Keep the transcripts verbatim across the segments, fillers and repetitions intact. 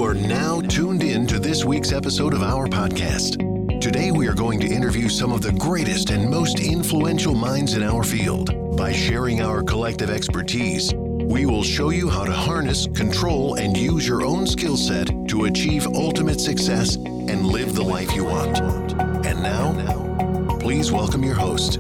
are now tuned in to this week's episode of our podcast. Today we are going to interview some of the greatest and most influential minds in our field. By sharing our collective expertise, we will show you how to harness, control, and use your own skill set to achieve ultimate success and live the life you want. And now, please welcome your host.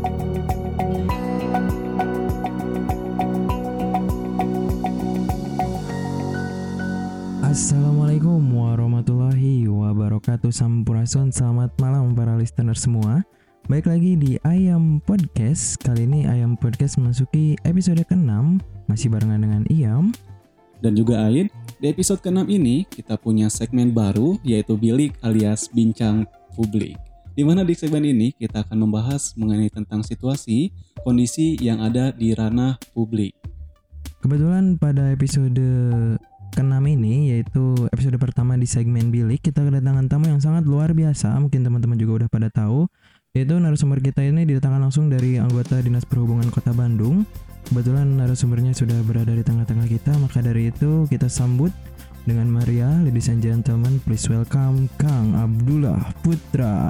Assalamualaikum warahmatullahi wabarakatuh. Sampurasun, selamat malam para listener semua. Baik lagi di Ayam Podcast. Kali ini Ayam Podcast memasuki episode keenam. Masih barengan dengan Iyam dan juga Aid. Di episode keenam ini kita punya segmen baru, yaitu Bilik alias Bincang Publik. Di mana di segmen ini kita akan membahas mengenai tentang situasi, kondisi yang ada di ranah publik. Kebetulan pada episode keenam ini, yaitu episode pertama di segmen Bilik, kita kedatangan tamu yang sangat luar biasa. Mungkin teman-teman juga udah pada tahu, yaitu narasumber kita ini didatangkan langsung dari anggota Dinas Perhubungan Kota Bandung. Kebetulan narasumbernya sudah berada di tengah-tengah kita, maka dari itu kita sambut dengan meriah. Ladies and gentlemen, please welcome Kang Abdullah Putra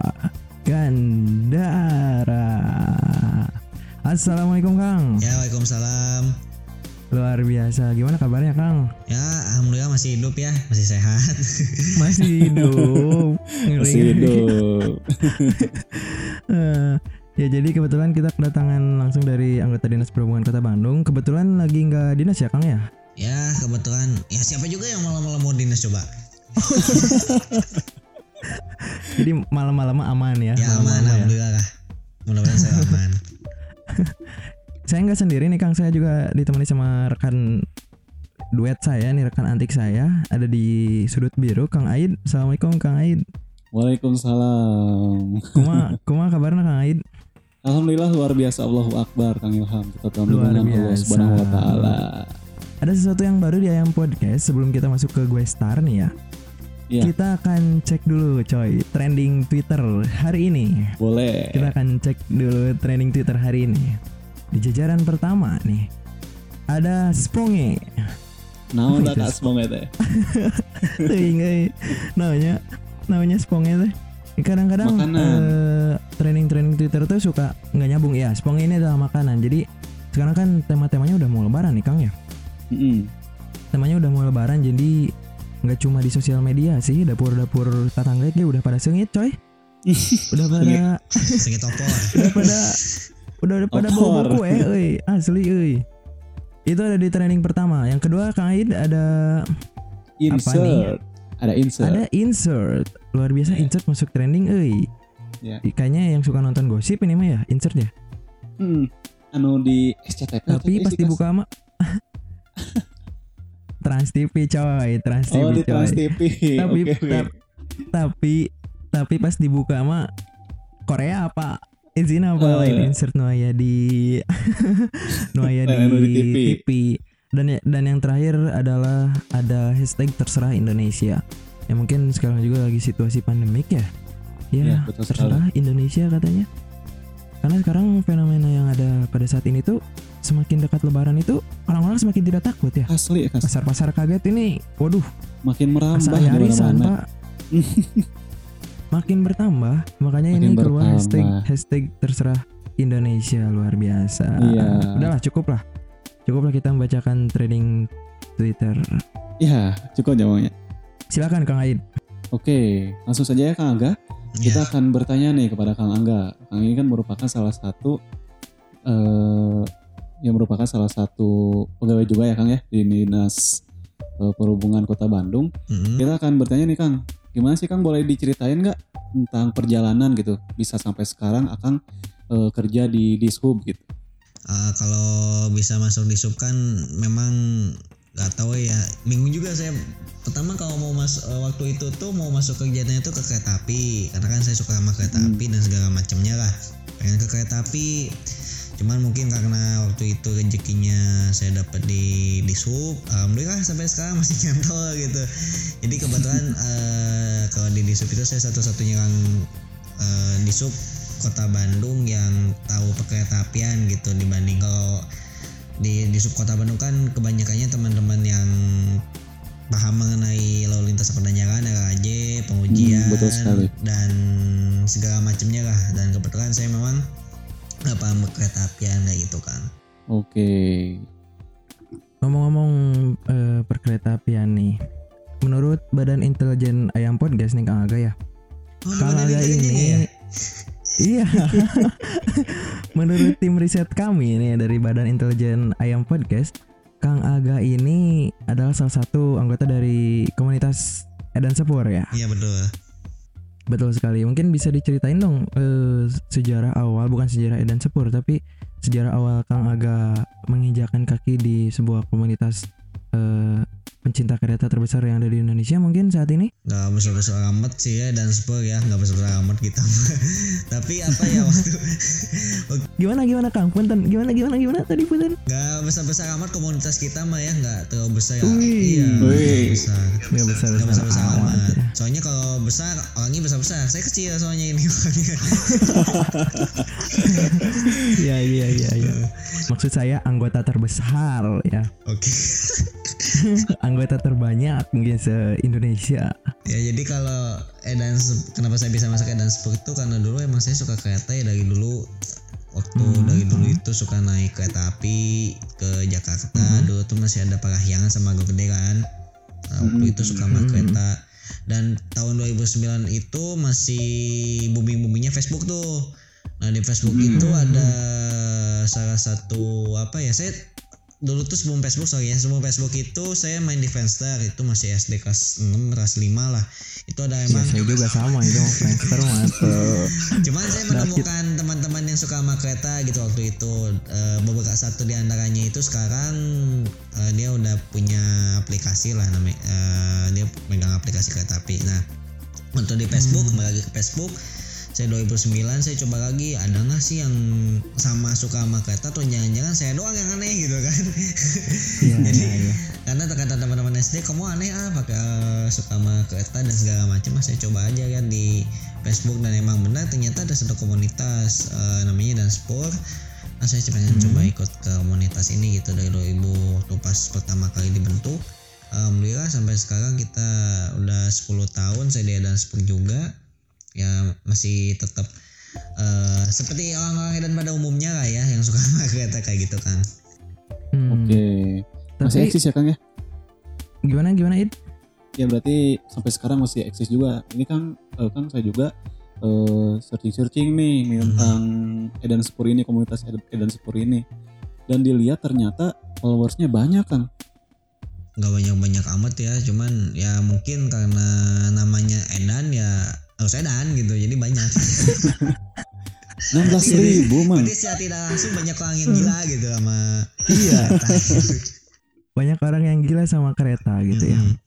Gandara. Assalamualaikum Kang. Ya, waalaikumsalam. Luar biasa, gimana kabarnya Kang? Ya, alhamdulillah masih hidup ya, masih sehat. Masih hidup. Masih hidup. uh, ya jadi kebetulan kita kedatangan langsung dari anggota Dinas Perhubungan Kota Bandung. Kebetulan lagi nggak dinas ya Kang ya? Ya kebetulan, ya siapa juga yang malam-malam mau dinas coba? Jadi malam-malam aman ya? Ya aman, alhamdulillah lah. Mudah-mudahan saya aman. Saya nggak sendiri nih Kang, saya juga ditemani sama rekan duet saya nih, rekan antik saya, ada di sudut biru, Kang Aid. Assalamualaikum Kang Aid. Waalaikumsalam. Kuma, kuma kabarnya Kang Aid? Alhamdulillah luar biasa, Allahu Akbar Kang Ilham. Kita luar dengan biasa. Allah Subhanahu wa taala. Ada sesuatu yang baru di Ayam Podcast. Sebelum kita masuk ke gue star nih ya, ya. Kita akan cek dulu coy trending Twitter hari ini. Boleh. Kita akan cek dulu trending Twitter hari ini. Di jajaran pertama nih ada Sponge. Naon tak tak Sponge teh? Teuing euy. Namanya namanya Sponge teh. Kadang-kadang uh, trending-trending Twitter tuh suka enggak nyambung ya. Sponge ini adalah makanan. Jadi sekarang kan tema-temanya udah mau lebaran nih Kang ya. Mm-hmm. Temanya udah mau lebaran, jadi enggak cuma di sosial media sih, dapur-dapur tetangga ge udah pada sengit coy. Udah pada sengit opor. Udah pada Udah udah pada bawa buku eh, euy, asli euy. Itu ada di trending pertama. Yang kedua Kang Aid ada insert. Apa nih? Ada insert. Ada insert. Luar biasa yeah. Insert masuk trending euy. Yeah. Kayaknya yang suka nonton gosip ini mah ya insert ya. Hmm. Anu di S C T V. Tapi pas dibuka mah Trans T V coy, Trans T V oh, coy. Di Trans T V. Tapi okay, okay. Ta- tapi tapi pas dibuka mah Korea apa? Izin apa uh, lain insert Noaya di Noaya di, di T V. T V dan dan yang terakhir adalah ada hashtag terserah Indonesia. Ya mungkin sekarang juga lagi situasi pandemik ya. Ya, ya terserah sekali. Indonesia katanya. Karena sekarang fenomena yang ada pada saat ini tuh semakin dekat lebaran itu orang-orang semakin tidak takut ya. Asli, asli. Pasar-pasar kaget ini, waduh, makin merambah hari-harisan Pak. Makin bertambah, makanya makin ini keluar bertambah. hashtag hashtag terserah Indonesia. Luar biasa. Iya. Udahlah cukup lah, cukup lah kita membacakan trending Twitter. Iya, cukup jawabnya. Silakan Kang Aid. Oke, langsung saja ya Kang Angga. Ya. Kita akan bertanya nih kepada Kang Angga. Kang ini kan merupakan salah satu uh, yang merupakan salah satu pegawai juga ya Kang ya di Dinas uh, Perhubungan Kota Bandung. Mm-hmm. Kita akan bertanya nih Kang. Gimana sih Kang, boleh diceritain gak tentang perjalanan gitu bisa sampai sekarang Akang e, kerja di Dishub gitu? Uh, kalau bisa masuk Dishub kan memang gak tahu ya, bingung juga saya. Pertama kalau mau masuk uh, waktu itu tuh mau masuk kegiatannya tuh ke kereta api, karena kan saya suka sama kereta hmm. api dan segala macamnya lah. Pengen ke kereta api. Cuman mungkin karena waktu itu rezekinya saya dapat di Dishub, alhamdulillah sampai sekarang masih nyantol gitu. Jadi kebetulan uh, kalau di Dishub itu saya satu-satunya yang uh, Dishub Kota Bandung yang tahu perkereta apian gitu, dibanding kalau di Dishub Kota Bandung kan kebanyakannya teman-teman yang paham mengenai lalu lintas perdagangan, R A J, pengujian, hmm, betul sekali. dan segala macamnya lah. Dan kebetulan saya memang nggak paham kereta apian kayak gitu kan. Oke. Okay. Ngomong-ngomong eh, perkereta apian nih, menurut Badan Intelijen Ayam Podcast nih Kang Aga ya. Oh, Kang Aga ini, ya? Iya. Menurut tim riset kami nih dari Badan Intelijen Ayam Podcast, Kang Aga ini adalah salah satu anggota dari komunitas Edan Sepur ya. Iya betul. Betul sekali. Mungkin bisa diceritain dong eh, sejarah awal, bukan sejarah Edan Sepur, tapi sejarah awal Kang Aga menginjakan kaki di sebuah komunitas eh, pencinta kereta terbesar yang ada di Indonesia mungkin saat ini. Gak besar-besar amat sih ya Edan Sepur ya, gak besar-besar amat kita. Tapi apa ya waktu Gimana gimana Kang? Punten. Gimana gimana gimana tadi punten? Gak besar-besar amat komunitas kita mah ya, gak terlalu besar ya. Wih. Iya, Wih. gak besar. Gak besar-besar Gak besar-besar amat, amat. ya. Soalnya kalau besar orangnya besar-besar. Saya kecil soalnya ini. Iya iya iya iya. Maksud saya anggota terbesar ya. Oke. Anggota terbanyak mungkin se-Indonesia. Ya jadi kalau Edan Sepur, kenapa saya bisa masuk Edan Sepur itu karena dulu emang saya suka kereta ya dari dulu. Waktu Hmm. dari dulu itu suka naik kereta api ke Jakarta. Hmm. Dulu tuh masih ada Parahyangan sama Gede kan. Nah, waktu Hmm. itu suka sama Hmm. kereta. Dan tahun dua ribu sembilan itu masih booming-boomingnya Facebook tuh. Nah di Facebook Hmm. itu ada salah satu apa ya, saya dulu tuh sebelum Facebook sorry ya sebelum Facebook itu saya main di Friendster, itu masih S D kelas enam kelas lima lah. Itu ada Ya, emang saya juga sama itu Friendster masuk. cuman saya menemukan teman-teman yang suka sama kereta gitu waktu itu. E, beberapa satu di antaranya itu sekarang e, dia udah punya aplikasi lah namanya, e, dia megang aplikasi kereta api. Nah untuk di Facebook, kembali lagi ke Facebook, saya dua ribu sembilan saya coba lagi ada nggak sih yang sama suka sama kereta atau jangan-jangan saya doang yang aneh gitu kan. Iya Jadi iya iya. karena kata teman-teman S D kamu aneh ah pakai uh, suka sama kereta dan segala macam, saya coba aja kan di Facebook dan emang benar ternyata ada satu komunitas uh, namanya Edan Sepur. Nah saya pengen Hmm. coba ikut ke komunitas ini gitu dari dua ribu waktu pas pertama kali dibentuk. Alhamdulillah sampai sekarang kita udah sepuluh tahun saya di Edan Sepur juga. Ya masih tetap uh, seperti orang-orang Edan pada umumnya lah ya yang suka sama kereta kayak gitu kan. Hmm. Oke. Masih Tapi eksis ya Kang ya? gimana gimana Id? Ya berarti sampai sekarang masih eksis juga. Ini kan eh, kan saya juga eh, searching-searching nih tentang Edan Sepur ini, komunitas Ed- Edan Sepur ini. Dan dilihat ternyata followersnya banyak Kang. Nggak banyak-banyak amat ya, cuman ya mungkin karena namanya Edan ya harus Edan gitu, jadi banyak. enam belas ribu man. Berarti secara tidak langsung banyak orang yang gila gitu sama Iya. kereta. Banyak orang yang gila sama kereta gitu ya. Mm-mm.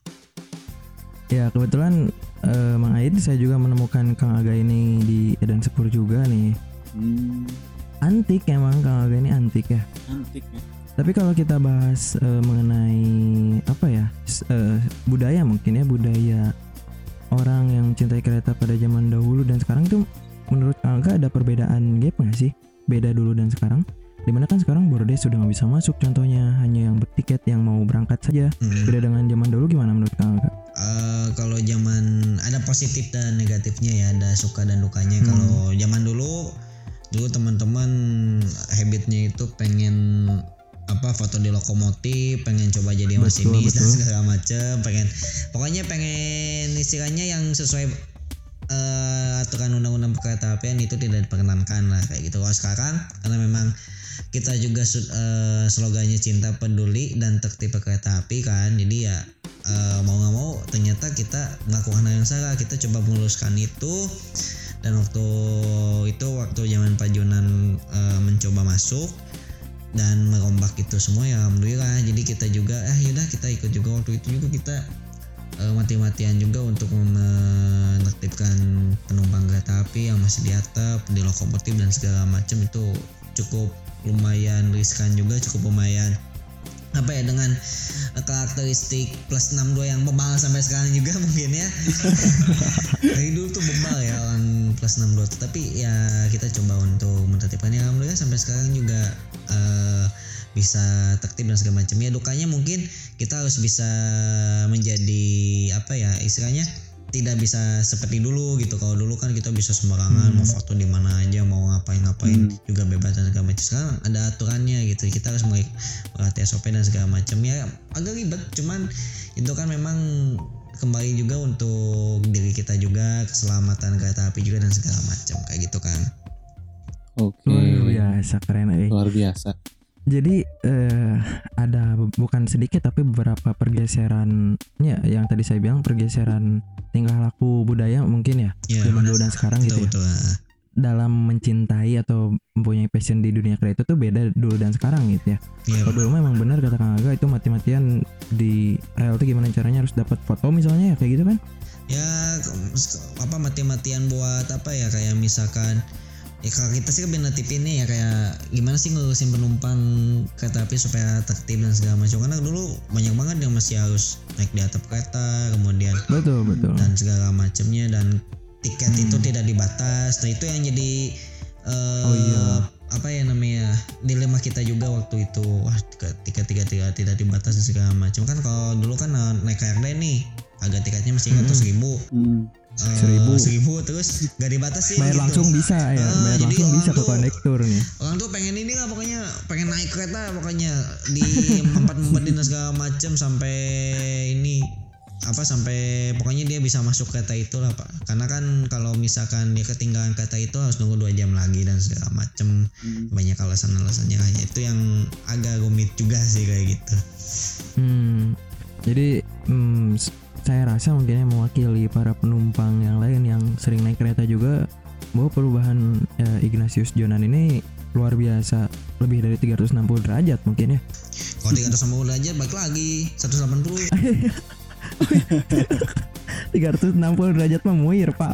Ya kebetulan eh, Mang Aid saya juga menemukan Kang Aga ini di Edan Sepur juga nih. Hmm, Antik emang Kang Aga ini antik ya. antik ya. Tapi kalau kita bahas eh, mengenai apa ya s- eh, budaya mungkin ya budaya orang yang mencintai kereta pada zaman dahulu dan sekarang tuh menurut Kang Aga ada perbedaan gap nggak sih? Beda dulu dan sekarang? Dimana kan sekarang bordes sudah nggak bisa masuk contohnya, hanya yang bertiket yang mau berangkat saja. Mm-mm. Beda dengan zaman dulu gimana menurut Kang Aga? Eh, kalau zaman ada positif dan negatifnya ya, ada suka dan dukanya. Hmm. Kalau zaman dulu dulu teman-teman habitnya itu pengen apa foto di lokomotif, pengen coba jadi Betul, masinis dan betul. segala macem, pengen pokoknya pengen istilahnya yang sesuai eh, aturan undang-undang kereta apian itu tidak diperkenankan lah kayak gitu. Kalau sekarang karena memang kita juga su- eh, slogannya cinta peduli dan tertib kereta api kan, jadi ya eh, mau nggak mau ternyata kita melakukan hal yang salah, kita coba meluruskan itu. Dan waktu itu waktu zaman Pak Jonan eh, mencoba masuk dan merombak itu semua ya alhamdulillah, jadi kita juga eh yaudah kita ikut juga. Waktu itu juga kita uh, mati-matian juga untuk menertibkan penumpang kereta api yang masih di atap, di lokomotif dan segala macam. Itu cukup lumayan riskan juga, cukup lumayan apa ya dengan uh, karakteristik plus enam puluh dua yang bebal sampai sekarang juga mungkin ya. Dari dulu tuh bebal ya orang plus enam puluh dua, tapi ya kita coba untuk menertibkannya. Alhamdulillah sampai sekarang juga uh, bisa tertib dan segala macam. Ya dukanya mungkin kita harus bisa menjadi apa ya istilahnya tidak bisa seperti dulu gitu. Kalau dulu kan kita bisa sembarangan hmm. mau foto di mana aja, mau ngapain-ngapain hmm. juga bebas dan segala macam. Sekarang ada aturannya gitu. Kita harus mengikuti S O P dan segala macam. Ya agak ribet, cuman itu kan memang kembali juga untuk diri kita juga, keselamatan kereta api juga dan segala macam kayak gitu kan. Oke. Luar biasa, keren eh. Luar biasa. Jadi eh, ada bukan sedikit tapi beberapa pergeseran ya yang tadi saya bilang pergeseran tingkah laku budaya mungkin ya, ya zaman dulu dan sekarang betul, gitu ya. Betul. Dalam mencintai atau mempunyai passion di dunia kereta itu beda dulu dan sekarang gitu ya. ya Kalau dulu memang benar kata Kang Aga itu mati-matian di rel itu gimana caranya harus dapat foto misalnya ya kayak gitu kan? Ya apa mati-matian buat apa ya kayak misalkan ya kalau kita sih kan natipin nih ya kayak gimana sih ngurusin penumpang kereta api supaya tertib dan segala macam, karena dulu banyak banget yang masih harus naik di atap kereta kemudian betul betul dan segala macamnya, dan tiket hmm. itu tidak dibatas. Nah itu yang jadi uh, oh, iya. apa ya namanya dilema kita juga waktu itu. Wah tiket tiket tidak tidak dibatas dan segala macam kan. Kalau dulu kan naik K R D nih harga tiketnya masih ingat tuh seribu hmm. Uh, seribu seribu terus gak dibatasi bayar gitu. langsung bisa ya uh, bayar langsung bisa ke kondektur nih. Orang tuh pengen ini lah pokoknya pengen naik kereta pokoknya di empat-empatin segala macam sampai ini apa sampai pokoknya dia bisa masuk kereta itu lah Pak, karena kan kalau misalkan dia ketinggalan kereta itu harus nunggu dua jam lagi dan segala macam hmm. banyak alasan-alasannya lah, itu yang agak rumit juga sih kayak gitu. Hmm jadi hmm, saya rasa mungkin mewakili para penumpang yang lain yang sering naik kereta juga bahwa perubahan ya, Ignatius Jonan ini luar biasa, lebih dari tiga ratus enam puluh derajat mungkin ya. Kalau tiga ratus enam puluh derajat balik lagi seratus delapan puluh. tiga ratus enam puluh derajat mah muir Pak.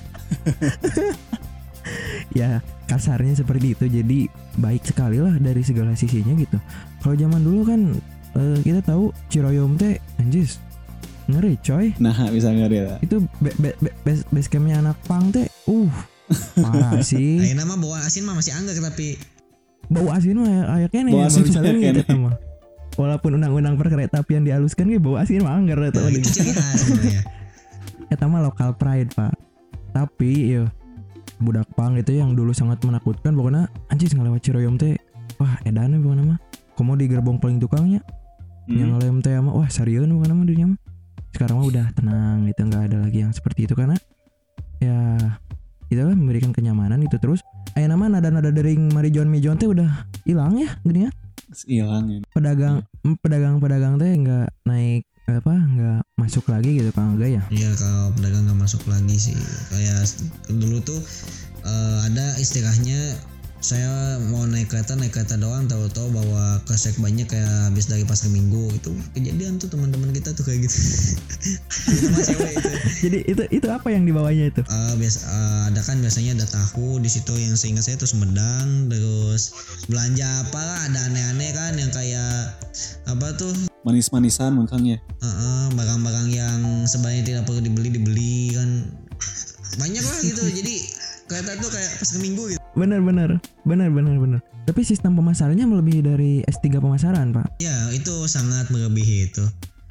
Ya kasarnya seperti itu, jadi baik sekali lah dari segala sisinya gitu. Kalau zaman dulu kan uh, kita tahu Ciroyom teh anjis ngeri coy. Nah bisa ngeri lah. Itu be, be, be, base, base campnya anak pang teh uh parah sih. Ayeuna mah bawa asin mah masih anggar tapi bau asin mah ayaknya nih bau asin misalnya gitu mah. Walaupun undang-undang perkeretaapian dihaluskan ge bau asin mah anggar eta. Itu ciri khas sebenarnya. Eta mah local pride Pak. Tapi yo budak pang itu yang dulu sangat menakutkan pokoknya anjis ngalewat Ciroyom teh wah edan pokoknya mah. Komo di gerbong paling tukangnya. Hmm. Yang ngalem teh mah wah sarieun pokoknya mah dunya mah. Sekarang mah udah tenang gitu, nggak ada lagi yang seperti itu karena ya itulah memberikan kenyamanan itu terus. Ayo nama nada-nada dering Marijon Mijon teh udah hilang ya gini ya. Hilang ya. Pedagang pedagang-pedagang teh nggak naik apa nggak masuk lagi gitu Kang Aga ya. Iya kalau pedagang nggak masuk lagi sih kayak dulu tuh uh, ada istilahnya saya mau naik kereta naik kereta doang tahu-tahu bawa kresek banyak kayak habis dari pasar minggu itu kejadian tuh teman-teman kita tuh kayak gitu. Cewek itu. Jadi itu itu apa yang dibawanya itu? Uh, biasa uh, ada kan biasanya ada tahu di situ yang seingat saya tuh Sumedang, terus belanja apa lah ada aneh-aneh kan yang kayak apa tuh manis-manisan makanya. Uh-uh, barang-barang yang sebenarnya tidak perlu dibeli dibeli kan banyak lah gitu. Jadi kereta tuh kayak pasar minggu gitu. Benar benar benar benar benar. Tapi sistem pemasarannya melebihi dari S tiga pemasaran Pak. Ya itu sangat melebihi itu.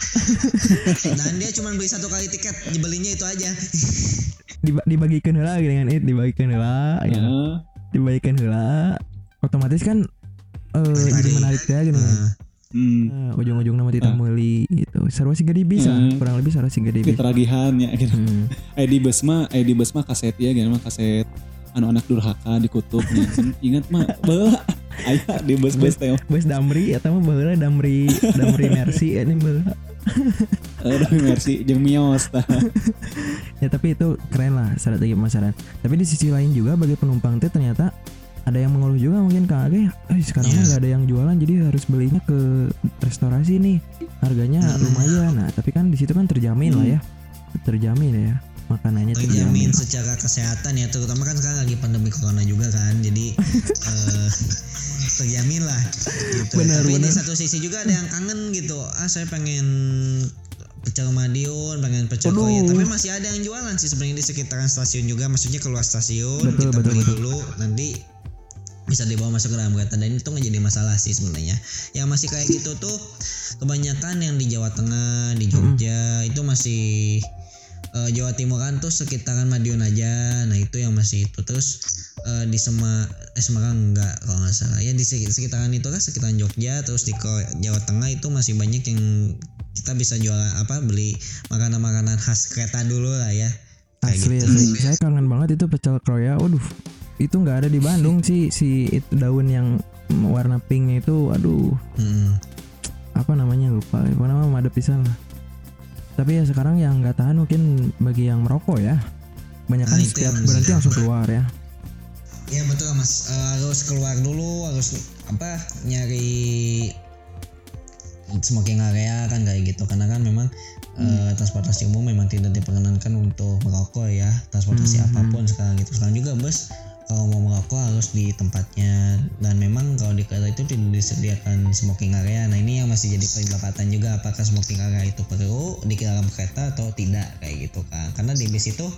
Dan dia cuma beli satu kali tiket, dibelinya itu aja. Dibagikan heula dengan it, dibagikan heula, uh. ya. Dibagikan heula. Otomatis kan uh, jadi menarik ya gitu. Uh. Hmm. Uh, ujung-ujung nama tidak uh. meuli gitu. Sarua siga di bisa, hmm. kurang lebih sarua siga di bisa. Keteragihan ya gitu. Hmm. Eh di bus mah, eh di bus mah kaset ya gitu mah kaset anu anak durhaka di kutubnya. Ingat mah baheula aya di bus-bus teh. Bus Damri eta mah baheula Damri, Damri Mercy ini baheula. Eh Damri Mercy jeung Mios tah. Ya tapi itu keren lah strategi pemasaran. Tapi di sisi lain juga bagi penumpang teh ternyata ada yang mengeluh juga mungkin Kang Aga ya. Eh sekarang mah yeah. Gak ada yang jualan jadi harus belinya ke restorasi nih. Harganya hmm. lumayan. Nah, tapi kan di situ kan terjamin hmm. lah ya. Terjamin ya. Makanannya terjamin secara kesehatan ya, terutama kan sekarang lagi pandemi corona juga kan, jadi uh, terjamin lah gitu. Benar, tapi benar. di satu sisi juga ada yang kangen gitu, ah saya pengen pecel Madiun, pengen pecel Koya, tapi masih ada yang jualan sih sebenarnya di sekitaran stasiun juga, maksudnya keluar stasiun betul, kita betul, beli betul. dulu nanti bisa dibawa masuk ke dalam kereta, dan itu nggak jadi masalah sih sebenarnya. Yang masih kayak gitu tuh kebanyakan yang di Jawa Tengah, di Jogja hmm. itu masih uh, Jawa Timur kan tuh sekitaran Madiun aja. Nah itu yang masih itu. Terus uh, di Sema, eh, Semarang enggak kalau nggak salah ya, di sekitaran itu kan sekitaran Jogja. Terus di Jawa Tengah itu masih banyak yang kita bisa jual apa beli makanan-makanan khas kereta dulu lah ya. Asli, gitu. asli. Saya kangen banget itu pecel kroya. Waduh, itu nggak ada di Bandung sih, si itu daun yang warna pinknya itu. Aduh, hmm. apa namanya lupa. Apa namanya ada pisan lah. Tapi ya sekarang yang nggak tahan mungkin bagi yang merokok ya. Banyak kan nah, setiap berhenti langsung keluar ya. Iya betul mas, uh, harus keluar dulu, harus apa nyari smoking area kan kayak gitu. Karena kan memang hmm. uh, transportasi umum memang tidak diperkenankan untuk merokok ya, transportasi hmm. apapun sekarang gitu. Sekarang juga bus kalau mau merokok harus di tempatnya, dan memang kalau di kereta itu tidak disediakan smoking area. Nah ini yang masih jadi perdebatan juga, apakah smoking area itu perlu di dalam kereta atau tidak kayak gitu kan. Karena di bis itu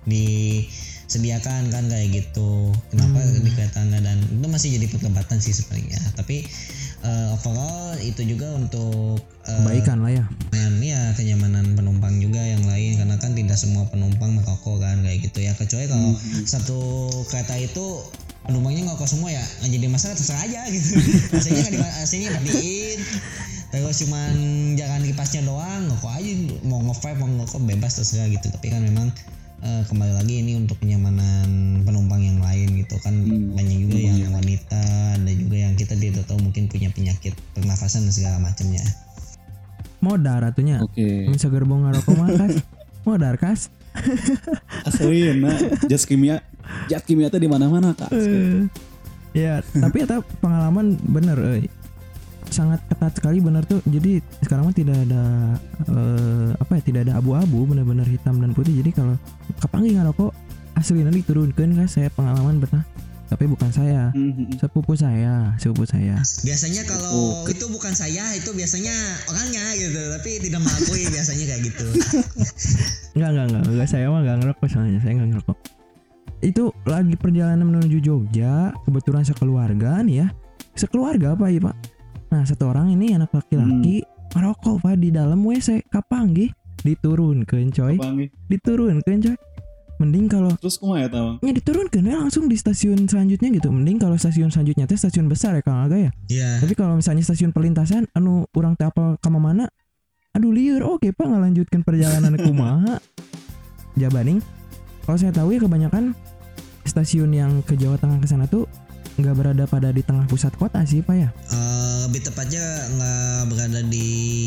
disediakan kan kayak gitu, kenapa hmm. di kereta enggak, dan itu masih jadi perdebatan sih sebenarnya. Tapi uh, overall itu juga untuk uh, kebaikan lah ya, dan ya kenyamanan penumpang juga yang lain, karena kan tidak semua penumpang merokok kan kayak gitu ya. Kecuali kalau hmm. satu kereta itu penumpangnya ngerokok semua ya nggak jadi masalah, terserah aja gitu. Aslinya nggak di aslinya matiin, terus cuman jangan kipasnya doang, ngerokok aja, mau nge-vape mau ngerokok bebas terserah gitu. Tapi kan memang Uh, kembali lagi ini untuk kenyamanan penumpang yang lain gitu kan. hmm. Banyak juga hmm. yang wanita, ada juga yang kita tidak tahu mungkin punya penyakit pernafasan dan segala macamnya. Modar atunya. Oke. Okay. Bisa gerbong ngarokok mah kas. Modar kas. Asli nah, zat kimia, zat kimia teh di mana-mana Kak. Uh, ya, tapi eta pengalaman bener euy. Sangat ketat sekali benar tuh. Jadi sekarang mah tidak ada uh, apa ya, tidak ada abu-abu, benar-benar hitam dan putih. Jadi kalau kepanggil ngerokok aslinya diturunkan kan. Saya pengalaman pernah, tapi bukan saya, sepupu saya, sepupu saya. Biasanya kalau oh. itu bukan saya, itu biasanya orangnya gitu, tapi tidak mengakui biasanya kayak gitu. Enggak, enggak, enggak, enggak, saya mah enggak ngerokok soalnya, saya enggak ngerokok. Itu lagi perjalanan menuju Jogja, kebetulan sekeluarga nih ya. Sekeluarga apa ya, Pak? Nah satu orang ini anak laki-laki hmm. merokok Pak di dalam W C. Kapanggih diturunkeun coy. Kapanggih diturunkeun coy. Mending kalau terus kumaha ya tawang? Ya diturunkeun ya langsung di stasiun selanjutnya gitu. Mending kalau stasiun selanjutnya teh stasiun besar ya Kang Aga ya. Iya. Yeah. Tapi kalau misalnya stasiun perlintasan anu urang teh apal ka mana? Aduh lieur oke Pak ngalanjutkeun perjalanan kumaha. Jabaning. Kalau saya tahu ya kebanyakan stasiun yang ke Jawa Tengah ke sana tuh nggak berada pada di tengah pusat kota sih Pak ya? Uh, lebih tepatnya nggak berada di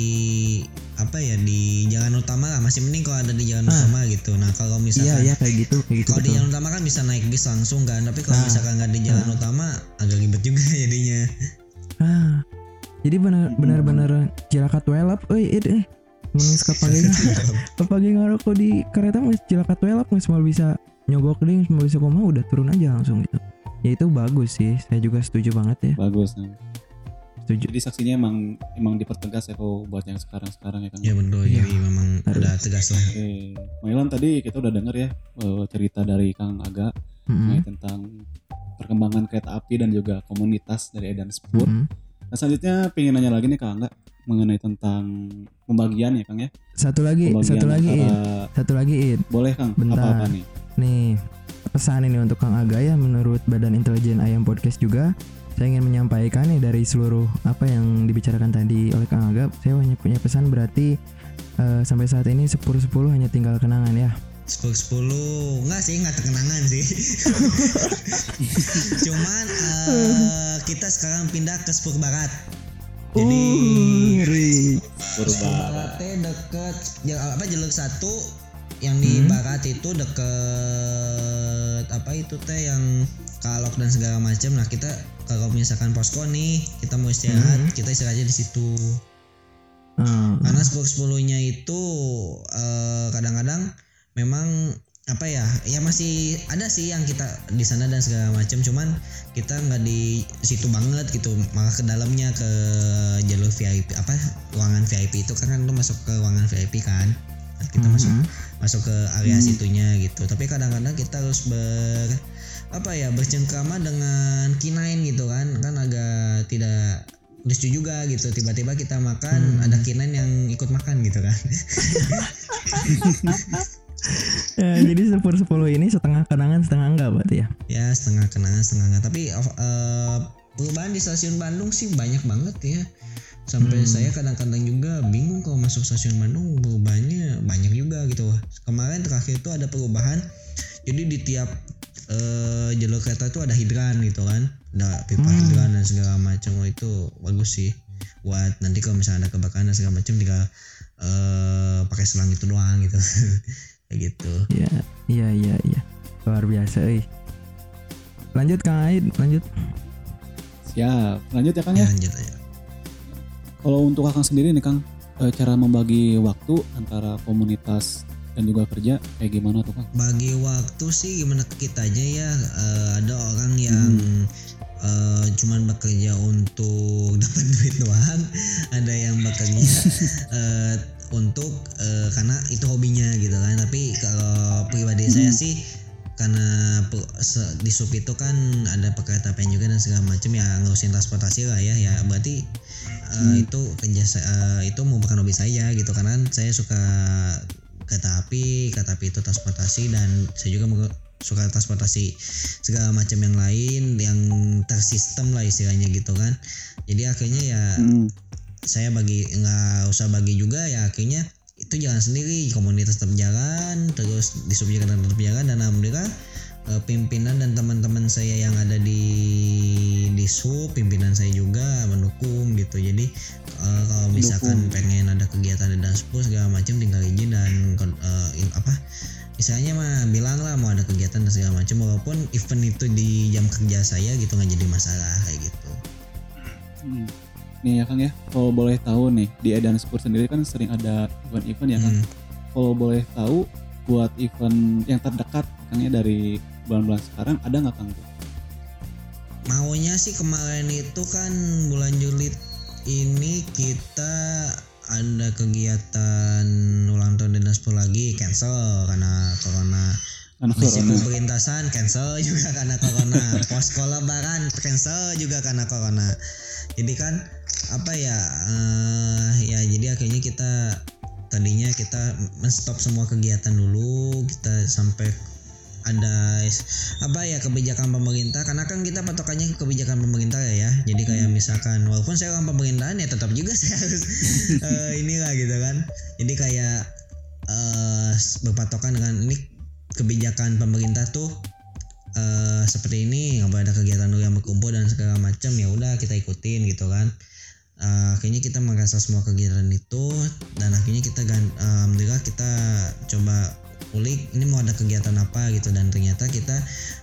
apa ya, di jalan utama lah, masih mending kalau ada di jalan ah. utama gitu. Nah kalau misalkan iya, iya, kayak gitu, kayak gitu kalau di jalan utama kan bisa naik bis langsung kan, tapi kalau ah. misalkan nggak di jalan ah. utama agak ribet juga jadinya. Ah, jadi benar-benar cilakat welap, eh eh, menulis kapage kapage ngarokok di kereta mas cilakat welap nggak semua bisa nyogok ding, semua bisa koma udah turun aja langsung gitu. Ya itu bagus sih, saya juga setuju banget ya. Bagus. Nah. Setuju. Jadi saksinya emang emang dipertegas ya kalau buat yang sekarang-sekarang ya kan. Ya betul, ya. Jadi memang ada tegas lah. Oke, Mailan tadi kita udah denger ya cerita dari Kang Aga mm-hmm. tentang perkembangan kereta api dan juga komunitas dari Edan Spur. Mm-hmm. Nah selanjutnya pengen nanya lagi nih Kang Aga mengenai tentang pembagian ya Kang ya. Satu lagi, pembagian satu lagi, antara... satu lagi Id. Boleh Kang. Bentar. Apa-apa nih? Nih. Pesan ini untuk Kang Aga ya, menurut Badan Intelijen Ayam Podcast juga saya ingin menyampaikan nih dari seluruh apa yang dibicarakan tadi oleh Kang Aga. Saya hanya punya pesan, berarti uh, sampai saat ini sepuluh sepuluh hanya tinggal kenangan ya. sepuluh sepuluh enggak sih, enggak kenangan sih. Cuman uh, kita sekarang pindah ke Spur Barat. Jadi uh, Spur Baratnya deket apa jalur satu yang di hmm. barat itu deket apa itu teh yang Kalok dan segala macam. Nah kita kalau misalkan posko nih kita mau istirahat, hmm. kita istirahatnya di situ. Hmm. Karena sepuluh sepuluhnya itu uh, kadang-kadang memang apa ya, ya masih ada sih yang kita di sana dan segala macam. Cuman kita nggak di situ banget gitu, malah ke dalamnya ke jalur V I P apa ruangan V I P itu kan, kan itu masuk ke ruangan V I P kan. Kita mm-hmm. masuk masuk ke area mm. situnya gitu. Tapi kadang-kadang kita harus ber apa ya bercengkrama dengan kinain gitu kan kan agak tidak lucu juga gitu tiba-tiba kita makan hmm. ada kinain yang ikut makan gitu kan. Ya, jadi sepuluh sepuluh ini setengah kenangan setengah enggak berarti ya? Ya setengah kenangan setengah enggak tapi uh, perubahan di stasiun Bandung sih banyak banget ya. Sampai hmm. saya kadang-kadang juga bingung kalau masuk stasiun Bandung perubahannya banyak juga gitu. Kemarin terakhir itu ada perubahan. Jadi di tiap uh, jalur kereta itu ada hidran gitu kan. Ada pipa hmm. hidran dan segala macam. Oh, itu bagus sih. Buat nanti kalau misalnya ada kebakaran dan segala macam tinggal uh, pakai selang itu doang gitu. Kayak gitu. Iya, iya, iya, iya. Luar biasa euy. Lanjut Kang Aid, lanjut. Siap. Lanjut ya Kang ya. Ya lanjut aja. Kalau untuk Akang sendiri nih Kang, cara membagi waktu antara komunitas dan juga kerja kayak gimana tuh Kang? Bagi waktu sih gimana ke kita aja ya. Uh, ada orang yang hmm. uh, cuman bekerja untuk dapat duit doang, ada yang bekerja uh, untuk uh, karena itu hobinya gitu kan. Tapi kalau pribadi hmm. saya sih karena di sub itu kan ada perkeretaapian juga dan segala macam ya ngurusin transportasi lah ya ya berarti uh, hmm. itu kerja uh, itu merupakan hobi saya gitu karena saya suka kereta api kereta api itu transportasi dan saya juga suka transportasi segala macam yang lain yang tersistem lah istilahnya gitu kan. Jadi akhirnya ya hmm. saya bagi nggak usah bagi juga ya akhirnya itu jalan sendiri, komunitas tetap jalan, terus di sub juga tetap jalan dan alhamdulillah uh, pimpinan dan teman-teman saya yang ada di di sub, pimpinan saya juga mendukung gitu. Jadi uh, kalau misalkan mendukung. Pengen ada kegiatan di Danspur segala macam tinggal izin dan uh, in, apa misalnya mah bilang lah mau ada kegiatan dan segala macam walaupun event itu di jam kerja saya gitu nggak jadi masalah kayak gitu. Hmm. Nih ya Kang ya, kalau boleh tahu nih di Danspur sendiri kan sering ada event-event ya Kang. Hmm. Kalau boleh tahu buat event yang terdekat Kang ya dari bulan-bulan sekarang ada nggak Kang? Maunya sih kemarin itu kan bulan Juli ini kita ada kegiatan ulang tahun di Danspur lagi cancel karena corona. Misi pemerintahan cancel juga karena corona. Posko lebaran cancel juga karena corona. Jadi kan apa ya uh, ya jadi akhirnya kita tadinya kita menstop semua kegiatan dulu kita sampai ada apa ya kebijakan pemerintah karena kan kita patokannya kebijakan pemerintah ya ya jadi kayak misalkan walaupun saya orang pemerintahan ya tetap juga saya harus uh, inilah gitu kan jadi kayak uh, berpatokan dengan ini kebijakan pemerintah tuh uh, seperti ini nggak boleh ada kegiatan dulu yang berkumpul dan segala macam ya udah kita ikutin gitu kan. Uh, akhirnya kita merasa semua kegiatan itu dan akhirnya kita alhamdulillah kita coba ulik ini mau ada kegiatan apa gitu dan ternyata kita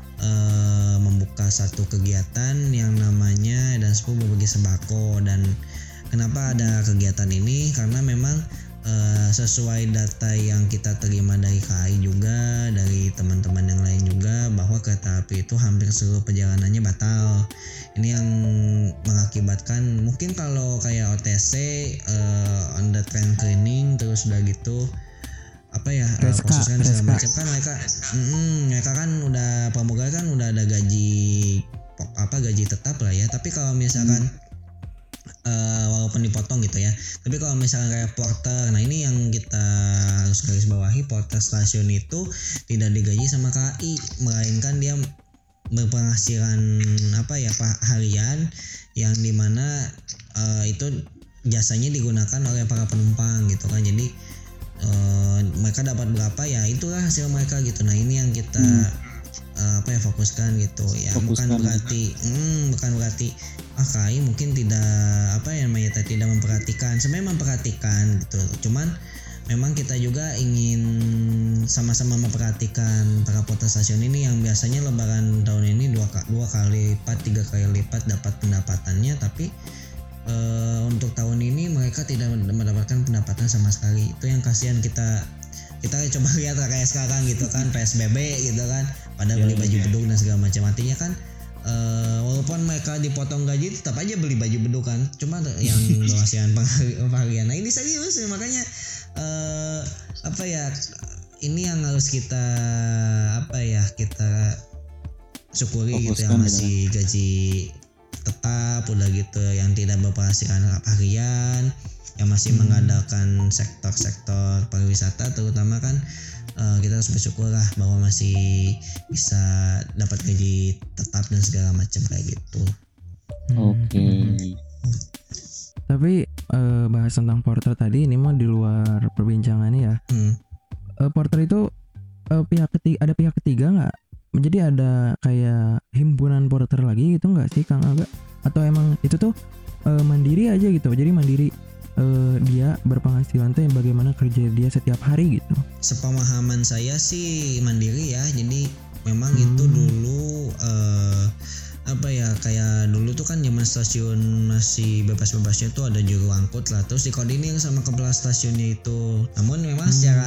uh, membuka satu kegiatan yang namanya Danspur berbagi sembako dan kenapa ada kegiatan ini karena memang uh, sesuai data yang kita terima dari K A I juga dari teman-teman yang lain juga bahwa kereta api itu hampir seluruh perjalanannya batal. Ini yang mengakibatkan mungkin kalau kayak O T C uh, on the train cleaning terus udah gitu apa ya uh, proses kan segala macam kan mereka mm, mereka kan udah pramugari kan udah ada gaji apa gaji tetap lah ya tapi kalau misalkan hmm. Uh, walaupun dipotong gitu ya tapi kalau misalkan kayak porter nah ini yang kita harus garis bawahi porter stasiun itu tidak digaji sama K A I melainkan dia berpenghasilan apa ya pak harian yang dimana uh, itu jasanya digunakan oleh para penumpang gitu kan jadi uh, mereka dapat berapa ya itulah hasil mereka gitu nah ini yang kita hmm. uh, apa ya fokuskan gitu ya fokuskan. bukan berarti hmm, bukan berarti ah K A I mungkin tidak apa ya namanya tidak memperhatikan sebenarnya memperhatikan gitu cuman memang kita juga ingin sama-sama memperhatikan para porter stasiun ini yang biasanya lebaran tahun ini dua, dua kali lipat tiga kali lipat dapat pendapatannya tapi e, untuk tahun ini mereka tidak mendapatkan pendapatan sama sekali itu yang kasihan kita kita coba lihat kayak sekarang gitu kan P S B B gitu kan pada beli baju beduk dan segala macam artinya kan Uh, walaupun mereka dipotong gaji tetap aja beli baju beduk kan cuma yang penghasilan pengharian nah ini serius makanya uh, apa ya ini yang harus kita apa ya kita syukuri gitu yang masih gitu. Gaji tetap udah gitu, yang tidak berpenghasilan harian, yang masih hmm. mengandalkan sektor-sektor pariwisata terutama kan. Uh, kita harus bersyukur lah bahwa masih bisa dapat gaji tetap dan segala macam kayak gitu. Oke. Okay. Tapi uh, bahas tentang porter tadi ini mah di luar perbincangan ya. Hmm. Uh, porter itu uh, pihak ketiga, ada pihak ketiga nggak? Jadi ada kayak himpunan porter lagi gitu nggak sih Kang Aga? Atau emang itu tuh uh, mandiri aja gitu? Jadi mandiri. Uh, dia berpenghasilan tuh yang bagaimana kerja dia setiap hari gitu. Sepemahaman saya sih mandiri ya. Jadi memang hmm. itu dulu uh, apa ya kayak dulu tuh kan zaman stasiun masih bebas-bebasnya tuh ada juru angkut lah, terus dikoordinir sama kepala stasiunnya itu. Namun memang hmm. secara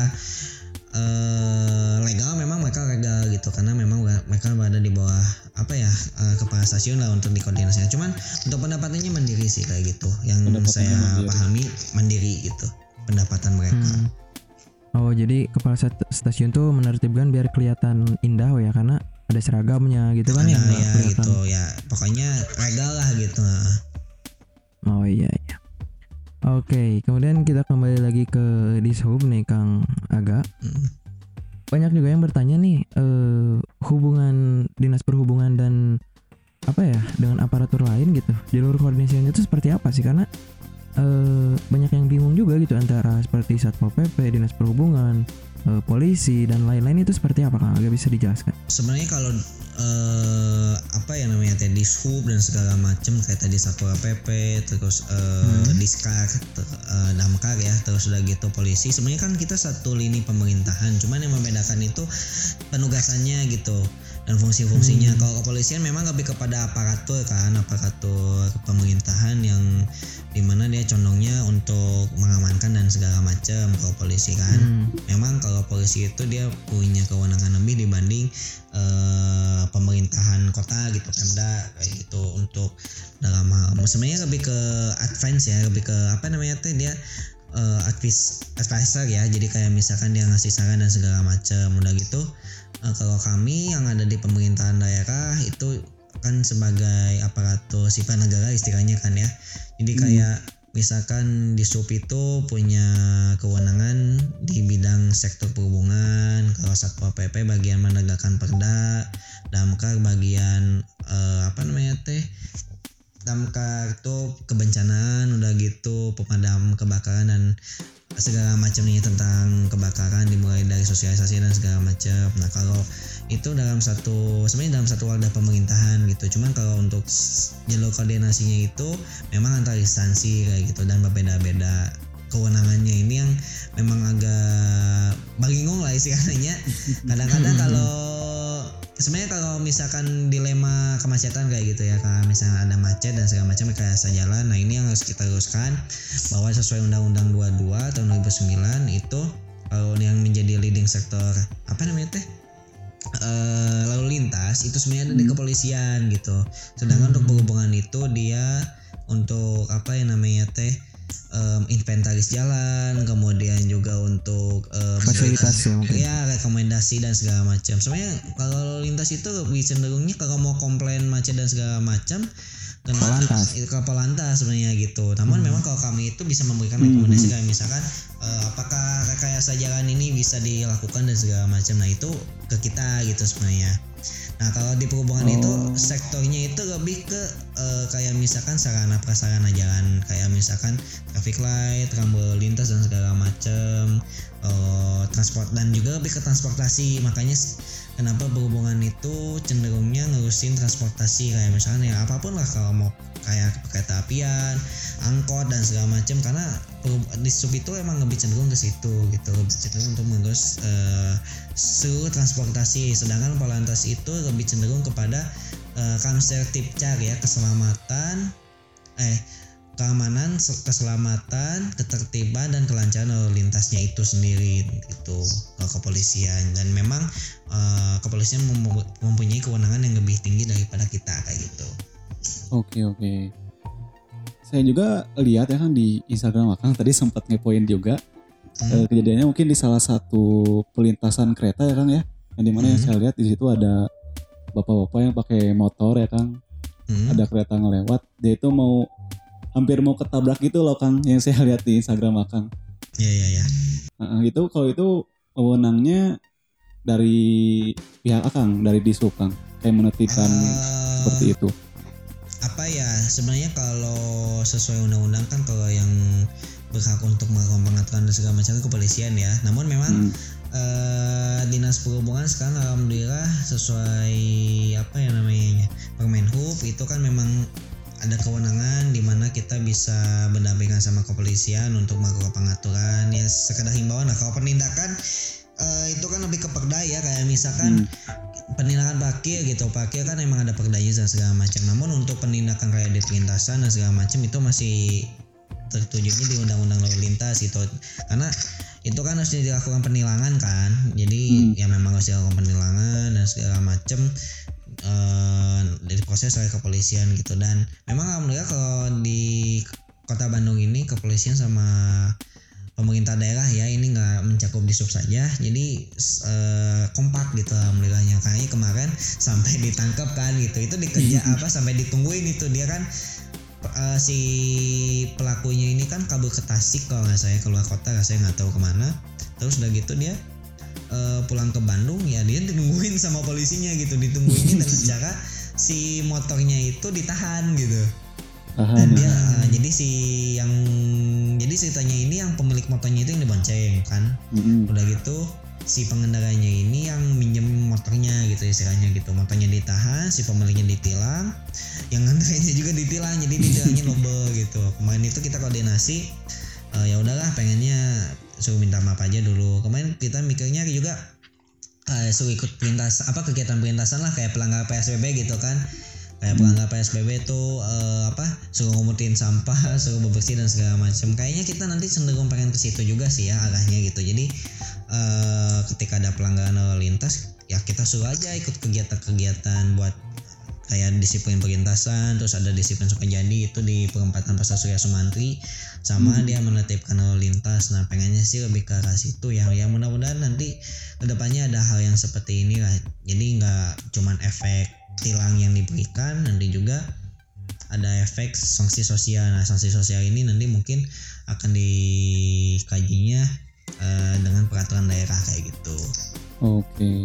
uh, legal memang mereka legal gitu karena memang mereka berada di bawah apa ya uh, kepala stasiun lah untuk dikoordinasikan. Cuman untuk pendapatannya mandiri sih kayak gitu. Yang saya mandiri. Pahami mandiri gitu pendapatan mereka. Hmm. Oh jadi kepala stasiun tuh menertibkan biar kelihatan indah oh ya karena ada seragamnya gitu kan nah, ya. Ya gitu ya pokoknya legal lah gitu. Oh iya iya. Oke kemudian kita kembali lagi ke Dishub nih Kang Aga. Hmm. Banyak juga yang bertanya nih eh, hubungan dinas perhubungan dan apa ya dengan aparatur lain gitu jalur koordinasinya itu seperti apa sih karena eh, banyak yang bingung juga gitu antara seperti Satpol P P, dinas perhubungan, eh, polisi dan lain-lain itu seperti apa Kang? Agak bisa dijelaskan? Sebenarnya kalau eh, apa ya namanya tadi Dishub dan segala macam kayak tadi Satpol P P terus eh, hmm. Diskar, eh, Damkar ya terus udah gitu polisi sebenarnya kan kita satu lini pemerintahan cuman yang membedakan itu penugasannya gitu dan fungsi-fungsinya. Hmm. Kalau kepolisian memang lebih kepada aparatur kan aparatur pemerintahan yang dimana dia condongnya untuk mengamankan dan segala macam. Kalau polisi kan hmm. memang kalau polisi itu dia punya kewenangan lebih dibanding uh, pemerintahan kota gitu Pemda kayak gitu untuk dalam hal sebenarnya lebih ke advance ya lebih ke apa namanya tuh dia uh, advis advisor ya jadi kayak misalkan dia ngasih saran dan segala macam udah gitu. Uh, kalau kami yang ada di pemerintahan daerah itu kan sebagai aparatur sipil negara istilahnya kan ya. Jadi kayak hmm. misalkan Dishub itu punya kewenangan di bidang sektor perhubungan, kalau Satpol P P bagian menegakkan perda, Damkar bagian uh, apa namanya teh Damkar itu kebencanaan udah gitu pemadam kebakaran dan segala macamnya tentang kebakaran dimulai dari sosialisasi dan segala macam. Nah kalau itu dalam satu sebenarnya dalam satu wadah pemerintahan gitu. Cuman kalau untuk jalur koordinasinya itu memang antar instansi kayak gitu dan berbeda-beda kewenangannya ini yang memang agak bingung lah istilahnya. Kadang-kadang kalau sebenarnya kalau misalkan dilema kemacetan kayak gitu ya, kalau misalnya ada macet dan segala macam rekayasa jalan, nah ini yang harus kita luruskan bahwa sesuai Undang-Undang dua puluh dua tahun dua ribu sembilan itu kalau yang menjadi leading sektor apa namanya teh uh, lalu lintas itu sebenarnya ada di kepolisian gitu. Sedangkan hmm. untuk perhubungan itu dia untuk apa yang namanya teh Um, inventaris jalan, kemudian juga untuk um, fasilitas ya, mungkin. Ya rekomendasi dan segala macam. Sebenarnya kalau lintas itu lebih cenderungnya kalau mau komplain macet dan segala macam ke Polantas itu ke Polantas sebenarnya gitu. Namun hmm. memang kalau kami itu bisa memberikan rekomendasi kayak misalkan uh, apakah rekayasa jalan ini bisa dilakukan dan segala macam. Nah itu ke kita gitu sebenarnya. Nah kalau di perhubungan oh. itu sektornya itu lebih ke uh, kayak misalkan sarana prasarana jalan kayak misalkan traffic light, rambu lintas dan segala macam, uh, transport dan juga lebih ke transportasi. Makanya kenapa perhubungan itu cenderungnya ngurusin transportasi kayak misalkan ya apapun lah kalau mau kayak kereta apian, angkot dan segala macam karena Dishub itu emang lebih cenderung ke situ gitu, lebih cenderung untuk mengurus uh, seluruh transportasi. Sedangkan Polantas itu lebih cenderung kepada uh, Kamser Tipcar ya, keselamatan, eh keamanan, keselamatan, ketertiban dan kelancaran lalu lintasnya itu sendiri gitu kalau kepolisian. Dan memang uh, kepolisian mempunyai kewenangan yang lebih tinggi daripada kita kayak gitu. Oke oke. Saya juga lihat ya kan di Instagram Akang tadi sempat ngepoin juga hmm. eh, kejadiannya mungkin di salah satu pelintasan kereta ya Kang ya, yang dimana hmm. yang saya lihat di situ ada bapak-bapak yang pakai motor ya Kang. Hmm. Ada kereta ngelewat, dia itu mau hampir mau ketabrak gitu loh Kang, yang saya lihat di Instagram Akang. Iya iya iya. Nah, itu kalau itu wewenangnya dari pihak Akang, dari Dishub Kang, kayak menertibkan uh, seperti itu. Apa ya sebenarnya kalau sesuai undang-undang kan kalau yang berhak untuk melakukan pengaturan dan segala macam kepolisian ya. Namun memang hmm. uh, dinas perhubungan sekarang alhamdulillah sesuai apa ya namanya Permenhub itu kan memang ada kewenangan di mana kita bisa berdampingan sama kepolisian untuk melakukan pengaturan ya sekedar himbauan lah. Kalau penindakan uh, itu kan lebih ke perda ya kayak misalkan hmm. penindakan parkir gitu, parkir kan emang ada perdanya dan segala macam. Namun untuk penindakan kayak di perlintasan dan segala macam itu masih tertujunya di undang-undang lalu lintas gitu. Karena itu kan harus dilakukan penilangan kan. Jadi hmm. ya memang harus dilakukan penilangan dan segala macam uh, dari proses oleh kepolisian gitu. Dan memang alhamdulillah kalau di Kota Bandung ini kepolisian sama pemerintah daerah ya ini nggak mencakup Dishub saja, jadi eh, kompak gitu alhamdulillahnya. Kayaknya kemarin sampai ditangkap kan gitu, itu dikejar apa sampai ditungguin itu dia kan eh, si pelakunya ini kan kabur ke Tasik kalau nggak saya keluar kota, saya nggak tahu kemana. Terus udah gitu dia eh, pulang ke Bandung ya dia ditungguin sama polisinya gitu, ditungguinnya dengan cara si motornya itu ditahan gitu. Dan dia uh, jadi si yang jadi ceritanya ini yang pemilik motornya itu yang dibonceng kan. Mm-hmm. Udah gitu si pengendaranya ini yang minjem motornya gitu istilahnya gitu. Motornya ditahan, si pemiliknya ditilang, yang ngendaranya juga ditilang. Jadi ditilangnya lobe gitu. Kemarin itu kita koordinasi uh, ya udahlah pengennya suruh minta maaf aja dulu. Kemarin kita mikirnya juga uh, suruh ikut pelintas apa kegiatan pelintasan lah kayak pelanggar P S B B gitu kan. Kayak pelanggar P S B B tuh uh, apa suruh ngumutin sampah, suruh bebersih dan segala macam. Kayaknya kita nanti cenderung pengen ke situ juga sih ya arahnya gitu. Jadi uh, ketika ada pelanggaran lalu lintas ya kita suruh aja ikut kegiatan-kegiatan buat kayak disiplin perlintasan, terus ada disiplin Sukajadi itu di perempatan Pasar Surya Sumantri sama hmm. dia menertibkan lalu lintas. Nah pengennya sih lebih ke arah situ ya. Yang mudah-mudahan nanti kedepannya ada hal yang seperti ini lah. Jadi nggak cuman efek tilang yang diberikan, nanti juga ada efek sanksi sosial. Nah sanksi sosial ini nanti mungkin akan dikajinya uh, dengan peraturan daerah kayak gitu. Oke. Okay.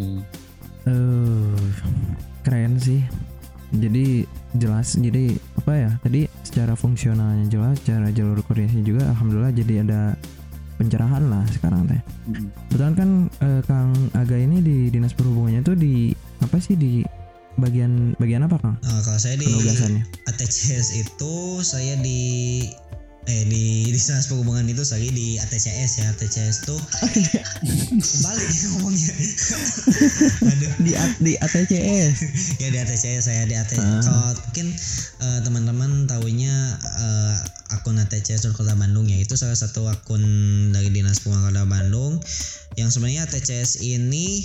Uh, keren sih. Jadi jelas. Jadi apa ya? Tadi secara fungsionalnya jelas, secara jalur koordinasi juga alhamdulillah jadi ada pencerahan lah sekarang teh. Mm-hmm. Betul kan uh, Kang Aga ini di dinas perhubungannya tuh di apa sih di bagian bagian apa Kang? Uh, kalau saya di A T C S itu saya di eh di dinas perhubungan itu saya di A T C S ya. A T C S tuh kembali ngomongnya. Aduh. Di di A T C S. Ya di A T C S saya di A T C S. Ah. Kalau mungkin uh, teman-teman tahunya uh, akun A T C S Kota Bandung ya, itu salah satu akun dari Dinas Perhubungan Kota Bandung yang sebenarnya A T C S ini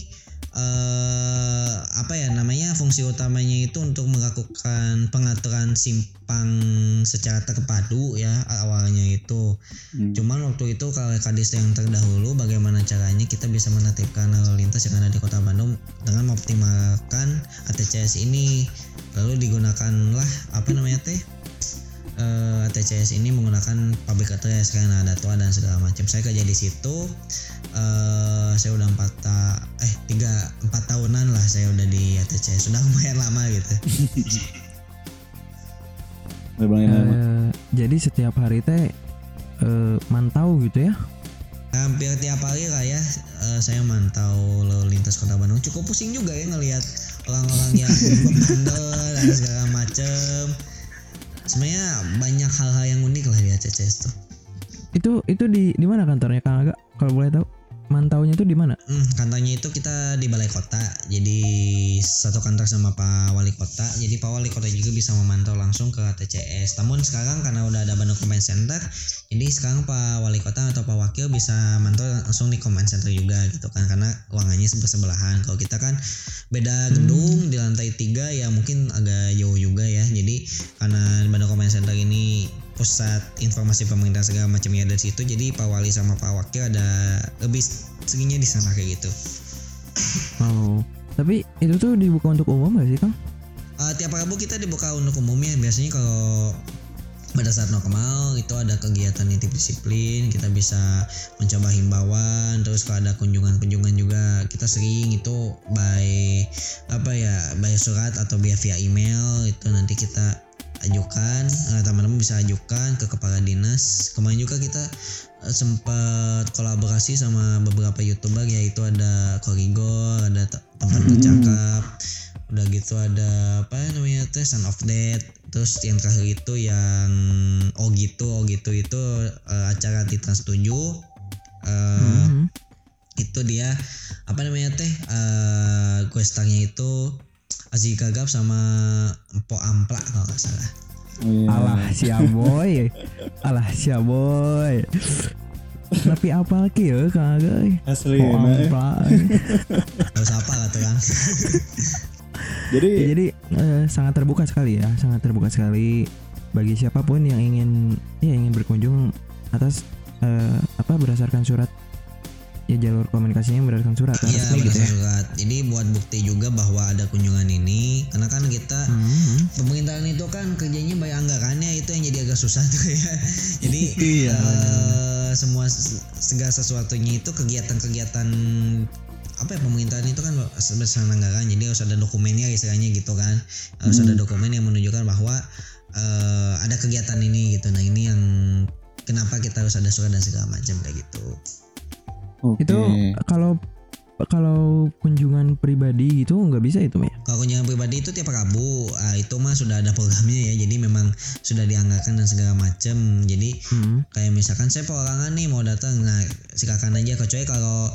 Uh, apa ya namanya fungsi utamanya itu untuk melakukan pengaturan simpang secara terpadu ya awalnya itu. Hmm. Cuman waktu itu kalau Kadis yang terdahulu bagaimana caranya kita bisa menertibkan lalu lintas yang ada di Kota Bandung dengan mengoptimalkan A T C S ini. Lalu digunakanlah apa namanya teh uh, A T C S ini menggunakan public address karena ada tua dan segala macam. Saya kerja di situ. Uh, saya udah empat ta- eh tiga empat tahunan lah saya udah di A T C S, sudah lumayan lama gitu. uh, jadi setiap hari teh uh, mantau gitu ya? Hampir tiap hari lah ya uh, saya mantau lalu lintas Kota Bandung. Cukup pusing juga ya ngelihat orang-orang yang bandel dan segala macem. Sebenarnya banyak hal-hal yang unik lah di A T C S tuh. Itu itu di di mana kantornya Kang Aga kalau boleh tahu? Mantaunya itu di mana? Hmm, kantornya itu kita di Balai Kota. Jadi satu kantor sama Pak Wali Kota. Jadi Pak Wali Kota juga bisa memantau langsung ke A T C S. Namun sekarang karena udah ada Bandung Command Center, jadi sekarang Pak Wali Kota atau Pak Wakil bisa mantau langsung di Command Center juga gitu kan, karena ruangannya bersebelahan. Kalau kita kan beda gedung hmm. di lantai tiga ya mungkin agak jauh juga ya. Jadi karena Bandung Command Center ini pusat informasi pemerintah segala macamnya dari situ, jadi Pak Wali sama Pak Wakil ada lebih seginya di sana kayak gitu. Oh, Tapi itu tuh dibuka untuk umum gak sih Kang? Uh, tiap Rabu kita dibuka untuk umumnya. Biasanya kalau pada saat Nokemal itu ada kegiatan nitip disiplin, kita bisa mencoba himbauan. Terus kalau ada kunjungan-kunjungan juga kita sering itu by apa ya, by surat atau via via email itu nanti kita ajukan, uh, teman-teman bisa ajukan ke kepala dinas. Kemarin juga kita uh, sempat kolaborasi sama beberapa YouTuber, yaitu ada Korigor, ada t- tempat bercakap, udah gitu ada apa namanya tuh Son of Death. Terus yang terakhir itu yang oh gitu oh gitu itu uh, acara di Trans tujuh, uh, mm-hmm. itu dia apa namanya teh uh, questangnya itu Aziz Gagap sama Empo Ampla kalau nggak salah. Oh, iya. Alah siaboy, alah siaboy. Tapi apa lagi ya Kang Aga? Asli Empo Ampla. Harus apa kata Kang? Jadi ya, jadi eh, sangat terbuka sekali ya, sangat terbuka sekali bagi siapapun yang ingin ya ingin berkunjung atas eh, apa berdasarkan surat, ya jalur komunikasinya berdasarkan surat ya, resmi gitu ya. Surat. Jadi buat bukti juga bahwa ada kunjungan ini, karena kan kita mm-hmm. pemerintahan itu kan kerjanya banyak anggarannya, itu yang jadi agak susah tuh ya. Jadi iya, uh, semua segala sesuatunya itu kegiatan-kegiatan apa ya, pemerintahan itu kan besar anggaran, jadi harus ada dokumennya istilahnya gitu kan, harus hmm. ada dokumen yang menunjukkan bahwa uh, ada kegiatan ini gitu. Nah ini yang kenapa kita harus ada surat dan segala macam kayak gitu. Okay. Itu kalau kalau kunjungan pribadi itu nggak bisa itu ya? Kalau kunjungan pribadi itu tiap Rabu, uh, itu mah sudah ada programnya ya, jadi memang sudah dianggarkan dan segala macam. Jadi hmm. kayak misalkan saya perorangan nih mau datang, nah silakan aja, kecuali kalau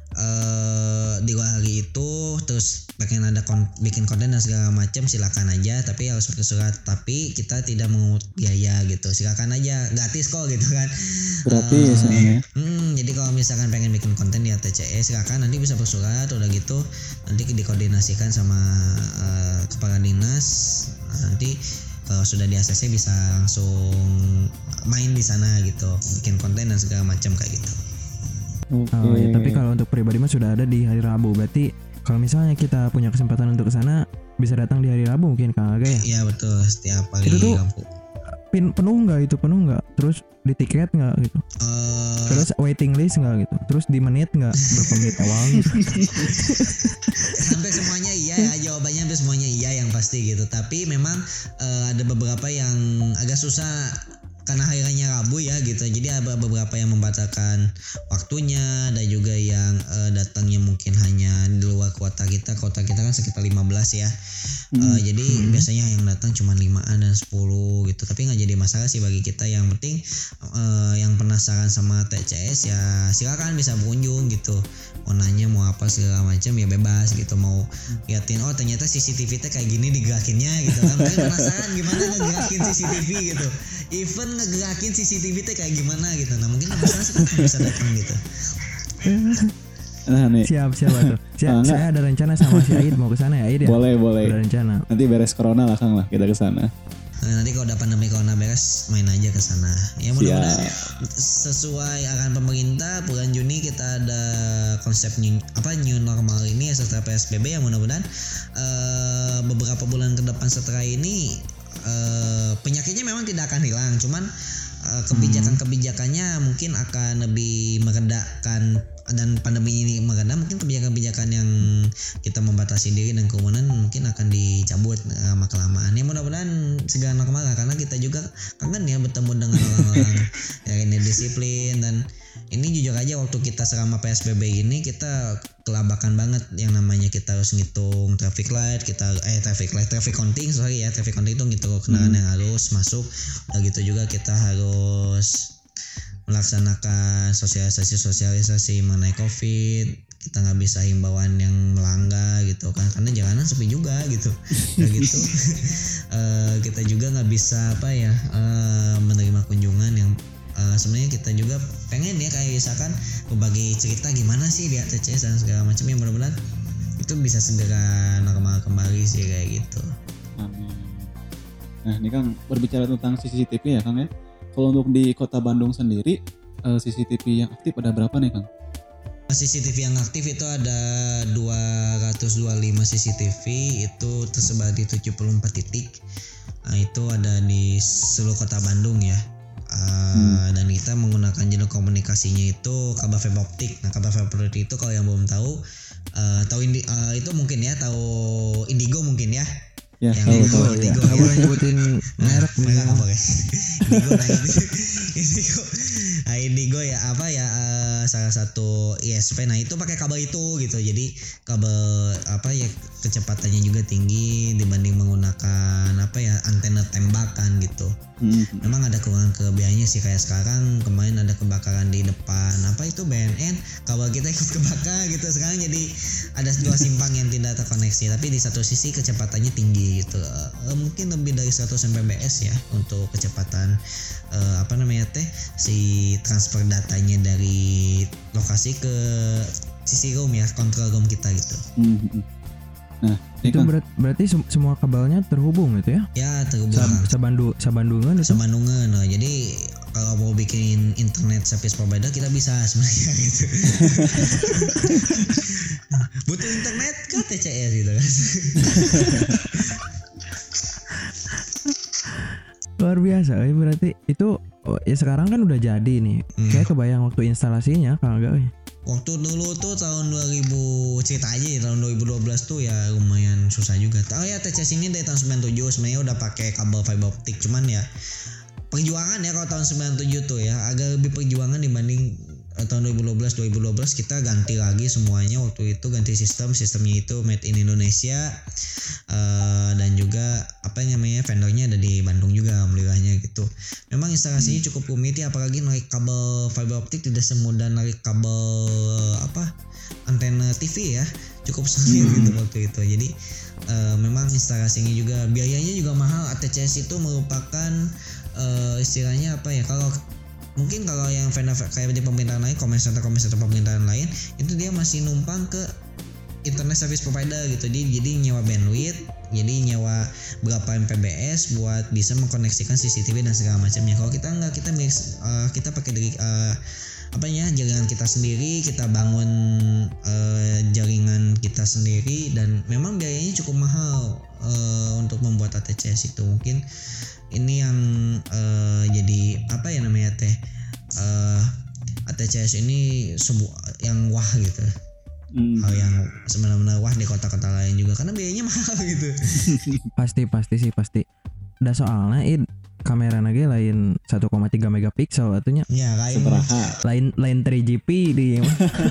Uh, di luar hari itu terus pengen ada kon- bikin konten dan segala macam, silakan aja, tapi harus pakai surat. Tapi kita tidak mengut biaya gitu, silakan aja, gratis kok gitu kan. Gratis uh, ya. Hmm, jadi kalau misalkan pengen bikin konten di A T C E silakan, nanti bisa bersurat, udah gitu nanti dikoordinasikan sama uh, kepala dinas. Nah, nanti kalau sudah di A C C bisa langsung main di sana gitu, bikin konten dan segala macam kayak gitu. Okay. Oh ya, tapi kalau untuk pribadi mah sudah ada di hari Rabu. Berarti kalau misalnya kita punya kesempatan untuk ke sana bisa datang di hari Rabu mungkin Kang Aga ya? Iya betul, setiap pagi. Itu tuh pin, penuh nggak itu penuh nggak? Terus di tiket nggak gitu? Uh... Terus waiting list nggak gitu? Terus di menit nggak? Berapa menit awal gitu? Hampir semuanya iya ya, jawabannya hampir semuanya iya yang pasti gitu. Tapi memang uh, ada beberapa yang agak susah karena harinya Rabu ya gitu, jadi ada beberapa yang membatalkan waktunya, ada juga yang uh, datangnya mungkin hanya di luar kota kita, kota kita kan sekitar lima belas ya, hmm. uh, jadi hmm. biasanya yang datang cuma limaan dan sepuluh gitu, tapi nggak jadi masalah sih bagi kita. Yang penting uh, yang penasaran sama T C S ya silakan bisa berkunjung gitu, mau nanya mau apa segala macam ya bebas gitu, mau liatin oh ternyata C C T V-nya kayak gini digerakinnya gitu kan, mungkin penasaran gimana ngegerakin C C T V gitu, even ngegerakin C C T V teh kayak gimana gitu. Nah mungkin masalah sih bisa datang gitu. Nah, nih. Siap siap tuh. Siap, saya ada rencana sama si Aid mau ke sana ya Aid ya. Boleh boleh. Ada rencana. Nanti beres corona lah Kang lah kita ke sana. Nah, nanti kalau udah pandemi corona beres main aja ke sana. Ya mudah-mudahan sesuai arahan pemerintah bulan Juni kita ada konsep new, apa new normal ini ya setelah P S B B, yang mudah-mudahan uh, beberapa bulan ke depan setelah ini uh, penyakitnya memang tidak akan hilang, cuman uh, kebijakan-kebijakannya mungkin akan lebih meredakan, dan pandemi ini mereda, mungkin kebijakan-kebijakan yang kita membatasi diri dan kerumunan mungkin akan dicabut lama kelamaan. Ya mudah-mudahan segera normal lah, karena kita juga kangen ya bertemu dengan orang-orang yang ini disiplin. Dan ini jujur aja waktu kita selama P S B B ini kita kelabakan banget yang namanya kita harus ngitung traffic light, kita eh traffic light, traffic counting sorry ya traffic counting itu ngitung kendaraan hmm. yang harus masuk. Nah gitu juga kita harus melaksanakan sosialisasi-sosialisasi mengenai COVID. Kita nggak bisa himbauan yang melanggar gitu kan, karena jalanan sepi juga gitu. Nah gitu uh, kita juga nggak bisa apa ya uh, menerima kunjungan yang uh, sebenarnya kita juga pengen ya kayak misalkan berbagi cerita gimana sih di A T C S dan segala macam, yang mudah-mudahan itu bisa segera normal kembali sih kayak gitu. Amin. Nah ini kan berbicara tentang C C T V ya Kang ya. Kalau untuk di Kota Bandung sendiri, uh, C C T V yang aktif ada berapa nih Kang? C C T V yang aktif itu ada dua ratus dua puluh lima C C T V itu tersebar di tujuh puluh empat titik. Nah, itu ada di seluruh kota Bandung ya. Uh, hmm. Dan kita menggunakan jalur komunikasinya itu kabel fiber optik. Nah, kabel fiber optik itu kalau yang belum tahu, uh, tahu indi, uh, itu mungkin ya, tahu Indigo mungkin ya. Ya, yang tahu, Indigo, tahu, Indigo, ya. Nggak boleh nyebutin merek nih. Merek apa guys? Indigo, nah, Indigo, nah, Indigo ya apa ya uh, salah satu I S P. Nah itu pakai kabel itu gitu. Jadi kabel apa ya kecepatannya juga tinggi dibanding menggunakan apa ya antena tembakan gitu. Mm-hmm. Memang ada kekurangan kelebihannya sih, kayak sekarang kemarin ada kebakaran di depan apa itu B N N, kabel kita ikut kebakar gitu. Sekarang jadi ada dua simpang yang tidak terkoneksi, tapi di satu sisi kecepatannya tinggi gitu. Uh, mungkin lebih dari seratus megabit per second ya untuk kecepatan uh, apa namanya teh si transfer datanya dari lokasi ke sisi room ya, control room kita gitu. Mm-hmm. Nah, itu kan berat, berarti semua kabelnya terhubung gitu ya? Ya terhubung. Sa- Sabandu, Sabandungan itu? Sabandungan. Nah, jadi kalau mau bikin internet service provider kita bisa sebenarnya gitu. Butuh internet ke T C S gitu kan. Luar biasa ya, berarti itu oh, ya sekarang kan udah jadi nih. Hmm. Kayak kebayang waktu instalasinya kalau enggak ya. Waktu dulu tuh tahun dua ribu cerita aja ya, tahun dua ribu dua belas tuh ya lumayan susah juga. Oh ya T C S ini dari tahun sembilan puluh tujuh sebenarnya udah pakai kabel fiber optik, cuman ya perjuangan ya kalau tahun sembilan puluh tujuh tuh ya agak lebih perjuangan dibanding uh, tahun dua ribu dua belas dua ribu dua belas kita ganti lagi semuanya. Waktu itu ganti sistem, sistemnya itu made in Indonesia. Uh, dan juga apa namanya vendornya ada di Bandung juga alhamdulillahnya gitu. Memang instalasinya cukup rumit ya, apalagi narik kabel fiber optik tidak semudah narik kabel apa antena T V ya, cukup sulit hmm. gitu waktu itu. Jadi uh, memang instalasinya juga biayanya juga mahal. A T C S itu merupakan uh, istilahnya apa ya, kalau mungkin kalau yang vendor kayak di pemerintahan lain, comment center comment center pemerintahan lain itu dia masih numpang ke internet service provider gitu. Jadi jadi nyewa bandwidth, jadi nyewa berapa M P B S buat bisa mengkoneksikan C C T V dan segala macamnya. Kalau kita enggak, kita mix, uh, kita pakai dari uh, apa ya jaringan kita sendiri, kita bangun uh, jaringan kita sendiri, dan memang biayanya cukup mahal uh, untuk membuat A T C S itu. Mungkin ini yang uh, jadi apa ya namanya teh uh, A T C S ini sebuah yang wah gitu. Hmm. Hal yang sebenarnya wah di kota-kota lain juga karena biayanya mahal gitu. Pasti pasti sih pasti. Udah soalnya it, kamera lagi lain satu koma tiga megapiksel atunya. Ya kayak lain lain tiga G P di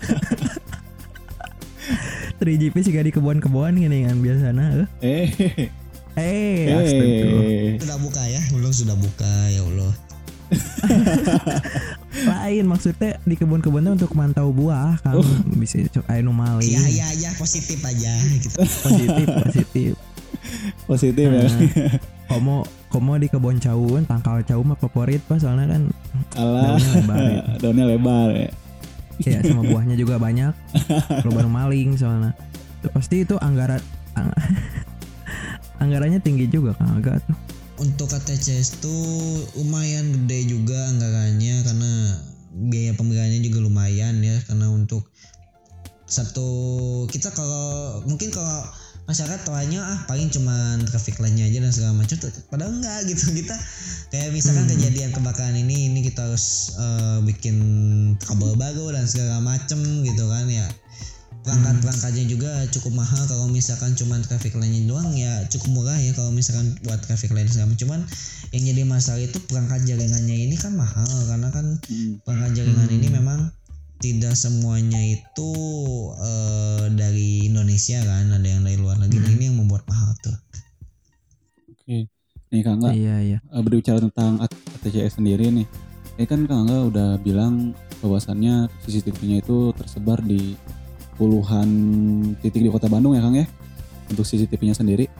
tiga G P sih gak di kebun-kebun gini kan biasanya. Eh. Eh, astagfirullah. Sudah buka ya? Belum sudah buka ya Allah. Lain maksudnya di kebun-kebunnya untuk mantau buah kan, oh. Bisa cok ayo maling. Iya iya iya positif aja gitu. Positif positif. Positif ya. Komo komo di kebun caun, tangkal caun mah favorit pas soalnya kan. Alah. Daunnya lebar. Ya. Daunnya lebar ya. Iya sama buahnya juga banyak. Kalau baru maling soalnya. Itu pasti itu anggaran ang- anggarannya tinggi juga kan agak tuh. Untuk A T C S tuh lumayan gede juga anggarannya karena biaya pembeliannya juga lumayan ya, karena untuk satu kita kalau mungkin kalau masyarakat taunya ah paling cuman traffic line-nya aja dan segala macam, padahal enggak gitu. Kita kayak misalkan hmm. kejadian kebakaran ini ini kita harus uh, bikin kabel baru dan segala macam gitu kan ya. Perangkat-perangkatnya juga cukup mahal. Kalau misalkan cuma traffic line doang ya cukup murah ya kalau misalkan buat traffic line segala. Cuman yang jadi masalah itu perangkat jaringannya ini kan mahal, karena kan perangkat jaringan hmm. ini memang tidak semuanya itu uh, dari Indonesia kan, ada yang dari luar negeri. Hmm. Ini yang membuat mahal tuh. Oke, nih Kang Angga, iya, iya. berbicara tentang A T C S sendiri nih. Ini kan Kang Angga udah bilang bahwasannya C C T V-nya itu tersebar di puluhan titik di kota Bandung ya Kang ya, untuk C C T V-nya sendiri.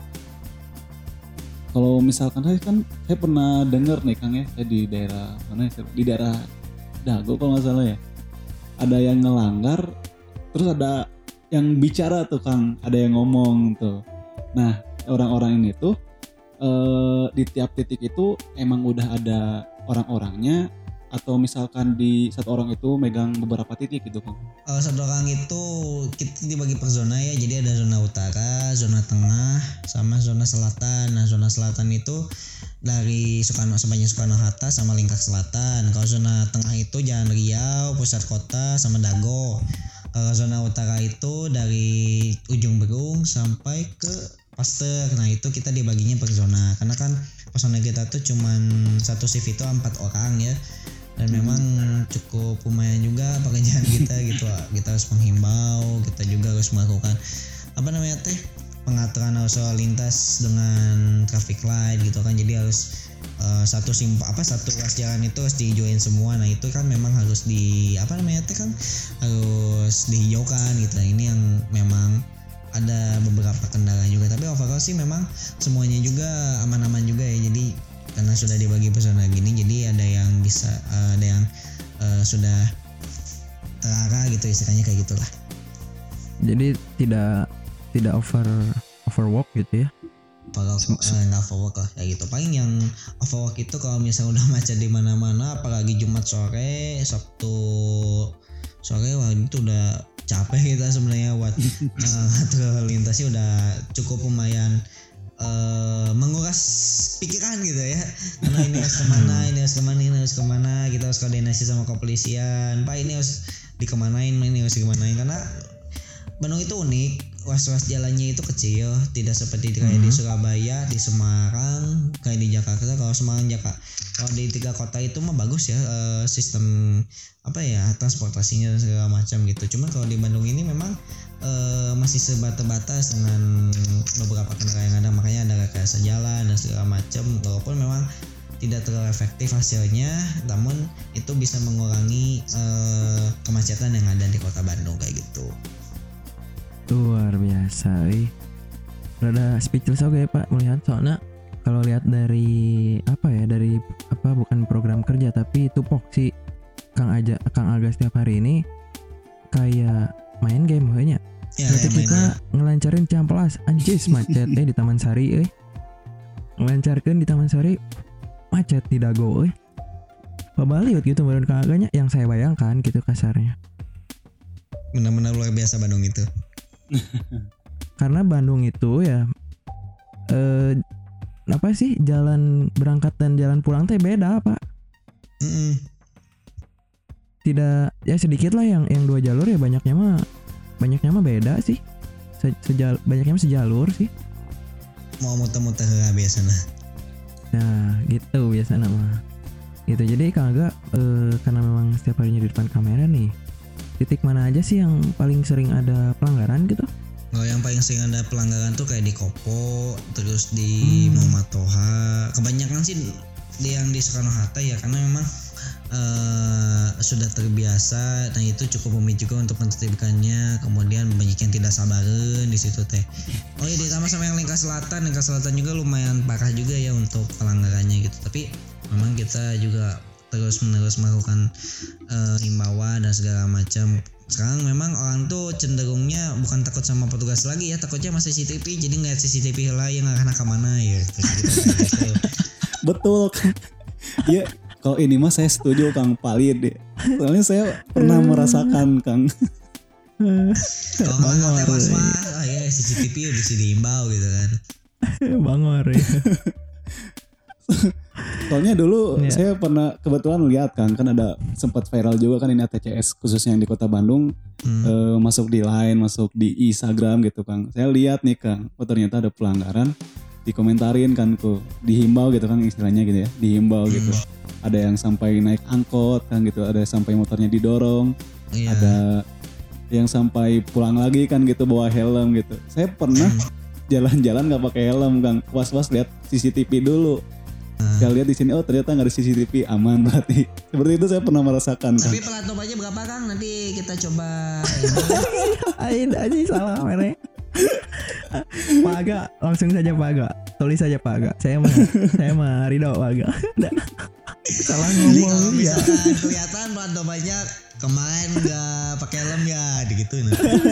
Kalau misalkan saya kan saya pernah dengar nih Kang ya, saya di daerah mana ya, di daerah Dago kalau nggak salah ya, ada yang ngelanggar, terus ada yang bicara tuh Kang, ada yang ngomong tuh. Nah orang-orang ini tuh eh, di tiap titik itu emang udah ada orang-orangnya atau misalkan di satu orang itu megang beberapa titik gitu kan? Uh, satu orang itu kita dibagi per zona ya, jadi ada zona utara, zona tengah, sama zona selatan. Nah zona selatan itu dari Soekarno sepanjang Soekarno-Hatta sama Lingkar Selatan. Kalau zona tengah itu Jalan Riau, Pusat Kota sama Dago. Kalau zona utara itu dari Ujung Berung sampai ke Pasteur. Nah itu kita dibaginya per zona, karena kan personel kita tuh cuman satu shift itu empat orang ya. Dan memang cukup lumayan juga pekerjaan kita gitu. Kita harus menghimbau, kita juga harus melakukan apa namanya teh pengaturan arus lalu lintas dengan traffic light gitu kan. Jadi harus uh, satu simp apa satu ruas jalan itu harus dihijauin semua. Nah itu kan memang harus di apa namanya teh kan harus dihijaukan gitu. Ini yang memang ada beberapa kendala juga, tapi overall sih memang semuanya juga aman-aman juga ya. Jadi karena sudah dibagi persona gini, jadi ada yang bisa uh, ada yang uh, sudah terarah gitu istilahnya kayak gitulah. Jadi tidak tidak over overwork gitu ya? Kalau uh, nggak overwork lah kayak gitu. Paling yang overwork itu kalau misalnya udah macet di mana-mana, apalagi Jumat sore, Sabtu sore, wah itu udah capek kita sebenarnya buat uh, lintasnya udah cukup lumayan uh, menguras pikiran gitu ya, karena ini harus kemana, ini harus kemana, ini harus kemana, kita harus koordinasi sama kepolisian, Pak ini harus dikemanain, ini harus dikemanain, karena Bandung itu unik, ruas-ruas jalannya itu kecil, tidak seperti kayak hmm. di Surabaya, di Semarang, kayak di Jakarta. Kalau Semarang, Jakarta, kalau di tiga kota itu mah bagus ya uh, sistem apa ya transportasinya dan segala macam gitu. Cuma kalau di Bandung ini memang uh, masih sebatas-batas dengan beberapa kendaraan yang ada, makanya ada rekayasa jalan dan segala macam. Walaupun memang tidak terlalu efektif hasilnya, namun itu bisa mengurangi uh, kemacetan yang ada di kota Bandung kayak gitu. Luar biasa, eh. Rada speechless oke okay, Pak melihat, soalnya kalau lihat dari apa ya dari apa bukan program kerja tapi tupoksi Kang Aja Kang Aga setiap hari ini kayak main game kayaknya. Ya, berarti kita ya. Ngelancarin Ciamplas anjis macet eh di Taman Sari eh. Ngelancarkan di Taman Sari macet di Dago eh. Pabaliut gitu menurut Kang Aganya yang saya bayangkan gitu kasarnya. Benar-benar luar biasa Bandung itu. Karena Bandung itu ya eh, apa sih jalan berangkat dan jalan pulang teh beda Pak. Mm-mm. Tidak ya sedikit lah yang yang dua jalur ya, banyaknya mah banyaknya mah beda sih. Se, sejal, banyaknya mah sejalur sih. Mau muter-muter lah biasanya. Nah gitu biasanya mah. Gitu jadi Kang Aga eh, karena memang setiap harinya di depan kamera nih, titik mana aja sih yang paling sering ada pelanggaran gitu? Kalau yang paling sering ada pelanggaran tuh kayak di Kopo, terus di hmm. Muhammad Toha. Kebanyakan sih di yang di Soekarno-Hatta ya, karena memang uh, sudah terbiasa. Nah itu cukup memicu juga untuk menertibkannya. Kemudian banyak yang tidak sabaran di situ teh. Oh iya ditambah sama yang Lingkar Selatan, Lingkar Selatan juga lumayan parah juga ya untuk pelanggarannya gitu. Tapi memang kita juga terus menerus melakukan uh, himbauan dan segala macam. Sekarang memang orang tuh cenderungnya bukan takut sama petugas lagi ya, takutnya sama C C T V. Jadi ngeliat C C T V lah yang arah kemana ya gitu, gitu. Betul Kang. Ya kalau ini mah saya setuju Kang Palid deh. Soalnya saya pernah merasakan Kang. Kalau nggak was-was, ah ya C C T V udah dihimbau gitu kan. Bangor ya. Soalnya dulu yeah. saya pernah kebetulan lihat kan kan ada sempat viral juga kan ini A T C S khususnya yang di Kota Bandung hmm. eh, masuk di Line, masuk di Instagram gitu Kang. Saya lihat nih Kang, oh ternyata ada pelanggaran, dikomentarin kan tuh, dihimbau gitu kan istilahnya gitu ya, dihimbau hmm. gitu. Ada yang sampai naik angkot kan gitu, ada yang sampai motornya didorong, yeah. ada yang sampai pulang lagi kan gitu bawa helm gitu. Saya pernah hmm. jalan-jalan nggak pakai helm Kang, was-was lihat C C T V dulu. Saya lihat di sini oh ternyata nggak ada C C T V, aman berarti. Seperti itu saya pernah merasakan. Tapi plat nomornya berapa Kang? Nanti kita coba. Ain aja salah mereka. Pak Aga, langsung saja Pak Aga. Tulis saja Pak Aga. Saya mah saya mah Ridho Pak Aga. Salah ngomong ya. Kelihatan plat nomornya kemarin nggak pakai helm ya, digituin.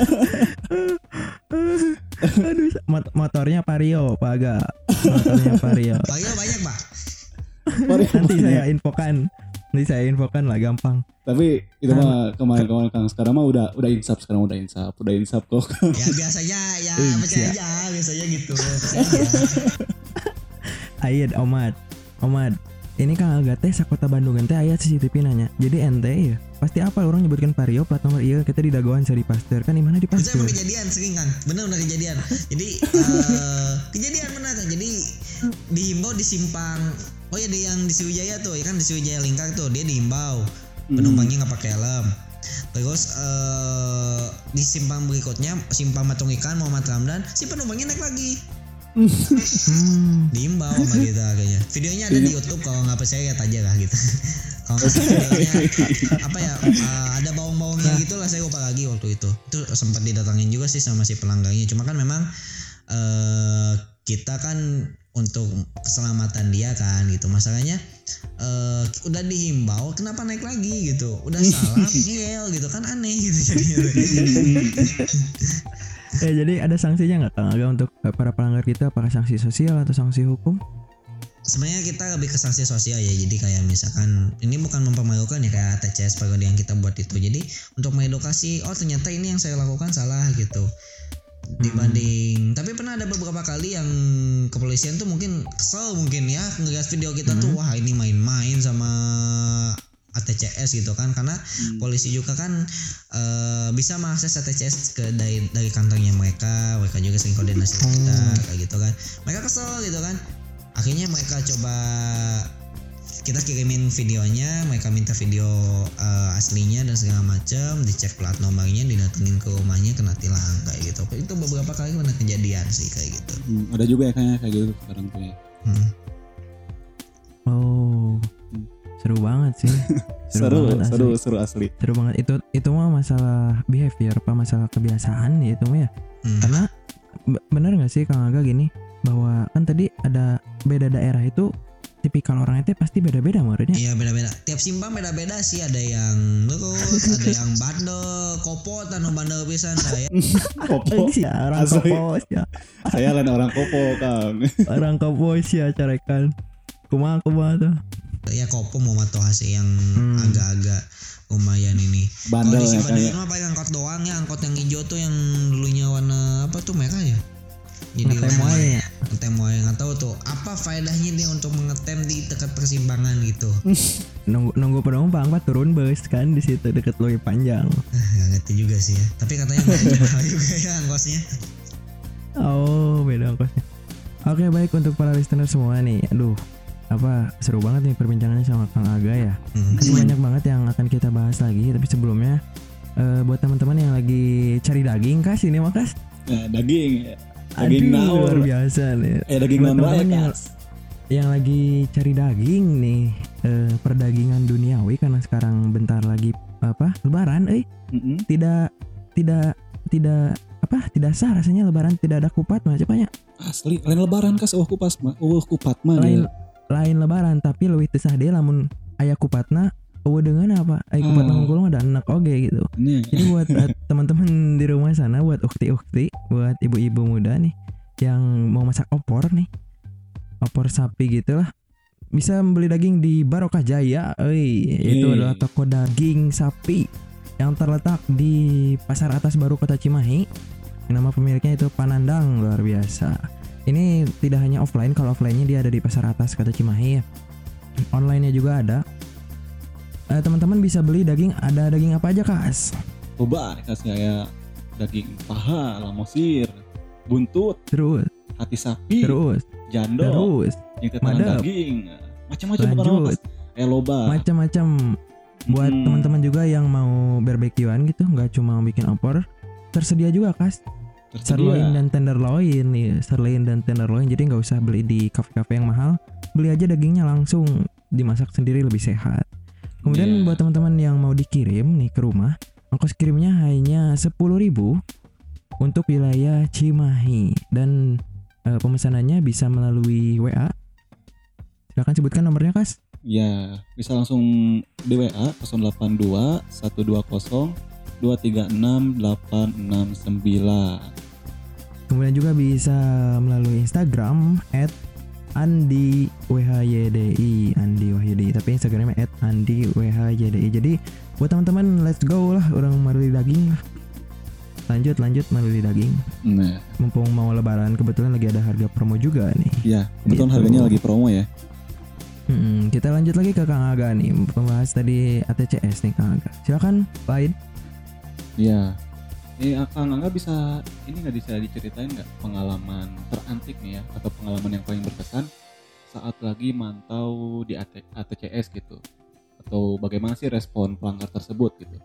Aduh, mot- motornya Vario Pak Aga. Motornya Vario. Vario banyak Pak. Nanti saya infokan Nanti saya infokan lah gampang. Tapi itu mah kemarin-kemarin Kang, sekarang mah udah udah insaf, sekarang udah insaf, udah insaf kok. Ya biasanya ya percaya aja, biasanya gitu. Ayat Omad, Omad. Ini Kang Aga teh sakota Bandung teh aya C C T V nanya. Jadi ente ya pasti apa orang nyebutkan Vario plat nomor iya kita di dagoan seri Pasteur kan di mana di Pasteur. Itu emang kejadian sering kan. Benar benar kejadian. Jadi uh, kejadian benar. Jadi dihimbau di simpang. Oh ya di yang di Sriwijaya tuh, ya kan di Sriwijaya Lingkar tuh dia dihimbau penumpangnya nggak pakai helm. Terus uh, di simpang berikutnya simpang Matung Ikan Muhammad Ramdan si penumpangnya naik lagi. hmm. Diimbau sama kita kayaknya. Videonya ada di YouTube, kalau nggak percaya lihat aja lah gitu. Kalau nggak videonya apa ya uh, ada bawang-bawangnya gitu lah, saya lupa lagi waktu itu. Itu sempat didatangin juga sih sama si pelanggannya. Cuma kan memang uh, kita kan untuk keselamatan dia kan gitu. Masalahnya uh, udah dihimbau kenapa naik lagi gitu. Udah salah ngeyel gitu kan, aneh gitu jadinya. Ya jadi ada sanksinya nggak Kang Aga untuk para pelanggar kita, apakah sanksi sosial atau sanksi hukum? Sebenarnya kita lebih ke sanksi sosial ya. Jadi kayak misalkan ini bukan mempermalukan ya kayak T C S pagode yang kita buat itu. Jadi untuk mengedukasi, oh ternyata ini yang saya lakukan salah gitu. Dibanding hmm. tapi pernah ada beberapa kali yang kepolisian tuh mungkin kesel mungkin ya ngeliat video kita hmm. tuh wah ini main-main sama A T C S gitu kan, karena hmm. polisi juga kan e, bisa mengakses A T C S ke dari dari kantornya mereka, mereka juga sering koordinasi hmm. kita kayak gitu kan, mereka kesel gitu kan, akhirnya mereka coba kita kirimin videonya, mereka minta video uh, aslinya dan segala macam, dicek plat nomornya, didatengin ke rumahnya, kena tilang kayak gitu. Itu beberapa kali pernah kejadian sih kayak gitu. Hmm, ada juga ya kayaknya kayak gitu sekarang tuh ya. Hmm. Oh, hmm. seru banget sih. Seru, seru, banget seru, asli. seru asli. Seru banget. Itu itu mah masalah behavior, apa masalah kebiasaan ya itu mah ya. Hmm. Karena benar nggak sih Kang Aga gini, bahwa kan tadi ada beda daerah itu. Tipikal orang itu pasti beda-beda menurutnya. Iya beda-beda. Tiap simpang beda-beda sih. Ada yang lurus, ada yang bandel, kopot, anu bandel pisan saya. Kopo. Ya, orang kopo ya. Saya lain orang kopo Kang. Orang kopo sih ya carekan. Kumaha kumaha tuh. Ya kopo mau matoh hasil yang hmm. agak-agak lumayan ini. Bandel ya kan. Kalau di paling angkot doang ya, angkot yang hijau tuh yang dulunya warna apa tuh merah ya. Jadi ngetem ya. Ngetem wae enggak tahu tuh apa faedahnya dia untuk mengetem di dekat persimpangan gitu. nunggu nunggu penumpang Pak turun bus kan di situ dekat Loy Panjang. Enggak ngerti juga sih ya. Tapi katanya mahal juga ya ongkosnya. Oh, beda ongkosnya. Oke, baik untuk para listener semua nih. Aduh, apa seru banget nih perbincangannya sama Kang Aga ya. Hmm. Masih banyak banget yang akan kita bahas lagi, tapi sebelumnya uh, buat teman-teman yang lagi cari daging Kas, ini mah Kas. Nah, daging ya. Daging Aduh, luar biasa nih. Eh daging naon yang, yang lagi cari daging nih, eh, perdagingan duniawi karena sekarang bentar lagi apa? Lebaran, eh. Mm-hmm. Tidak tidak tidak apa? Tidak sah rasanya Lebaran tidak ada kupat mah cepatnya. Asli, lain Lebaran Kas eueuh kupat mah, eueuh kupat mah. Lain lain Lebaran tapi leuwih teu sah deui lamun aya kupatna. Oh dengan apa? Ay kupat nanggung ada anak oge gitu. Nih. Jadi buat uh, teman-teman di rumah sana, buat ukti-ukti, buat ibu-ibu muda nih yang mau masak opor nih, opor sapi gitulah, bisa beli daging di Barokah Jaya. Ey, itu adalah toko daging sapi yang terletak di Pasar Atas Baru Kota Cimahi. Nama pemiliknya itu Panandang, luar biasa. Ini tidak hanya offline, kalau offline-nya dia ada di Pasar Atas Kota Cimahi ya. Online-nya juga ada. Uh, teman-teman bisa beli daging, ada daging apa aja Kas? Coba kasih saya daging paha, lamosir, buntut, terus hati sapi, terus jando, terus madep, daging, macam-macam bukan eh loba, macam-macam. Buat hmm. teman-teman juga yang mau barbekyuan gitu, nggak cuma bikin opor, tersedia juga Kas. Tersedia. Sirloin dan tenderloin nih, sirloin dan tenderloin. Jadi nggak usah beli di kafe-kafe yang mahal, beli aja dagingnya langsung dimasak sendiri lebih sehat. Kemudian yeah. buat teman-teman yang mau dikirim nih ke rumah, ongkos kirimnya hanya sepuluh ribu untuk wilayah Cimahi dan e, pemesanannya bisa melalui W A. Silakan sebutkan nomornya Kas. Ya, bisa langsung di W A nol delapan dua satu dua nol dua tiga enam delapan enam sembilan. Kemudian juga bisa melalui Instagram at Andi W H Y D I, Andi W H Y D I, tapi Instagramnya at Andi W H Y D I. Jadi buat teman-teman let's go lah, orang maruli daging lah. Lanjut lanjut maruli daging. Nah, mumpung mau lebaran kebetulan lagi ada harga promo juga nih. Iya, kebetulan gitu. Harganya lagi promo ya. Hmm, kita lanjut lagi ke Kang Aga nih, pembahas tadi A T C S nih Kang Aga. Silakan, Pak. Iya. Eh, Kang Aga bisa ini nggak bisa diceritain nggak pengalaman terantik nih ya, atau pengalaman yang paling berkesan saat lagi mantau di A T C S gitu, atau bagaimana sih respon pelanggar tersebut gitu?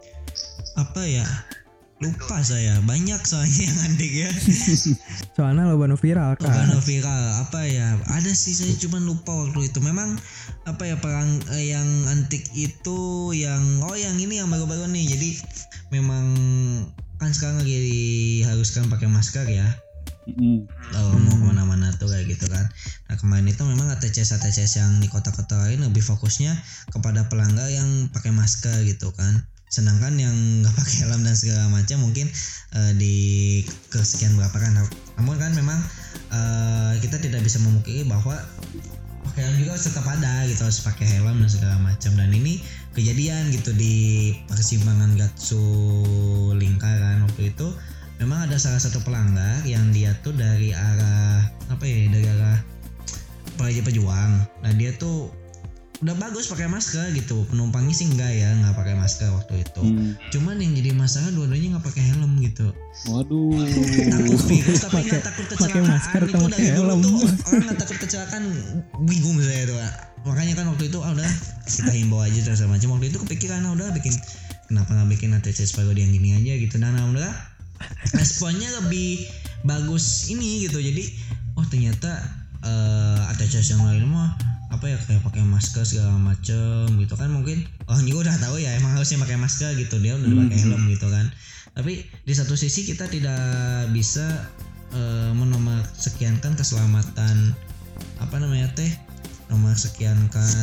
Apa ya? Lupa saya, banyak soalnya yang antik ya. Soalnya lo bano viral kan. Lo viral, apa ya? Ada sih, saya cuma lupa waktu itu. Memang apa ya, perang eh, yang antik itu yang oh yang ini yang baru-baru nih. Jadi memang kan sekarang lagi diharuskan pakai masker ya. Mm. Oh, mau kemana-mana tuh kayak gitu kan. Nah kemarin itu memang A T C S A T C S yang di kota-kota lain lebih fokusnya kepada pelanggar yang pakai masker gitu kan. Sedangkan yang nggak pakai helm dan segala macam mungkin uh, di kesekian berapa kan. Namun kan memang uh, kita tidak bisa memungkiri bahwa pakai helm juga tetap ada gitu, harus pakai helm dan segala macam. Dan ini kejadian gitu di persimpangan Gatsu Lingkaran waktu itu. Memang ada salah satu pelanggar yang dia tuh dari arah apa ya, dari arah Praja Pejuang. Nah dia tuh udah bagus pakai masker gitu, penumpangnya sih enggak ya, nggak pakai masker waktu itu. Hmm. Cuman yang jadi masalah dua-duanya nggak pakai helm gitu. Waduh. Takut virus tapi nggak takut kecelakaan. Masker itu dari dulu tuh orang nggak takut kecelakaan, bingung saya tuh. Makanya kan waktu itu ah, udah kita himbau aja dan segala macam. Waktu itu kepikiran ah, udah bikin kenapa nggak bikin A T C S pagode yang gini aja gitu. Dan alhamdulillah responnya lebih bagus ini gitu. Jadi oh ternyata uh, A T C S yang lain mah apa ya kayak pakai masker segala macem gitu kan, mungkin orang juga udah tahu ya emang harusnya pakai masker gitu, dia udah pakai helm gitu kan. Tapi di satu sisi kita tidak bisa uh, menomor sekiankan keselamatan apa namanya teh nomor sekiankan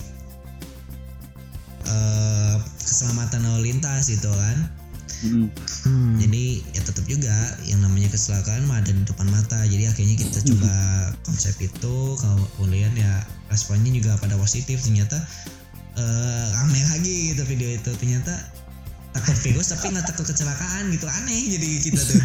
uh, keselamatan lalu lintas gitu kan. Hmm. Jadi ya tetap juga yang namanya kecelakaan mah ada di depan mata. Jadi akhirnya kita coba konsep itu, kemudian ya responnya juga pada positif. Ternyata uh, rame lagi gitu video itu. Ternyata takut virus tapi nggak takut kecelakaan gitu, aneh jadi kita tuh.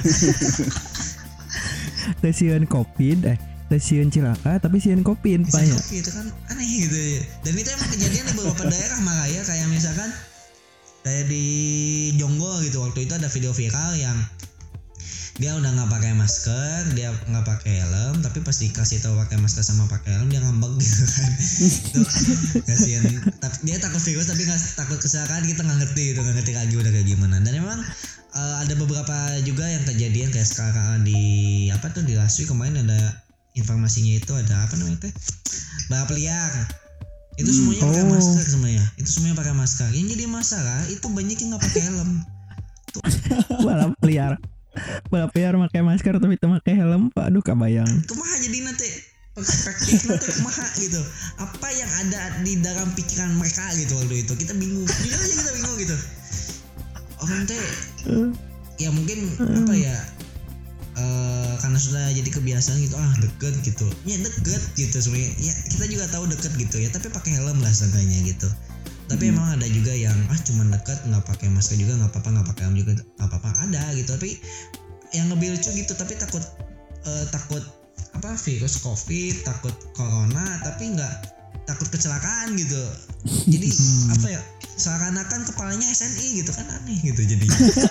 Tesian covid, eh tesian cilaka tapi sieun covid pak ya. Itu kan aneh gitu. Dan itu emang kejadian di beberapa daerah malah ya, kayak misalkan kayak di Jonggol gitu, waktu itu ada video viral yang dia udah nggak pakai masker, dia nggak pakai helm, tapi pas dikasih tahu pakai masker sama pakai helm dia ngambek gitu kan. Itu kasihan. Tapi dia takut virus tapi nggak takut kecelakaan, kita nggak ngerti gitu, nggak ngerti lagi udah kayak gimana. Dan memang uh, ada beberapa juga yang kejadian kayak sekarang di apa tuh di Laswi kemarin ada informasinya itu ada apa namanya teh balap liar. Itu semuanya hmm, pakai oh. masker semuanya. Itu semuanya pakai masker. Yang jadi masalah itu banyak yang nggak pakai helm. Balap liar, balap liar pakai masker tapi itu pakai helm, pak. Aduh kabayang. Kumaha jadi nanti perspektif nanti kumaha gitu. Apa yang ada di dalam pikiran mereka gitu waktu itu, kita bingung. Jujur aja kita bingung gitu. Orang teh, ya mungkin apa ya? Uh, karena sudah jadi kebiasaan gitu, ah deket gitu ya deket gitu sebenarnya ya, kita juga tahu deket gitu ya, tapi pakai helm lah seenggaknya gitu. Tapi hmm. emang ada juga yang ah cuman deket nggak pakai masker juga nggak apa-apa, nggak pakai helm juga nggak apa-apa, ada gitu. Tapi yang lebih lucu gitu, tapi takut uh, takut apa virus covid, takut corona tapi nggak takut kecelakaan gitu. Jadi hmm. apa ya, seakan-akan kepalanya S N I gitu kan, aneh gitu jadi.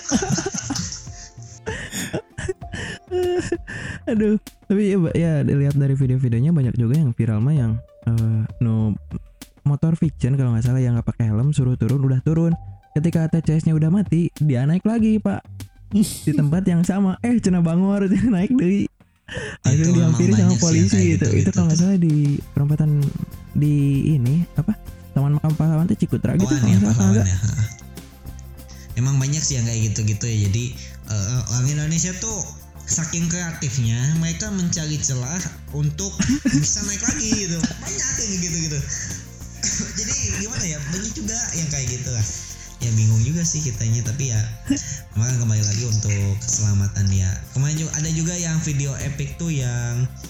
Aduh, tapi ya, ya dilihat dari video-videonya banyak juga yang viral mah yang uh, no motor fiction kalau nggak salah yang nggak pakai helm, suruh turun udah turun. Ketika A T C S-nya udah mati, dia naik lagi pak di tempat yang sama. Eh cina bangor dia naik dari langsung dihampiri sama polisi gitu. Itu, itu kalau nggak salah di perempatan di ini apa Taman Makam Pahlawan tuh Cikutra gitu. Ya, pahlawan ya. Emang banyak sih yang kayak gitu-gitu ya. Jadi uh, orang Indonesia tuh saking kreatifnya mereka mencari celah untuk bisa naik lagi gitu. Banyak kayak gitu-gitu. Jadi gimana ya, banyak juga yang kayak gitu lah. Ya bingung juga sih kitanya, tapi ya maka kembali lagi untuk keselamatan dia. Kemarin juga ada juga yang video epic tuh yang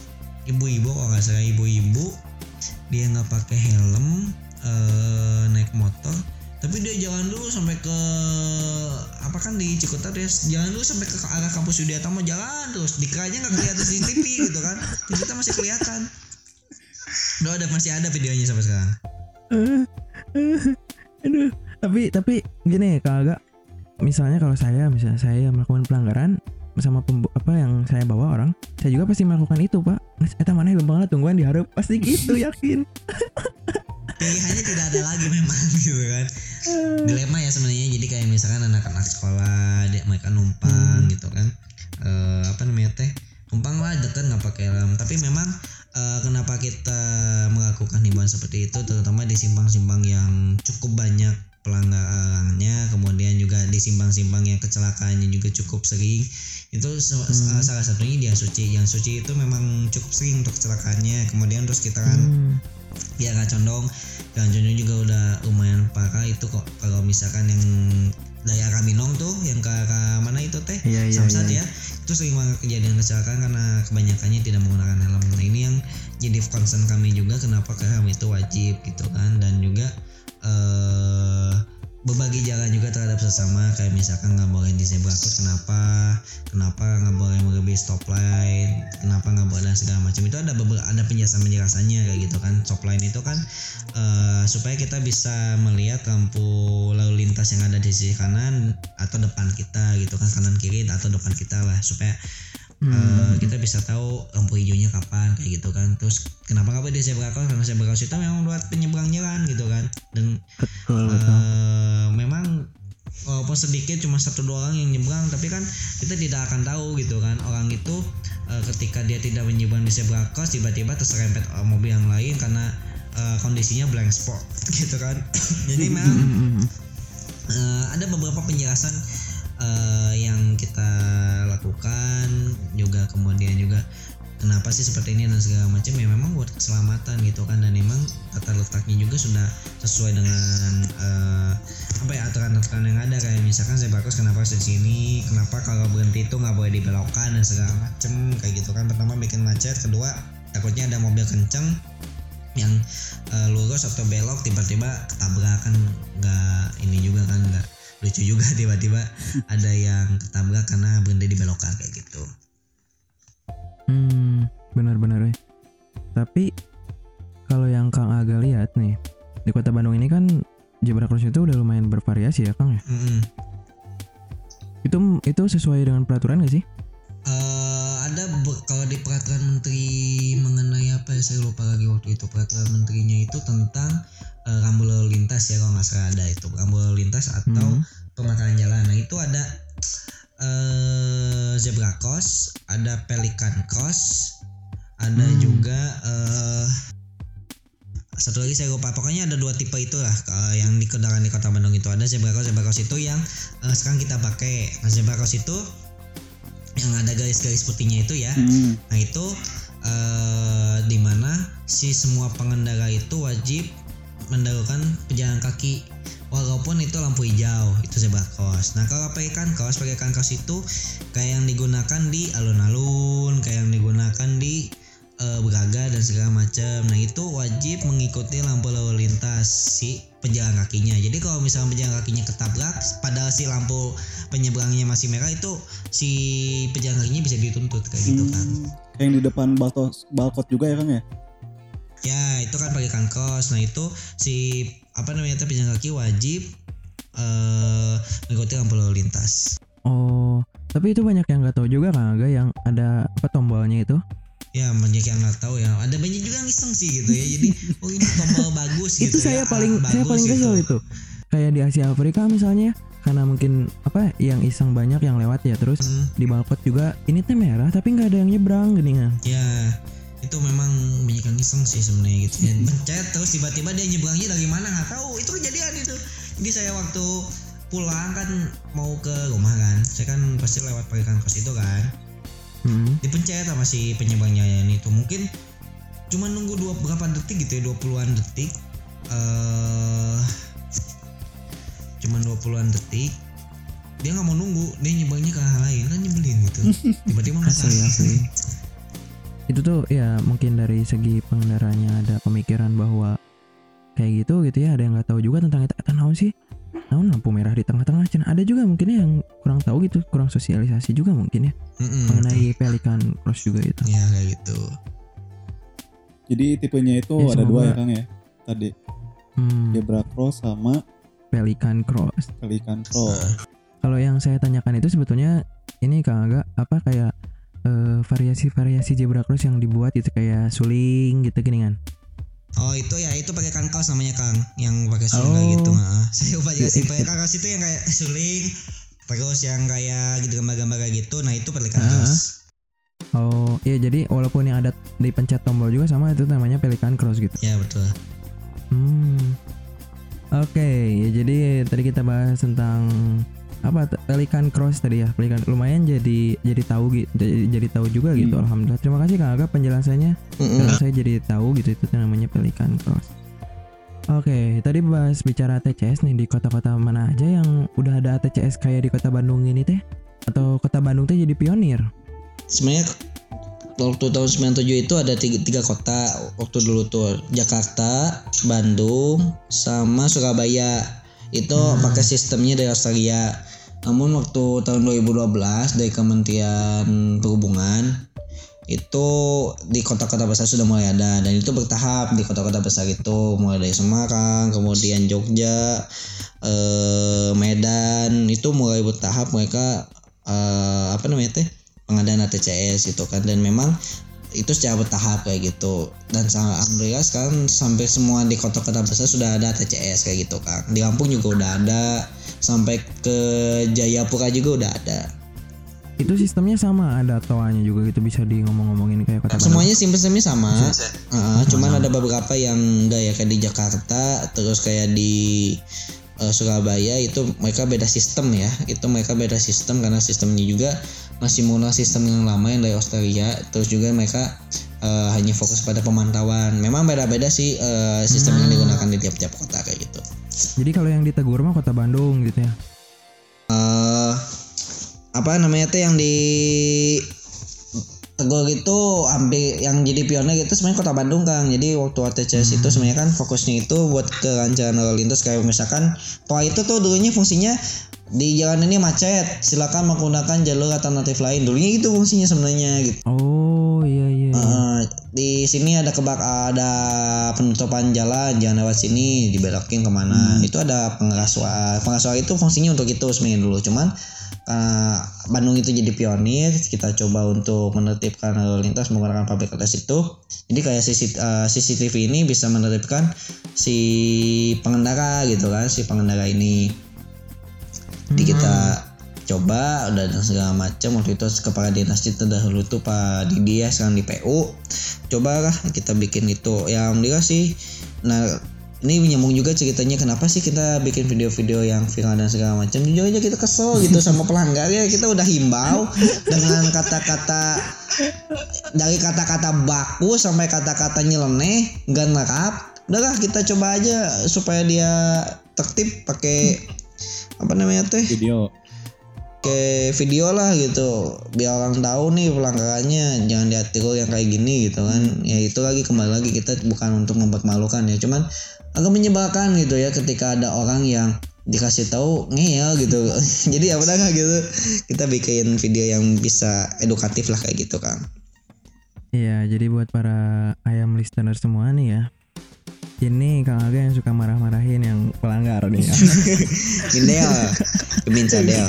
ibu-ibu kalau nggak salah ibu-ibu dia nggak pakai helm uh, naik motor tapi dia jalan dulu sampai ke apa kan di Cikuta dia jalan dulu sampai ke arah kampus Yudiatama jalan terus dikiranya nggak kelihatan di T V gitu kan ternyata masih kelihatan. Udah ada masih ada videonya sampai sekarang. Uh, uh, aduh tapi tapi gini kagak misalnya kalau saya misalnya saya melakukan pelanggaran sama pembu- apa yang saya bawa orang saya juga pasti melakukan itu pak. Eta mana gampang lah tungguan diharap pasti gitu yakin. Pilihannya tidak ada lagi memang gitu kan. Dilema ya sebenarnya jadi kayak misalkan anak-anak sekolah dia mereka numpang hmm. gitu kan e, apa namanya teh numpang lah deket nggak pakai helm tapi memang e, kenapa kita melakukan himbauan seperti itu terutama di simpang-simpang yang cukup banyak pelanggarannya kemudian juga di simpang-simpang yang kecelakaannya juga cukup sering itu hmm. salah satunya di Suci yang Suci itu memang cukup sering untuk kecelakaannya kemudian terus kita kan hmm. ya nggak condong dan condong juga udah lumayan parah itu kok kalau misalkan yang daerah Kaminong tuh yang ke arah mana itu teh ya, ya, Samsat ya. ya itu sering banget kejadian kecelakaan karena kebanyakannya tidak menggunakan helm. Nah ini yang jadi concern kami juga kenapa helm itu wajib gitu kan dan juga eh, berbagi jalan juga terhadap sesama kayak misalkan nggak boleh di zebra cross kenapa kenapa nggak boleh melebihi stoplight kenapa nggak boleh dan segala macam itu ada beberapa ada penjelasan penjelasannya kayak gitu kan. Stopline itu kan uh, supaya kita bisa melihat lampu lalu lintas yang ada di sisi kanan atau depan kita gitu kan kanan kiri atau depan kita lah supaya Hmm. Uh, kita bisa tahu lampu hijaunya kapan kayak gitu kan. Terus kenapa nggak boleh di zebra cross karena zebra cross itu memang buat penyeberang jalan gitu kan dan betul, uh, betul. memang walaupun sedikit cuma satu dua orang yang nyebrang tapi kan kita tidak akan tahu gitu kan orang itu uh, ketika dia tidak menyeberang di zebra cross tiba-tiba terserempet mobil yang lain karena uh, kondisinya blank spot gitu kan. Jadi memang uh, ada beberapa penjelasan uh, yang kita lakukan juga kemudian juga kenapa sih seperti ini dan segala macam ya memang buat keselamatan gitu kan dan memang tata letaknya juga sudah sesuai dengan uh, apa ya aturan-aturan yang ada kayak misalkan zebra cross kenapa harus di sini kenapa kalau berhenti itu nggak boleh dibelokkan dan segala macam kayak gitu kan. Pertama bikin macet kedua takutnya ada mobil kenceng yang uh, lurus atau belok tiba-tiba ketabrak kan nggak ini juga kan nggak lucu juga tiba-tiba ada yang ketabrak karena berhenti di belokan kayak gitu. Hmm, benar-benar ya. Tapi kalau yang Kang Aga lihat nih di Kota Bandung ini kan zebra cross itu udah lumayan bervariasi ya Kang ya. Mm-hmm. Itu itu sesuai dengan peraturan nggak sih? Uh, ada be- kalau di peraturan menteri mengenai apa ya saya lupa lagi waktu itu peraturan menterinya itu tentang uh, rambu lalu lintas ya kalau nggak salah ada itu rambu lalu lintas atau hmm. pemakaran jalan. Nah itu ada uh, zebra cross, ada pelikan cross, ada hmm. juga uh, satu lagi saya lupa pokoknya ada dua tipe itu lah uh, yang di kendaraan di Kota Bandung itu ada zebra cross zebra cross itu yang uh, sekarang kita pakai. Nah, zebra cross itu yang ada garis-garis putihnya itu ya. Hmm. Nah itu uh, di mana si semua pengendara itu wajib mendahulukan pejalan kaki walaupun itu lampu hijau itu zebra cross. Nah kalau pelikan cross pelikan cross itu kayak yang digunakan di alun-alun kayak yang digunakan di uh, Braga dan segala macam. Nah itu wajib mengikuti lampu lalu lintas si pejalan kakinya. Jadi kalau misalnya pejalan kakinya ketabrak padahal si lampu penyeberangnya masih merah itu si pejalan kakinya bisa dituntut kayak hmm. gitu kan. Yang di depan balkot balkot juga ya Kang ya? Ya itu kan pelikan cross. Nah itu si apa namanya itu pejalan kaki wajib uh, mengikuti lampu lalu lintas. Oh tapi itu banyak yang nggak tahu juga Kang Aga yang ada apa tombolnya itu. Ya banyak yang nggak tahu ya. Ada banyak juga yang iseng sih gitu ya. Jadi oh ini tombol bagus gitu. Itu saya ya. paling ah, saya paling kesel itu. Kayak di Asia Afrika misalnya karena mungkin apa yang iseng banyak yang lewat ya terus hmm. di balkot juga ini teh merah tapi nggak ada yang nyebrang geningan. Ya itu memang banyak yang iseng sih sebenarnya gitu. Ya, mencet terus tiba-tiba dia nyebrangnya dari mana nggak tahu. Itu kejadian itu. Jadi saya waktu pulang kan mau ke rumah kan. Saya kan pasti lewat pelikan cross itu kan. Hmm. Dipencet sama si penyeberangnya itu mungkin cuma nunggu dua berapa detik gitu ya dua puluhan detik uh, cuma dua puluhan detik dia nggak mau nunggu dia nyebrangnya ke arah lain kan nyebelin gitu tiba-tiba asli asli itu tuh ya mungkin dari segi pengendaranya ada pemikiran bahwa kayak gitu gitu ya, ada yang nggak tahu juga tentang itu. Eta naon sih? Naon lampu merah di tengah-tengah? Cina ada juga mungkin yang kurang tahu gitu, kurang sosialisasi juga mungkin ya Mm-mm, mengenai pelikan cross juga itu. ya kayak gitu. Jadi tipenya itu Ya, ada semoga- dua ya Kang ya. Tadi Hmm, zebra cross sama pelikan cross. pelikan cross. Kalau yang saya tanyakan itu sebetulnya ini Kang Aga apa kayak eh, variasi-variasi zebra cross yang dibuat itu kayak suling gitu gini kan? Oh itu ya, itu pakai kaos namanya Kang, yang pakai suling Oh. kayak gitu. Nah, saya lupa juga sih, Ya, pakai kaos itu yang kayak suling, terus yang kayak gitu gambar-gambar kayak gitu. Nah itu pelikan Ah. cross. Oh iya, jadi walaupun yang ada dipencet tombol juga sama, itu namanya pelikan cross gitu. Ya betul. Hmm. Oke, ya jadi tadi kita bahas tentang apa t- pelikan cross tadi ya. Pelikan lumayan jadi jadi tahu gitu. Jadi, jadi tahu juga gitu. Hmm. Alhamdulillah. Terima kasih Kang Aga penjelasannya. Mm-mm. Karena saya jadi tahu gitu itu namanya pelikan cross. Oke, tadi bahas bicara A T C S nih, di kota-kota mana aja yang udah ada A T C S kayak di Kota Bandung ini teh? Atau Kota Bandung teh jadi pionir? Sebenarnya waktu tahun sembilan puluh tujuh itu ada tiga, tiga kota waktu dulu tuh, Jakarta, Bandung, sama Surabaya. Itu pakai sistemnya dari Australia. Namun waktu tahun dua ribu dua belas dari Kementerian Perhubungan itu di kota-kota besar sudah mulai ada, dan itu bertahap di kota-kota besar itu, mulai dari Semarang, kemudian Jogja, eh, Medan, itu mulai bertahap mereka eh, apa namanya teh pengadaan A T C S gitu kan, dan memang itu secara bertahap kayak gitu. Dan alhamdulillah sekarang sampai semua di kota-kota besar sudah ada A T C S kayak gitu kan. Di Lampung juga udah ada, sampai ke Jayapura juga udah ada. Itu sistemnya sama, ada toanya juga gitu, bisa di ngomong-ngomongin kayak Kota Bandung. Semuanya sistemnya sama, uh, cuman ada beberapa yang enggak ya, kayak di Jakarta, terus kayak di uh, Surabaya itu mereka beda sistem ya. Itu mereka beda sistem karena sistemnya juga masih menggunakan sistem yang lama yang dari Australia. Terus juga mereka uh, hanya fokus pada pemantauan. Memang beda-beda sih uh, sistem yang digunakan di tiap-tiap kota kayak gitu. Jadi kalau yang ditegur mah Kota Bandung gitu ya. Uh, apa namanya tuh yang di Tegur itu hampir yang jadi pionir itu sebenarnya Kota Bandung Kang. Jadi waktu A T C S itu sebenarnya kan fokusnya itu buat kelancaran lalu lintas, kayak misalkan toa itu tuh dulunya fungsinya di jalan ini macet, silakan menggunakan jalur alternatif lain. Dulunya itu fungsinya sebenarnya gitu. Oh iya iya. iya. Uh, di sini ada kebak ada penutupan jalan, jangan lewat sini, dibelokin kemana. Itu ada pengeras suara. Pengeras suara itu fungsinya untuk itu sebenarnya dulu. Cuman Uh, Bandung itu jadi pionir, kita coba untuk menertibkan lalu lintas menggunakan public address itu. Jadi kayak C C T V ini bisa menertibkan si pengendara gitu kan, si pengendara ini. Jadi kita coba udah dan segala macam. Waktu itu kepala dinas itu dahulu tuh Pak Didi ya, sekarang di P U. Cobalah kita bikin itu. Ya alhamdulillah sih. Nah ini menyambung juga ceritanya kenapa sih kita bikin video-video yang viral dan segala macam. Jujur aja kita kesel gitu sama pelanggar ya. Kita udah himbau dengan kata-kata, dari kata-kata baku sampai kata-kata nyeleneh, nggak nerap. Udahlah kita coba aja supaya dia tertib pakai apa namanya teh Video. Kayak video lah gitu, biar orang tahu nih pelanggarannya, jangan diatur yang kayak gini gitu kan. Ya itu lagi kembali lagi kita bukan untuk mempermalukan ya, cuman agak menyebalkan gitu ya ketika ada orang yang dikasih tahu ngeyel gitu. Jadi ya udah gitu, kita bikin video yang bisa edukatif lah kayak gitu kan. Iya, jadi buat para ayam listener semua nih ya, ini Kang Aga yang suka marah-marahin yang pelanggar nih ya. Gindel, keminca del.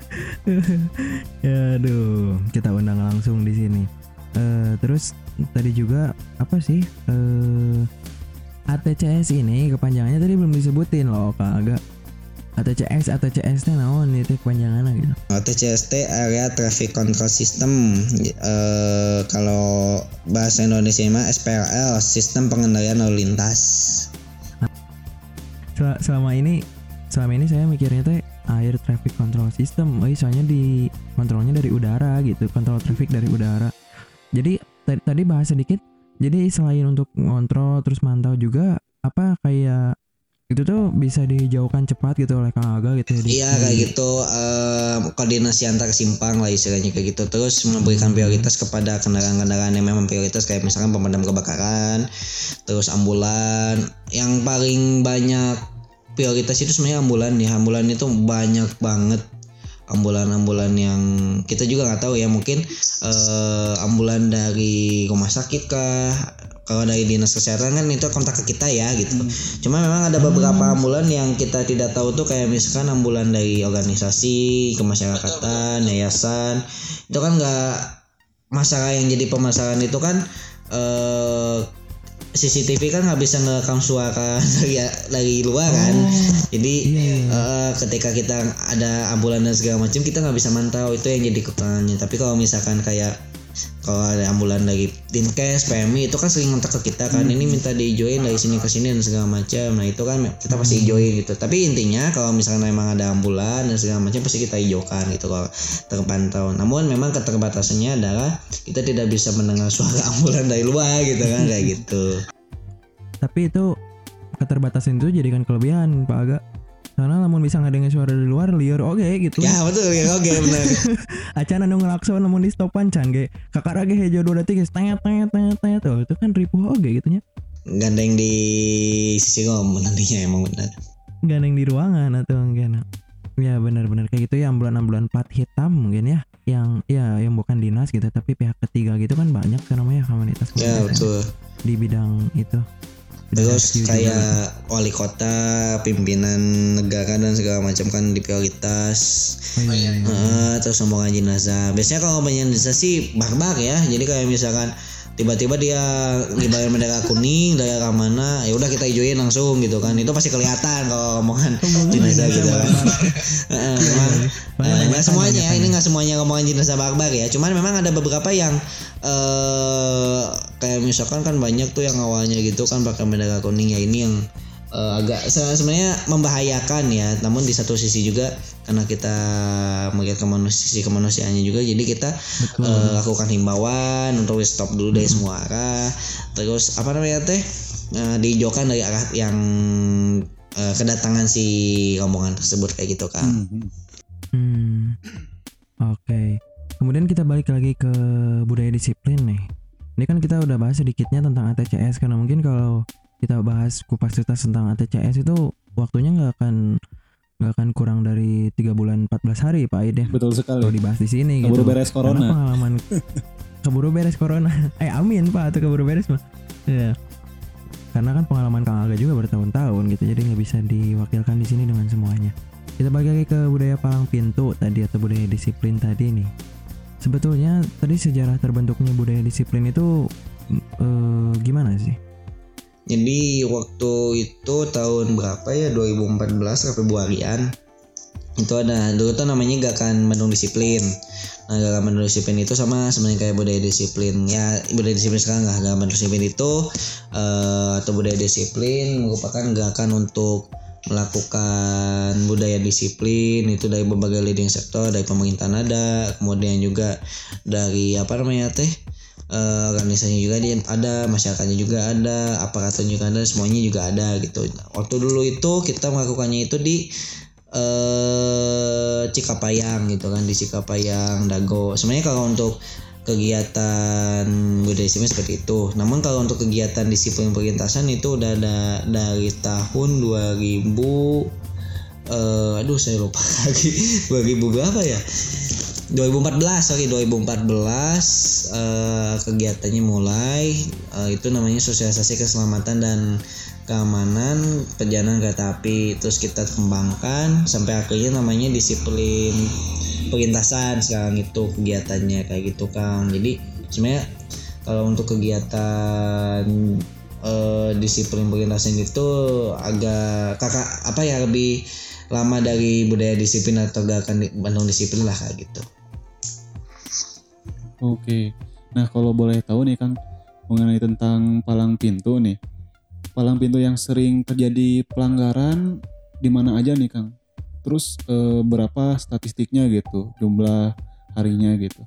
Ya aduh, kita undang langsung di sini. Uh, terus tadi juga apa sih? Uh, A T C S ini kepanjangannya tadi belum disebutin loh Kang Aga. A T C S, A T C S-nya naon itu kepanjangannya gitu. A T C S T Area Traffic Control System. Uh, kalau bahasa Indonesia mah S P L L, Sistem Pengendalian Lalu Lintas. Sel- selama ini selama ini saya mikirnya teh Air Traffic Control System. Oh, soalnya di kontrolnya dari udara gitu, kontrol traffic dari udara. Jadi t- tadi bahas sedikit. Jadi selain untuk ngontrol terus mantau juga apa kayak itu tuh bisa dijauhkan cepat gitu oleh Kang Aga gitu ya. Di, iya kayak gitu um, koordinasi antar simpang lah istilahnya kayak gitu. Terus memberikan prioritas kepada kendaraan-kendaraan yang memang prioritas kayak misalkan pemadam kebakaran, terus ambulan. Yang paling banyak prioritas itu sebenarnya ambulan ya. Ambulan itu banyak banget ambulan-ambulan yang kita juga nggak tahu ya, mungkin uh, ambulan dari rumah sakit kah. Kalau dari dinas kesehatan kan itu kontak ke kita ya gitu. Hmm. Cuma memang ada beberapa ambulan yang kita tidak tahu tuh kayak misalkan ambulan dari organisasi, kemasyarakatan, yayasan. Itu kan nggak masalah yang jadi permasalahan itu kan eh, C C T V kan nggak bisa ngerekam suara dari, dari luar kan. Oh, jadi iya. eh, ketika kita ada ambulan dan segala macam kita nggak bisa mantau, itu yang jadi kekurangannya. Tapi kalau misalkan kayak kalau ada ambulan dari Dinkes, P M I itu kan sering ngontak ke kita kan, hmm. ini minta diijoin dari sini ke sini dan segala macam. Nah itu kan kita pasti ijoin gitu. Tapi intinya kalau misalkan memang ada ambulan dan segala macam pasti kita ijokan gitu kalau terpantau. Namun memang keterbatasannya adalah kita tidak bisa mendengar suara ambulan dari luar gitu kan kayak gitu. Tapi itu keterbatasan itu jadikan kelebihan Pak Aga. Karena namun bisa ngadengen suara dari luar liar oke okay, gitu. Ya betul ya oke okay, benar. Acan anu ngelakson namun di stopan can ge. Kakak lagi hejo dua detik geus tet tet tet tet tuh itu kan ripuh oke okay, gitu nya. Gandeng di sisi ngom nantinya emang benar. Gandeng di ruangan atau enggak. Ya benar-benar kayak gitu ya, ambulan-ambulan plat hitam mungkin ya. Yang ya yang bukan dinas gitu tapi pihak ketiga gitu kan banyak kan namanya komunitas. Ya betul. Di bidang itu. Terus kayak wali kota, pimpinan negara dan segala macam kan diprioritas. Oh, iya, iya. Uh, terus rombongan jenazah. Biasanya kalau rombongan jenazah sih barbar ya. Jadi kayak misalkan tiba-tiba dia ngibarin bendera kuning daerah mana, ya udah kita ijoin langsung gitu kan. Itu pasti kelihatan kalau rombongan jenazah gitu kan. uh, memang nggak uh, semuanya ya. Ini nggak semuanya rombongan jenazah barbar ya. Cuman memang ada beberapa yang uh, kayak misalkan kan banyak tuh yang awalnya gitu kan pakai bendera kuning ya, ini yang uh, agak sebenarnya membahayakan ya. Namun di satu sisi juga karena kita melihat kemanusiaan, sisi kemanusiaannya juga, jadi kita uh, lakukan himbauan untuk stop dulu dari semua arah. Terus apa namanya teh uh, dijauhkan dari arah yang uh, kedatangan si rombongan tersebut kayak gitu kan. Hmm. Oke. Okay. Kemudian kita balik lagi ke budaya disiplin nih. Ini kan kita udah bahas sedikitnya tentang A T C S, karena mungkin kalau kita bahas kupas tuntas tentang A T C S itu waktunya nggak akan nggak akan kurang dari tiga bulan empat belas hari Pak Aid ya. Betul sekali. Kalau dibahas di sini keburu gitu. Beres corona. Karena pengalaman keburu beres corona. Eh amin Pak, atau keburu beres mah. Ya. Karena kan pengalaman Kang Aga juga bertahun-tahun gitu, jadi nggak bisa diwakilkan di sini dengan semuanya. Kita balik lagi ke budaya palang pintu tadi atau budaya disiplin tadi nih. Sebetulnya tadi sejarah terbentuknya budaya disiplin itu eh, gimana sih? Jadi waktu itu tahun berapa ya, dua ribu empat belas Februarian itu ada dulu tuh namanya Gerakan Bandung Disiplin. Nah Gerakan Bandung Disiplin itu sama sebenarnya kayak budaya disiplin ya, budaya disiplin sekarang lah. Gerakan Bandung Disiplin itu eh, atau budaya disiplin merupakan gerakan untuk melakukan budaya disiplin itu dari berbagai leading sektor, dari pemerintahan ada, kemudian juga dari apa namanya teh uh, organisasinya juga ada, masyarakatnya juga ada, aparaturnya juga ada, semuanya juga ada gitu. Waktu dulu itu kita melakukannya itu di uh, Cikapayang gitu kan, di Cikapayang Dago. Sebenarnya kalau untuk kegiatan budaya disiplin seperti itu. Namun kalau untuk kegiatan disiplin perlintasan itu udah ada dari tahun dua ribu uh, aduh saya lupa lagi dua ribu berapa ya? dua ribu empat belas sorry dua ribu empat belas uh, kegiatannya mulai uh, itu namanya sosialisasi keselamatan dan keamanan perjalanan kereta api. Terus kita kembangkan sampai akhirnya namanya disiplin perlintasan sekarang itu kegiatannya kayak gitu Kang. Jadi sebenarnya kalau untuk kegiatan eh, disiplin perlintasan itu agak kakak apa ya lebih lama dari budaya disiplin atau gerakan Bandung Disiplin lah kayak gitu. Oke. Nah kalau boleh tahu nih Kang mengenai tentang palang pintu nih. Palang pintu yang sering terjadi pelanggaran di mana aja nih Kang? Terus e, berapa statistiknya gitu, jumlah harinya gitu?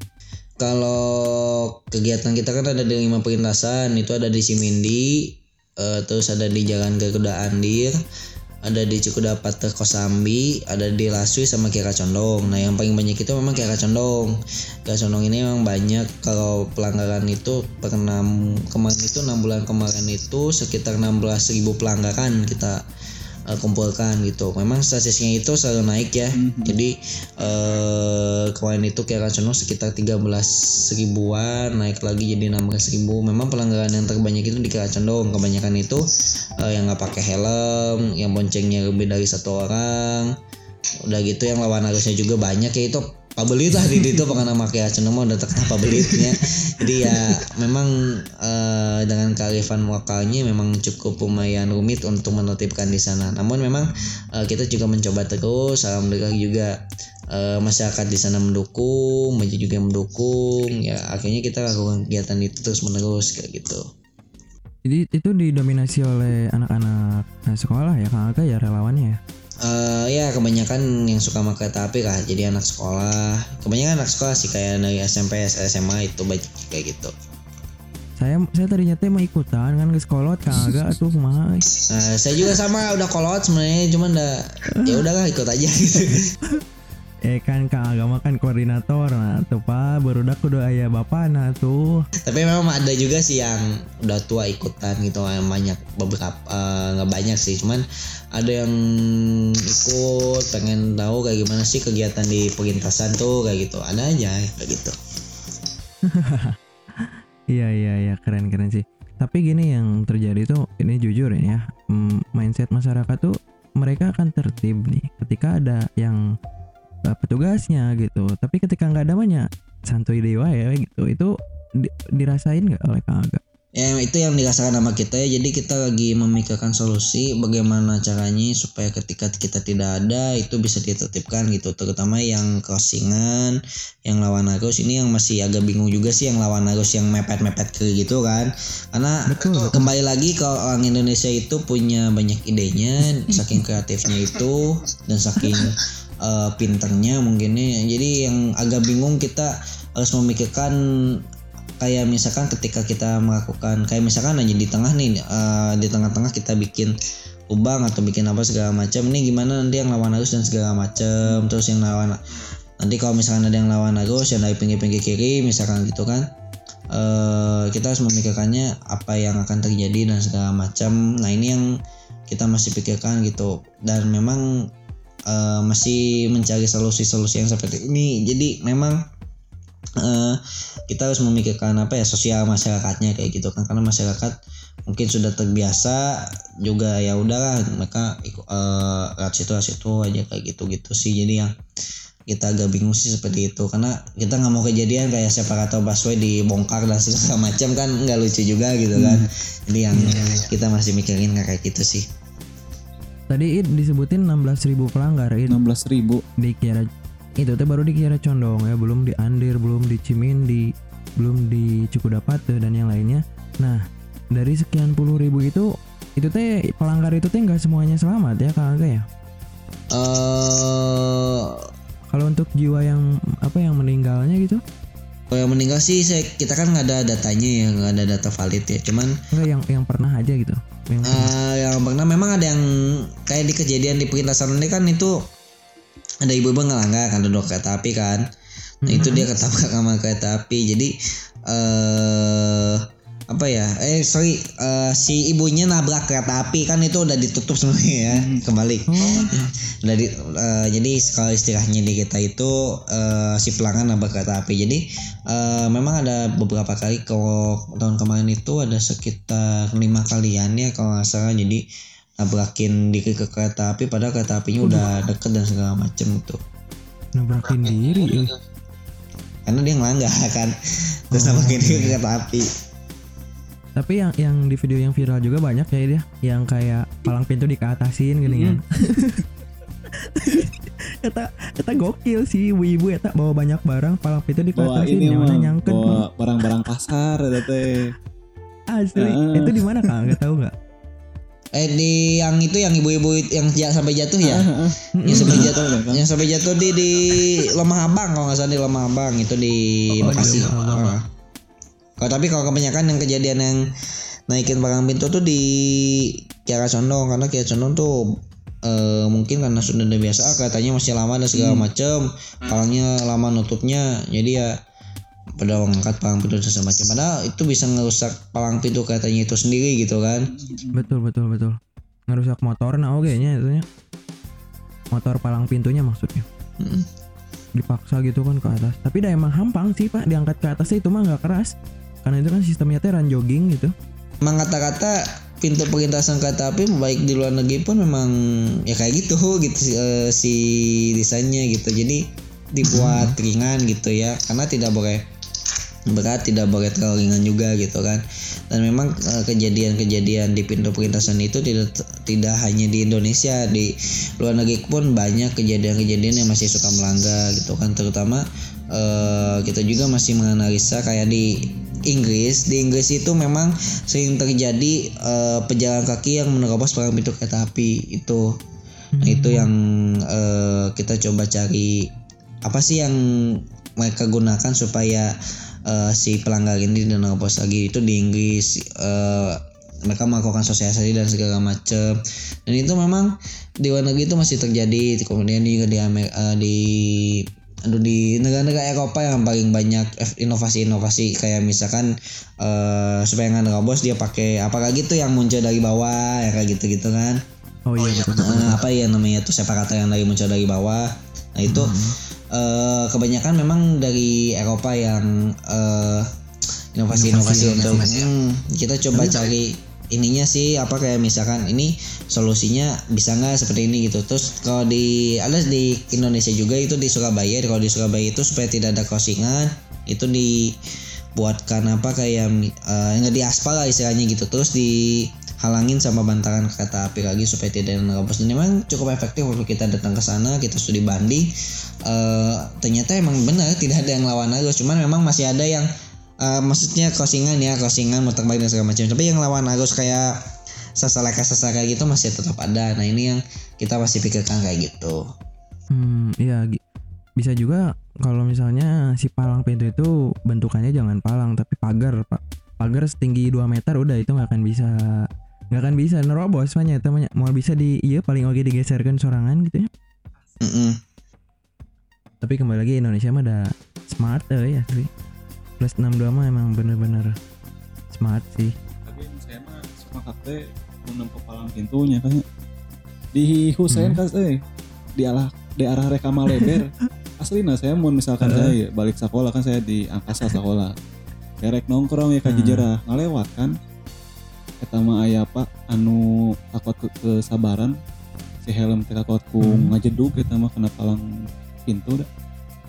Kalau kegiatan kita kan ada di lima perlintasan, itu ada di Simindi, uh, terus ada di Jalan Garuda Andir, ada di Cikudapat Kosambi, ada di Laswi sama Kiara Condong. Nah yang paling banyak itu memang Kiara Condong. Kiara Condong ini memang banyak. Kalau pelanggaran itu per enam kemarin itu enam bulan kemarin itu sekitar enam belas ribu pelanggaran kita uh, kumpulkan gitu. Memang statistiknya itu selalu naik ya. Mm-hmm. Jadi uh, kemarin itu Kiara Condong sekitar tiga belas ribuan, naik lagi jadi enam belas ribu. Memang pelanggaran yang terbanyak itu di Kiara Condong. Kebanyakan itu uh, yang nggak pakai helm, yang boncengnya lebih dari satu orang. Udah gitu yang lawan arusnya juga banyak ya, itu pabelit lah di situ karena pakai Kiara Condong udah terkena pabelitnya. Jadi ya memang uh, dengan kearifan lokalnya memang cukup lumayan rumit untuk menertibkan di sana. Namun memang uh, kita juga mencoba terus. Alhamdulillah juga uh, masyarakat di sana mendukung, masjid juga mendukung. Ya akhirnya kita lakukan kegiatan itu terus menerus kayak gitu. Jadi itu didominasi oleh anak-anak sekolah ya Kang Aga ya relawannya ya? Uh, ya kebanyakan yang suka sama kereta api lah, jadi anak sekolah. Kebanyakan anak sekolah sih, kayak dari S M P, S M A itu banyak kayak gitu. Saya saya tadinya teh mau ikutan kan ke sekolah Kang Aga atuh kumaha. Nah, saya juga sama udah kolot sebenarnya, cuman udah ya udahlah ikut aja gitu. Eh kan Kang Aga mah kan koordinator, nah tuh Pak barudak kudu aya bapak nah tuh. Tapi memang ada juga sih yang udah tua ikutan gitu, yang banyak beberapa nggak uh, banyak sih, cuman ada yang ikut pengen tahu kayak gimana sih kegiatan di perlintasan tuh kayak gitu, ada aja kayak gitu. Iya iya iya keren keren sih. Tapi gini yang terjadi tuh ini jujur ya, mindset masyarakat tuh mereka akan tertib nih ketika ada yang petugasnya gitu, tapi ketika nggak ada banyak santuy dewa ya gitu, itu di, dirasain nggak oleh Kang Aga? Ya itu yang dirasakan sama kita ya. Jadi kita lagi memikirkan solusi bagaimana caranya supaya ketika kita tidak ada itu bisa ditertibkan gitu, terutama yang crossingan, yang lawan arus ini yang masih agak bingung juga sih, yang lawan arus yang mepet-mepet ke gitu kan, karena betul, betul. Kembali lagi kalau orang Indonesia itu punya banyak idenya, saking kreatifnya itu dan saking Uh, pinternya mungkinnya. Jadi yang agak bingung kita harus memikirkan kayak misalkan ketika kita melakukan kayak misalkan aja di tengah nih uh, di tengah-tengah kita bikin lubang atau bikin apa segala macam, ini gimana nanti yang lawan arus dan segala macam, terus yang lawan nanti kalau misalkan ada yang lawan arus yang dari pinggir-pinggir kiri misalkan gitu kan, uh, kita harus memikirkannya apa yang akan terjadi dan segala macam. Nah ini yang kita masih pikirkan gitu, dan memang Uh, masih mencari solusi-solusi yang seperti ini. Jadi memang uh, kita harus memikirkan apa ya sosial masyarakatnya kayak gitu kan, karena masyarakat mungkin sudah terbiasa juga ya udahlah mereka uh, lewat situ lewat situ aja kayak gitu-gitu sih. Jadi yang kita agak bingung sih seperti itu, karena kita nggak mau kejadian kayak separator busway dibongkar dan segala macam kan, nggak lucu juga gitu kan. Hmm. Jadi yang hmm. kita masih mikirin kayak gitu sih. Tadi it disebutin enam belas ribu pelanggar it. enam belas ribu di Kiara. Itu teh baru di Kiara Condong ya, belum di Andir, belum di Cimindi, belum di Cikudapat dan yang lainnya. Nah, dari sekian puluh ribu itu itu teh pelanggar itu teh enggak semuanya selamat ya Kang Aga ya? Eh uh, kalau untuk jiwa yang apa yang meninggalnya gitu? Kalau yang meninggal sih saya, kita kan nggak ada datanya ya, nggak ada data valid ya. Cuman enggak yang yang pernah aja gitu. Yang, uh, yang pernah memang ada yang kayak di kejadian di perlintasan ini kan, itu ada ibu-ibu ngelanggar kan duduk kereta api kan. Nah mm-hmm. itu dia ketabrak sama kereta api. Jadi uh, apa ya? Eh sorry uh, si ibunya nabrak kereta api kan, itu udah ditutup semuanya ya. Kembali. Oh. Udah di, uh, jadi kalau istilahnya di kita itu uh, si pelanggan nabrak kereta api. Jadi uh, memang ada beberapa kali, kalau tahun kemarin itu ada sekitar lima kalian ya kalau nggak salah. Jadi nabrakin diri ke kereta api padahal kereta apinya udah deket dan segala macem itu. Nabrakin diri eh. Karena dia ngelanggar kan, terus oh, nabrakin diri ke kereta api. Tapi yang yang di video yang viral juga banyak ya dia, yang kayak palang pintu dikeatasin gini kan. Kata kata gokil sih ibu-ibu eta bawa banyak barang, palang pintu dikeatasin di mana nyangkut. Bawa barang-barang pasar eta teh. Asli, uh. itu di mana Kang? Enggak tahu enggak? Eh di yang itu yang ibu-ibu yang sampai jatuh ya. Uh, uh. Yang sampai jatuh, yang sampai jatuh di di Lemah Abang kalau enggak salah, di Lemah Abang itu di oh, Bekasi. Oh, kalau tapi kalau kebanyakan yang kejadian yang naikin palang pintu tuh di Kiara Condong, karena Kiara Condong tuh Uh, mungkin karena sudah biasa katanya masih lama dan segala macam, palangnya lama nutupnya, jadi ya pada mengangkat palang pintu dan segala macam. Padahal itu bisa ngerusak palang pintu katanya itu sendiri gitu kan. Betul betul betul. Ngerusak motor nah oke nya itunya. Motor palang pintunya maksudnya. Mm-hmm. Dipaksa gitu kan ke atas. Tapi dah emang hampang sih Pak, diangkat ke atasnya itu mah enggak keras. Karena itu kan sistemnya teh run jogging gitu. Emang kata-kata pintu perlintasan kereta api baik di luar negeri pun memang ya kayak gitu gitu uh, si desainnya gitu. Jadi dibuat hmm. ringan gitu ya, karena tidak boleh berat, tidak boleh terlalu ringan juga gitu kan. Dan memang uh, kejadian-kejadian di pintu perlintasan itu tidak tidak hanya di Indonesia, di luar negeri pun banyak kejadian-kejadian yang masih suka melanggar gitu kan. Terutama uh, kita juga masih menganalisa kayak di Inggris, di Inggris itu memang sering terjadi uh, pejalan kaki yang menerobos palang pintu kereta api itu. Nah, itu yang uh, kita coba cari apa sih yang mereka gunakan supaya uh, si pelanggar ini menerobos lagi. Itu di Inggris uh, mereka melakukan sosialisasi dan segala macam. Dan itu memang di luar negeri itu masih terjadi. Kemudian juga di Amerika, uh, di Aduh di negara-negara Eropa yang paling banyak inovasi-inovasi kayak misalkan uh, supaya nggak nerobos dia pakai apa gitu yang muncul dari bawah ya kayak gitu-gitu kan. Oh iya. Uh, apa ya namanya tuh separator yang dari muncul dari bawah. Nah itu hmm. uh, kebanyakan memang dari Eropa yang uh, inovasi-inovasi untuk hmm, kita coba cari ininya sih apa kayak misalkan ini solusinya bisa nggak seperti ini gitu. Terus kalau di ada di Indonesia juga itu di Surabaya, kalau di Surabaya itu supaya tidak ada crossingan itu dibuatkan apa kayak uh, nggak diaspal lah istilahnya gitu, terus dihalangin sama bantaran kereta api lagi supaya tidak nerobos. Dan memang cukup efektif waktu kita datang ke sana, kita studi banding, uh, ternyata emang benar tidak ada yang lawan arus, cuman memang masih ada yang Uh, maksudnya crossingan ya, crossingan muter balik dan segala macam. Tapi yang lawan arus kayak sasalaka-sasalaka gitu masih tetap ada. Nah ini yang kita masih pikirkan kayak gitu. Hmm, iya bisa juga kalau misalnya si palang pintu itu bentukannya jangan palang tapi pagar, Pak. Pagar setinggi dua meter udah itu nggak akan bisa nggak akan bisa nerobos banyak temannya. Mau bisa di iya paling oke digeserkan sorangan gitu ya. Mm-mm. Tapi kembali lagi Indonesia mah ada smart eh ya sih. Plus enam dua mah emang bener-bener smart sih. Tapi saya mah suka kakek menempel palang pintunya kan di Husein hmm. kan eh di arah di arah reka Maleber. Aslina saya mau misalkan uh. saya balik sekolah kan saya di Angkasa sekolah. Kerek nongkrong ya ka Jejerah uh. ngalewat kan. Eta mah aya apa anu takut ke, kesabaran si helm teh takutku hmm. ngajedug eta mah kena palang pintu dah.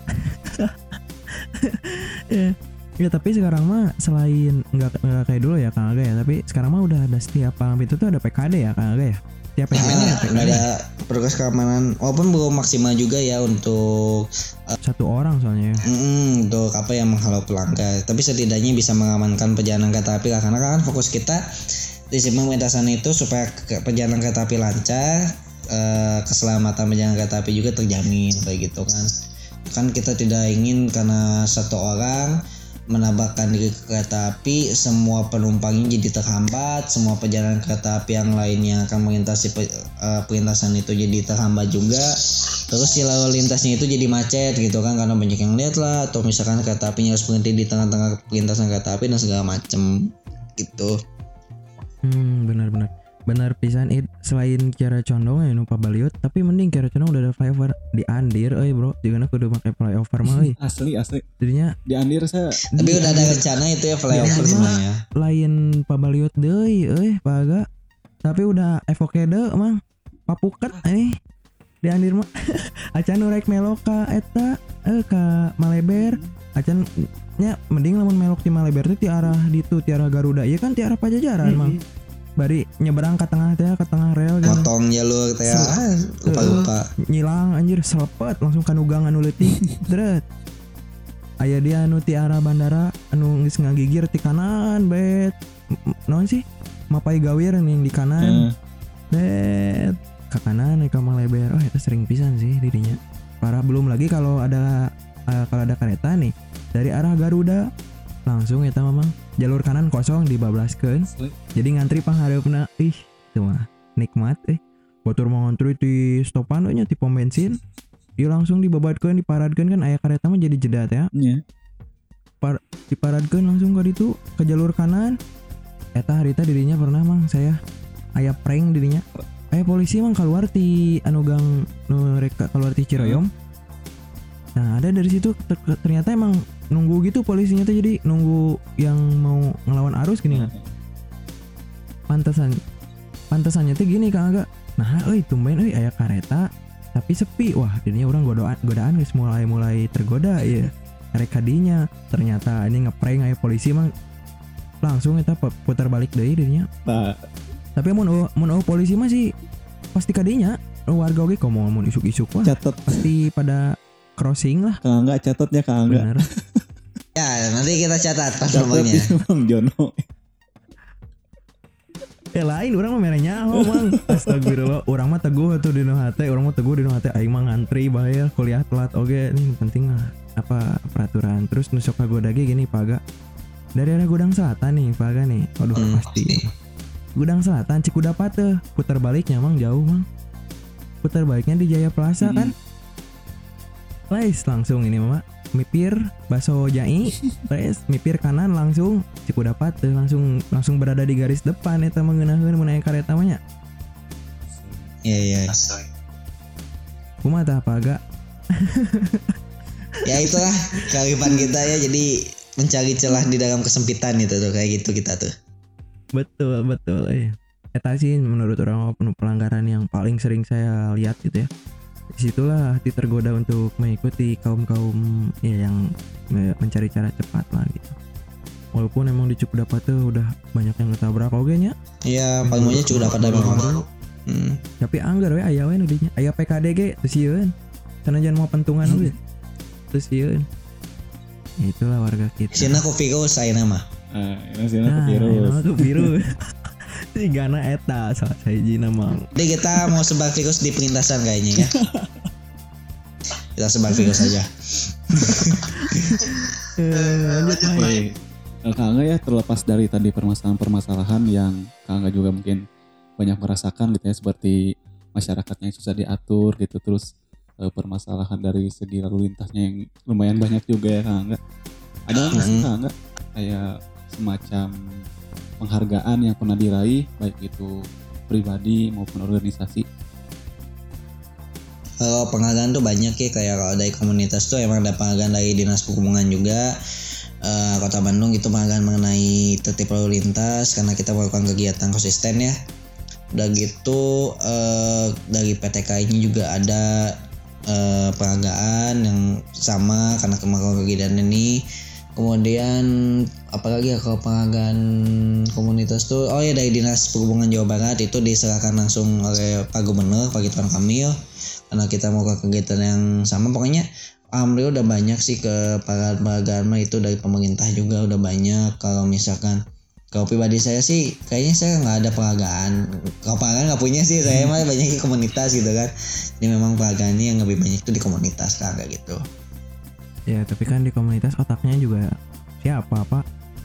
Ya. Ya tapi sekarang mah selain nggak nggak kayak dulu ya Kang Aga ya, tapi sekarang mah udah ada setiap palang pintu tuh ada P K D ya Kang Aga ya. Setiap P K D nah, ada P K D. Ada petugas keamanan, walaupun belum maksimal juga ya untuk uh, satu orang soalnya. Mm, untuk apa yang menghalau pelanggar. Tapi setidaknya bisa mengamankan perjalanan kereta api lah, karena kan fokus kita di sistem perlintasan itu supaya perjalanan kereta api lancar, uh, keselamatan perjalanan kereta api juga terjamin kayak gitu kan. Kan kita tidak ingin karena satu orang menabrakkan diri ke kereta api, semua penumpangnya jadi terhambat, semua perjalanan kereta api yang lainnya akan melintasi uh, perlintasan itu jadi terhambat juga. Terus si lalu lintasnya itu jadi macet gitu kan, karena banyak yang lihat lah, atau misalkan kereta apinya harus berhenti di tengah-tengah perlintasan kereta api dan segala macem gitu. Hmm, benar-benar. Benar pisan it selain Kiara Condong ya nu Pabaliut, tapi mending Kiara Condong udah ada flyover di Andir euy bro, jigana kudu make flyover mah euy. Asli asli. Jadinya di Andir saya tapi udah ada rencana itu ya flyover sebenarnya. Lain Pabaliut deui euy Paga. Tapi udah evokede mang papuket euy. Di Andir mah acan urek melok ka eta eh ka Maleber. Acan nya mending lamun melok di Maleber teh ti arah ditu ti arah Garuda. Ieu kan ti arah Pajajaran mang. Bari nyeberang ke tengah teh ke tengah rel kan. Potong jalur teh ah, lupa-lupa. Nyilang anjir selepet langsung ka nugang anu leutik. Dret. Aya dia anu ti arah bandara anu geus ngagigir ti kanan bet. Naon sih? Mapai gawir nih di kanan. Bet ke kanan ke Maleber. Oh itu sering pisan sih dirinya. Parah, belum lagi kalau ada uh, kalau ada kereta nih dari arah Garuda langsung eta memang jalur kanan kosong dibablaskeun. Jadi ngantri panghareupna ih teu mah nikmat eh. Batur mau ngantri di stopan nya di pom bensin. Ieu langsung dibabatkeun diparadkeun kan aya kareta mah jadi jeda teh. Iya. Par diparadkeun langsung ka ditu ke jalur kanan. Eta harita dirinya pernah mang saya aya prank dirinya. Aya polisi mang keluar ti anu gang nu reka keluar ti Ciroyom. Nah, ada dari situ ter- ternyata emang nunggu gitu polisinya tuh jadi nunggu yang mau ngelawan arus gini kan. Pantesan pantesannya tuh gini Kang Aga. Nah, euy tumben euy aya kareta tapi sepi. Wah, dirinya orang godaan godaan geus mulai mulai tergoda ya. Arek kadinya ternyata ini ngeprank aya polisi mang langsung eta putar balik deui dirinya. Nah. Tapi mun mun oh, polisi masih pasti kadinya warga oge komo mun isuk-isuk wah. Catat Pasti pada crossing lah. Kang Angga catatnya Kang Angga. Bener. Ya, nanti kita catat pas Catat nomornya. itu Bang Jono. Eh lain orang mah merenya oh mang. Astagfirullah, urang mah teguh atuh dina hate, urang mah teguh dina hate aing mah ngantri bahaya kuliah telat oge. Ini penting lah apa peraturan. Terus nusuk kagoda ge gini Paga. Dari arah Gudang Selatan nih Paga nih. Waduh Hmm, pasti. Gudang Selatan Cikudapat tuh. Putar baliknya mang jauh mang. Putar baliknya di Jaya Plaza kan. Lais langsung ini mama mipir baso jai, lais mipir kanan langsung Cikudapat tuh langsung langsung berada di garis depan eta mengenaheun mun aya kareta mah nya. Iya iya. Kumaha tah Paga? Ya itulah kearifan kita ya, jadi mencari celah di dalam kesempitan itu tuh kayak gitu kita tuh. Betul betul eh. Eta sih menurut orang penuh pelanggaran yang paling sering saya lihat gitu ya. Disitulah hati tergoda untuk mengikuti kaum-kaum ya yang mencari cara cepat lah gitu. Walaupun emang di Cikudapat tuh udah banyak yang ketabrak oge nya. Iya, paling banyak Cikudapat dan memang. Hmm. Tapi anggar we aya we nu dinya. Aya P K D G teu sieun. Sanajan mau pentungan oge. Teu sieun. Ya itulah warga kita. Sina ku virus ayeuna mah. Ah, ini sih Nah, aku virus. emang aku virus. Si Gana eta salah sahijina mang. Jadi kita mau sebar virus di perlintasan kayaknya ya. Kita sebar virus aja. Eh, lanjut Mang. Oke. Nah, Kang Angga ya terlepas dari tadi permasalahan-permasalahan yang Kang Angga juga mungkin banyak merasakan gitu ya, seperti masyarakatnya yang susah diatur gitu, terus eh, permasalahan dari segi lalu lintasnya yang lumayan banyak juga ya Kang Angga. Ada nggak sih Kang Angga kayak semacam penghargaan yang pernah diraih baik itu pribadi maupun organisasi? Kalau penghargaan tuh banyak ya, kayak kalau dari komunitas tuh emang ada penghargaan dari Dinas Perhubungan juga. Uh, Kota Bandung itu penghargaan mengenai tertib lalu lintas karena kita melakukan kegiatan konsisten ya. Udah gitu uh, dari P T K I ini juga ada uh, penghargaan yang sama karena melakukan kegiatan ini. Kemudian apalagi ya kalau penghargaan komunitas tuh, oh ya dari Dinas Perhubungan Jawa Barat itu diserahkan langsung oleh Pak Gubernur Pak Ridwan Kamil karena kita mau ke kegiatan yang sama. Pokoknya alhamdulillah udah banyak sih ke penghargaan mah itu dari pemerintah juga udah banyak. Kalau misalkan kalau pribadi saya sih kayaknya saya nggak ada penghargaan. Kalau penghargaan nggak punya sih, saya mah banyak di komunitas gitu kan. Jadi memang penghargaannya yang lebih banyak itu di komunitas kan kayak gitu. Ya tapi kan di komunitas otaknya juga siapa Pak?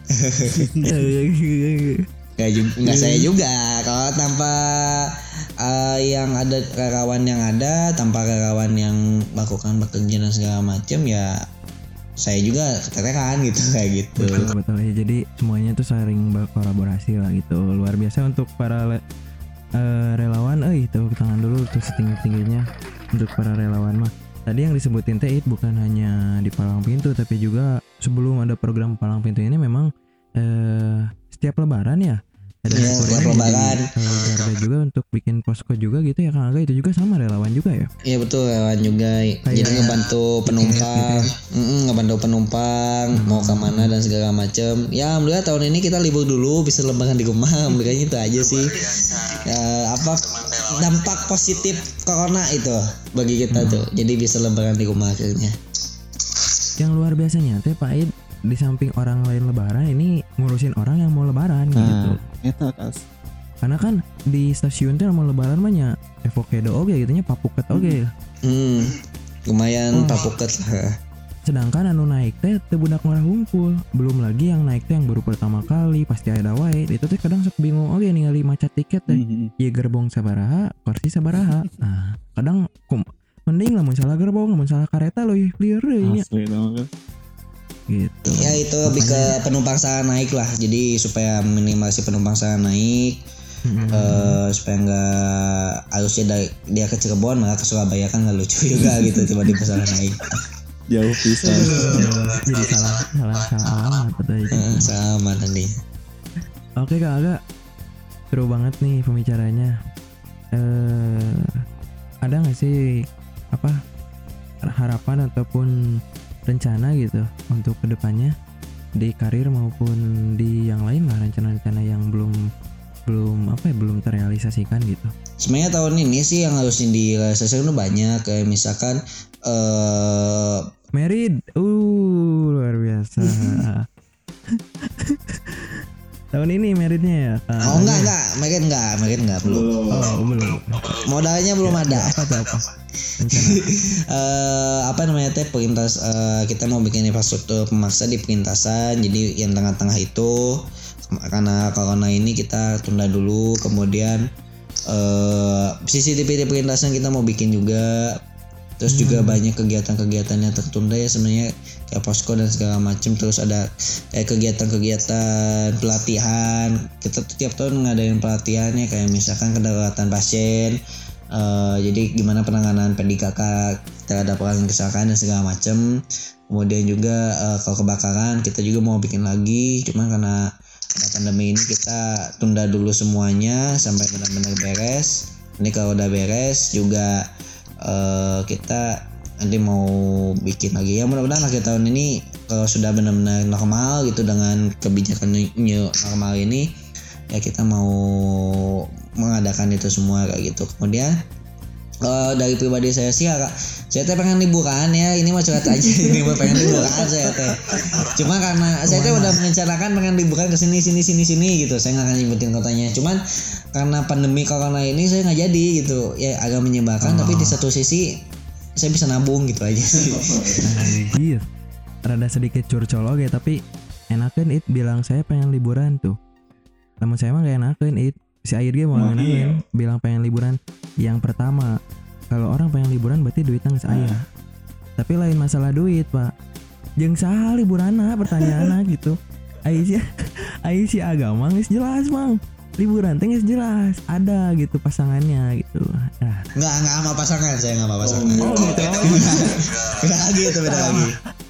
Gak juga, nggak saya juga. Kalau tanpa uh, yang ada relawan yang ada, tanpa relawan yang melakukan pekerjaan dan segala macam ya saya juga keteteran gitu kayak gitu. Betul betul ya. Jadi semuanya tuh saling berkolaborasi lah gitu. Luar biasa untuk para le- uh, relawan. Eh itu tangan dulu tuh setinggi tingginya untuk para relawan mah. Tadi yang disebutin teh bukan hanya di Palang Pintu tapi juga sebelum ada program Palang Pintu ini memang eh, setiap lebaran ya ada ya, setiap lebaran eh, Garda juga untuk bikin posko juga gitu ya Kang Aga, itu juga sama relawan juga ya? Iya betul, relawan juga. Jadi ngebantu penumpang, gitu. ngebantu penumpang hmm. mau kemana dan segala macam. Ya alhamdulillah tahun ini kita libur dulu bisa lebaran di rumah, alhamdulillah itu aja sih. Ya, apa dampak positif corona itu bagi kita hmm. tuh, jadi bisa lebaran di rumah akhirnya. Yang luar biasanya teh Pak Id, di samping orang lain lebaran ini ngurusin orang yang mau lebaran nah, gitu. Eta kas. Karena kan di stasiun teh mau lebaran mah nya Evokedo oge gitu nya papuket oge. Hmm. Lumayan oh. papuket lah. sedangkan anu naik teh teu budak ngorah hungkul, belum lagi yang naik teh yang baru pertama kali pasti aya wae. Itu teh kadang sok bingung oge ningali maca tiket teh. Mm-hmm. Ieu gerbong sabaraha, kursi sabaraha. Nah, kadang kum, mending lamun salah gerbong, lamun salah kareta leuwih lieur deui nya. Asli dong kan. Gitu. Ya itu lebih ke penumpang salah naik lah. Jadi supaya minimalisasi penumpang salah naik. Hmm. Uh, supaya nggak harusnya dari dia ke Cirebon malah ke Surabaya kan nggak lucu juga gitu tiba-tiba salah naik jauh pisan jadi salah salah salah alamat atau itu uh, salah alamat tadi. Oke Kak Aga, seru banget nih pembicaranya. Uh, ada nggak sih apa harapan ataupun rencana gitu untuk kedepannya di karir maupun di yang lain lah, rencana-rencana yang belum belum apa ya belum terrealisasikan gitu. Sebenarnya tahun ini sih yang harus direalisasikan tuh banyak, kayak misalkan uh, married, uh luar biasa. Tahun ini marriednya ya? Uh, oh enggak enggak, married enggak, married enggak belum. Oh belum. Modalnya belum ada. Apa tuh apa? uh, apa namanya teh perintas uh, kita mau bikin infrastruktur pemaksa di perintasan, jadi yang tengah-tengah itu. Karena corona ini kita tunda dulu, kemudian uh, C C T V di perintasan kita mau bikin juga, terus hmm. juga banyak kegiatan-kegiatan yang tertunda ya sebenarnya kayak posko dan segala macam. Terus ada kayak kegiatan-kegiatan pelatihan, kita tuh tiap tahun ngadain pelatihannya kayak misalkan kedaruratan pasien, uh, jadi gimana penanganan P D K K terhadap orang yang kecelakaan dan segala macam. Kemudian juga uh, kalau kebakaran kita juga mau bikin lagi, cuman karena pandemi ini kita tunda dulu semuanya sampai benar-benar beres. Ini kalau udah beres juga uh, kita nanti mau bikin lagi ya, mudah-mudahan akhir tahun ini kalau sudah benar-benar normal gitu dengan kebijakan new normal ini ya kita mau mengadakan itu semua kayak gitu. Kemudian uh, dari pribadi saya sih ya, saya teh pengen liburan ya, ini mah curhat aja ini mah pengen liburan saya teh. Cuma karena saya teh udah merencanakan pengen liburan ke sini sini sini sini gitu. Saya enggak akan nyebutin kotanya. Cuman karena pandemi corona ini saya enggak jadi gitu. Ya agak menyebalkan, oh. Tapi di satu sisi saya bisa nabung gitu aja sih. Anjir. Rada sedikit curcolog ya, tapi enakeun it bilang saya pengen liburan tuh. Namun saya mah enggak enakeun it. Si Air ge mau enakeun bilang pengen liburan. Yang pertama, kalau orang pengen liburan berarti duitnya geus aya. Tapi lain masalah duit, Pak. Jeung saha liburanna pertanyaanna gitu. Ai si agama geus jelas, Mang. Liburan teh geus jelas, ada gitu pasangannya gitu. Nah. Enggak, enggak sama pasangan, saya enggak sama pasangan. Oh, gitu. Beda lagi itu, beda lagi.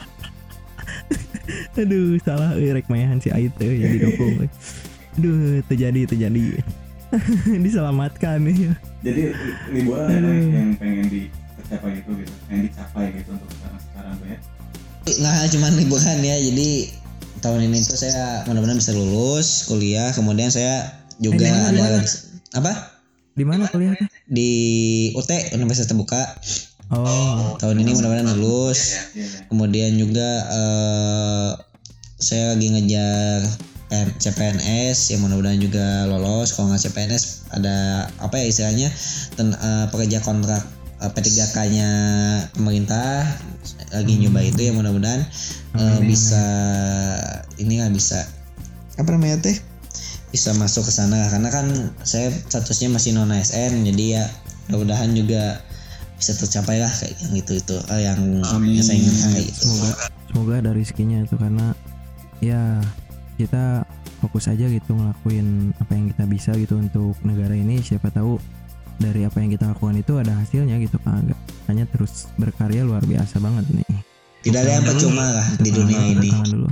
Aduh, salah rek mayahan si Ait teh yang didukung. Aduh, terjadi terjadi. Diselamatkan ya. Jadi liburan ada yang pengen dicapai itu gitu, yang dicapai gitu untuk sekarang sekarang tuh ya. Nggak cuma liburan ya, jadi tahun ini tuh saya mudah-mudahan bisa lulus kuliah, kemudian saya juga eh, ada apa? Di mana kuliahnya? Di U T, Universitas Terbuka. Oh. Tahun ini mudah-mudahan lulus. Kemudian juga uh, saya lagi ngejar C P N S yang mudah-mudahan juga lolos. Kalau nggak C P N S ada apa ya istilahnya ten, uh, pekerja kontrak uh, P tiga K-nya pemerintah lagi nyoba hmm. itu ya mudah-mudahan uh, bisa ini nggak bisa apa namanya teh bisa masuk ke sana karena kan saya statusnya masih non A S N, jadi ya mudah-mudahan juga bisa tercapai lah kayak yang gitu itu uh, yang, yang saya inginkan kayak gitu. Semoga semoga ada rezekinya itu karena ya kita fokus aja gitu ngelakuin apa yang kita bisa gitu untuk negara ini. Siapa tahu dari apa yang kita lakukan itu ada hasilnya gitu kan. Hanya terus berkarya luar biasa banget nih. Tidak ada yang percuma lah di dunia ini. Dulu.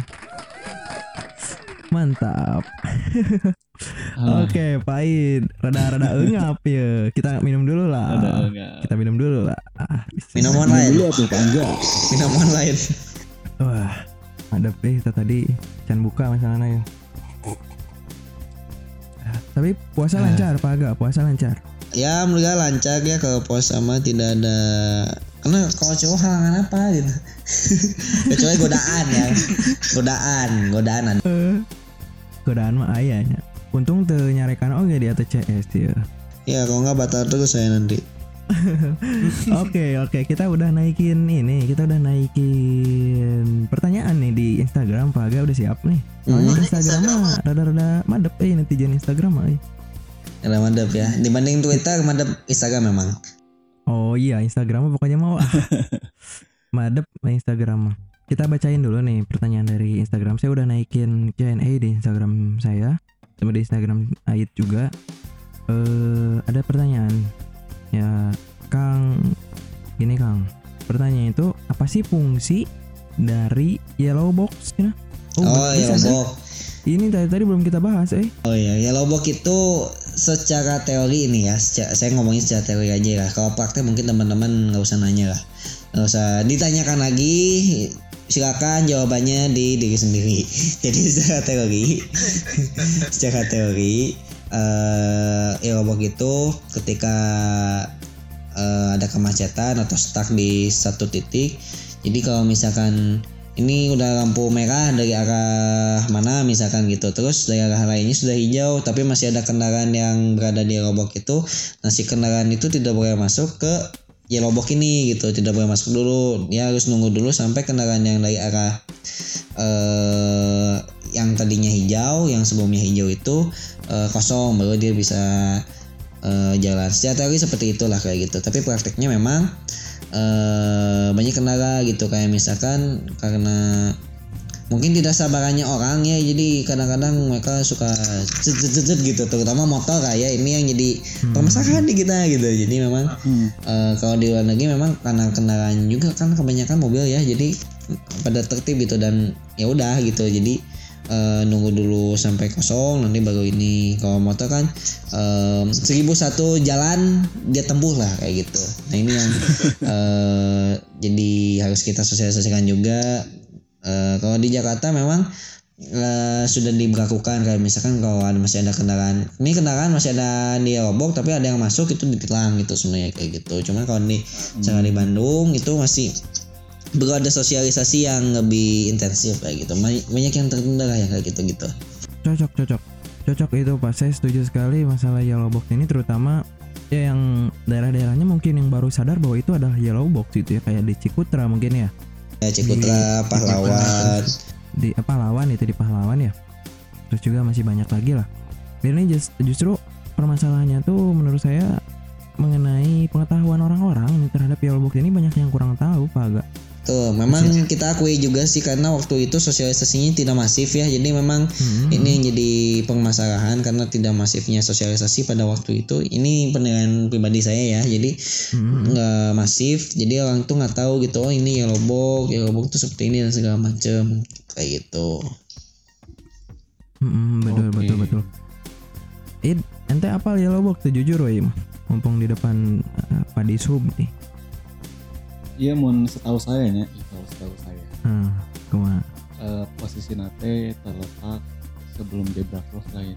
Mantap. Oke, pahit. Rada-rada engap ya. Kita minum dulu lah. Kita minum dulu lah. Ah, minuman lain dulu tuh Pak Angga. Minuman lain. Wah, ada play kita tadi can buka masalahnya ya. Tapi puasa nah. lancar Pak Aga, puasa lancar. Ya alhamdulillah lancar ya, kalau puasa mah tidak ada. Karena kalau cowok halangan apa gitu. Kecuali godaan ya. Godaan, godaan ada. Uh, godaan mah ayahnya. Untung teu nyarekan oge di A T C S ya. Ya kalau enggak batal terus saya nanti. Oke oke kita udah naikin ini, kita udah naikin pertanyaan nih di Instagram. Pak Aga udah siap nih. Soalnya Hmm. Instagram mah rada-rada madep eh netizen Instagram mah. Eh. Ada madep ya. Dibanding Twitter, madep Instagram memang. Oh iya Instagram mah pokoknya mau ah. Madep Instagram mah. Kita bacain dulu nih pertanyaan dari Instagram. Saya udah naikin Q and A di Instagram saya, sama di Instagram Ait juga. Eh ada pertanyaan. Ya, Kang, gini Kang. Pertanyaan itu apa sih fungsi dari yellow box? Ya? Oh, bisa, yellow kan? box. Ini tadi tadi belum kita bahas, eh. Oh iya, yellow box itu secara teori ini ya. Secara, saya ngomongin secara teori aja lah. Kalau praktek mungkin teman-teman nggak usah nanya lah. Nggak usah ditanyakan lagi. Silakan jawabannya di diri sendiri. Jadi secara teori, secara teori, uh, yellow box itu ketika uh, ada kemacetan atau stuck di satu titik. Jadi kalau misalkan ini udah lampu merah dari arah mana misalkan gitu, terus dari arah lainnya sudah hijau, tapi masih ada kendaraan yang berada di yellow box itu, nah si kendaraan itu tidak boleh masuk ke yellow box ini gitu, tidak boleh masuk dulu, dia harus nunggu dulu sampai kendaraan yang dari arah eh, yang tadinya hijau, yang sebelumnya hijau itu eh, kosong, baru dia bisa eh, jalan. Secara teori seperti itulah kayak gitu, tapi prakteknya memang eh, banyak kendala gitu, kayak misalkan karena mungkin tidak sabarannya orang ya, jadi kadang-kadang mereka suka zet gitu, terutama motor kayak ini yang jadi hmm. permasalahan di kita gitu. Jadi memang hmm. uh, kalau di luar negeri memang karena kendaraan juga kan kebanyakan mobil ya, jadi pada tertib gitu dan ya udah gitu. Jadi uh, nunggu dulu sampai kosong nanti baru ini. Kalau motor kan uh, seribu satu jalan dia tempuh lah kayak gitu. Nah ini yang uh, jadi harus kita sosialisasikan juga. Uh, kalau di Jakarta memang uh, sudah diberlakukan kayak misalkan kalau ada masih ada kendaraan, ini kendaraan masih ada di yellow box tapi ada yang masuk itu ditilang gitu sebenarnya kayak gitu. Cuma kalau di misalnya di Bandung itu masih perlu ada sosialisasi yang lebih intensif kayak gitu. Banyak yang tertunda lah yang kayak gitu gitu. Cocok cocok cocok itu Pak, saya setuju sekali masalah yellow box ini, terutama ya yang daerah-daerahnya mungkin yang baru sadar bahwa itu adalah yellow box gitu ya, kayak di Cikutra mungkin ya. Ya, Cikutra, di, Pahlawan. Di apa Pahlawan itu di Pahlawan ya. Terus juga masih banyak lagi lah. Dan ini just, justru permasalahannya tuh menurut saya mengenai pengetahuan orang-orang terhadap yellow box ini banyak yang kurang tahu Pak Aga. Tuh, memang Masih. kita akui juga sih karena waktu itu sosialisasinya tidak masif ya. Jadi memang hmm. ini yang jadi permasalahan karena tidak masifnya sosialisasi pada waktu itu. Ini penilaian pribadi saya ya. Jadi hmm. nggak masif. Jadi orang tuh nggak tahu gitu. Oh ini yellow box, yellow box tuh seperti ini dan segala macam kayak gitu. Hmm, betul okay. betul betul. Id, ente apa yellow box tuh jujur woy, mumpung di depan uh, Pak Disub nih. Iya, mun setahu saya nya, kalau setahu saya. Hmm, kumaha? Uh, posisi nate terletak sebelum zebra cross lain.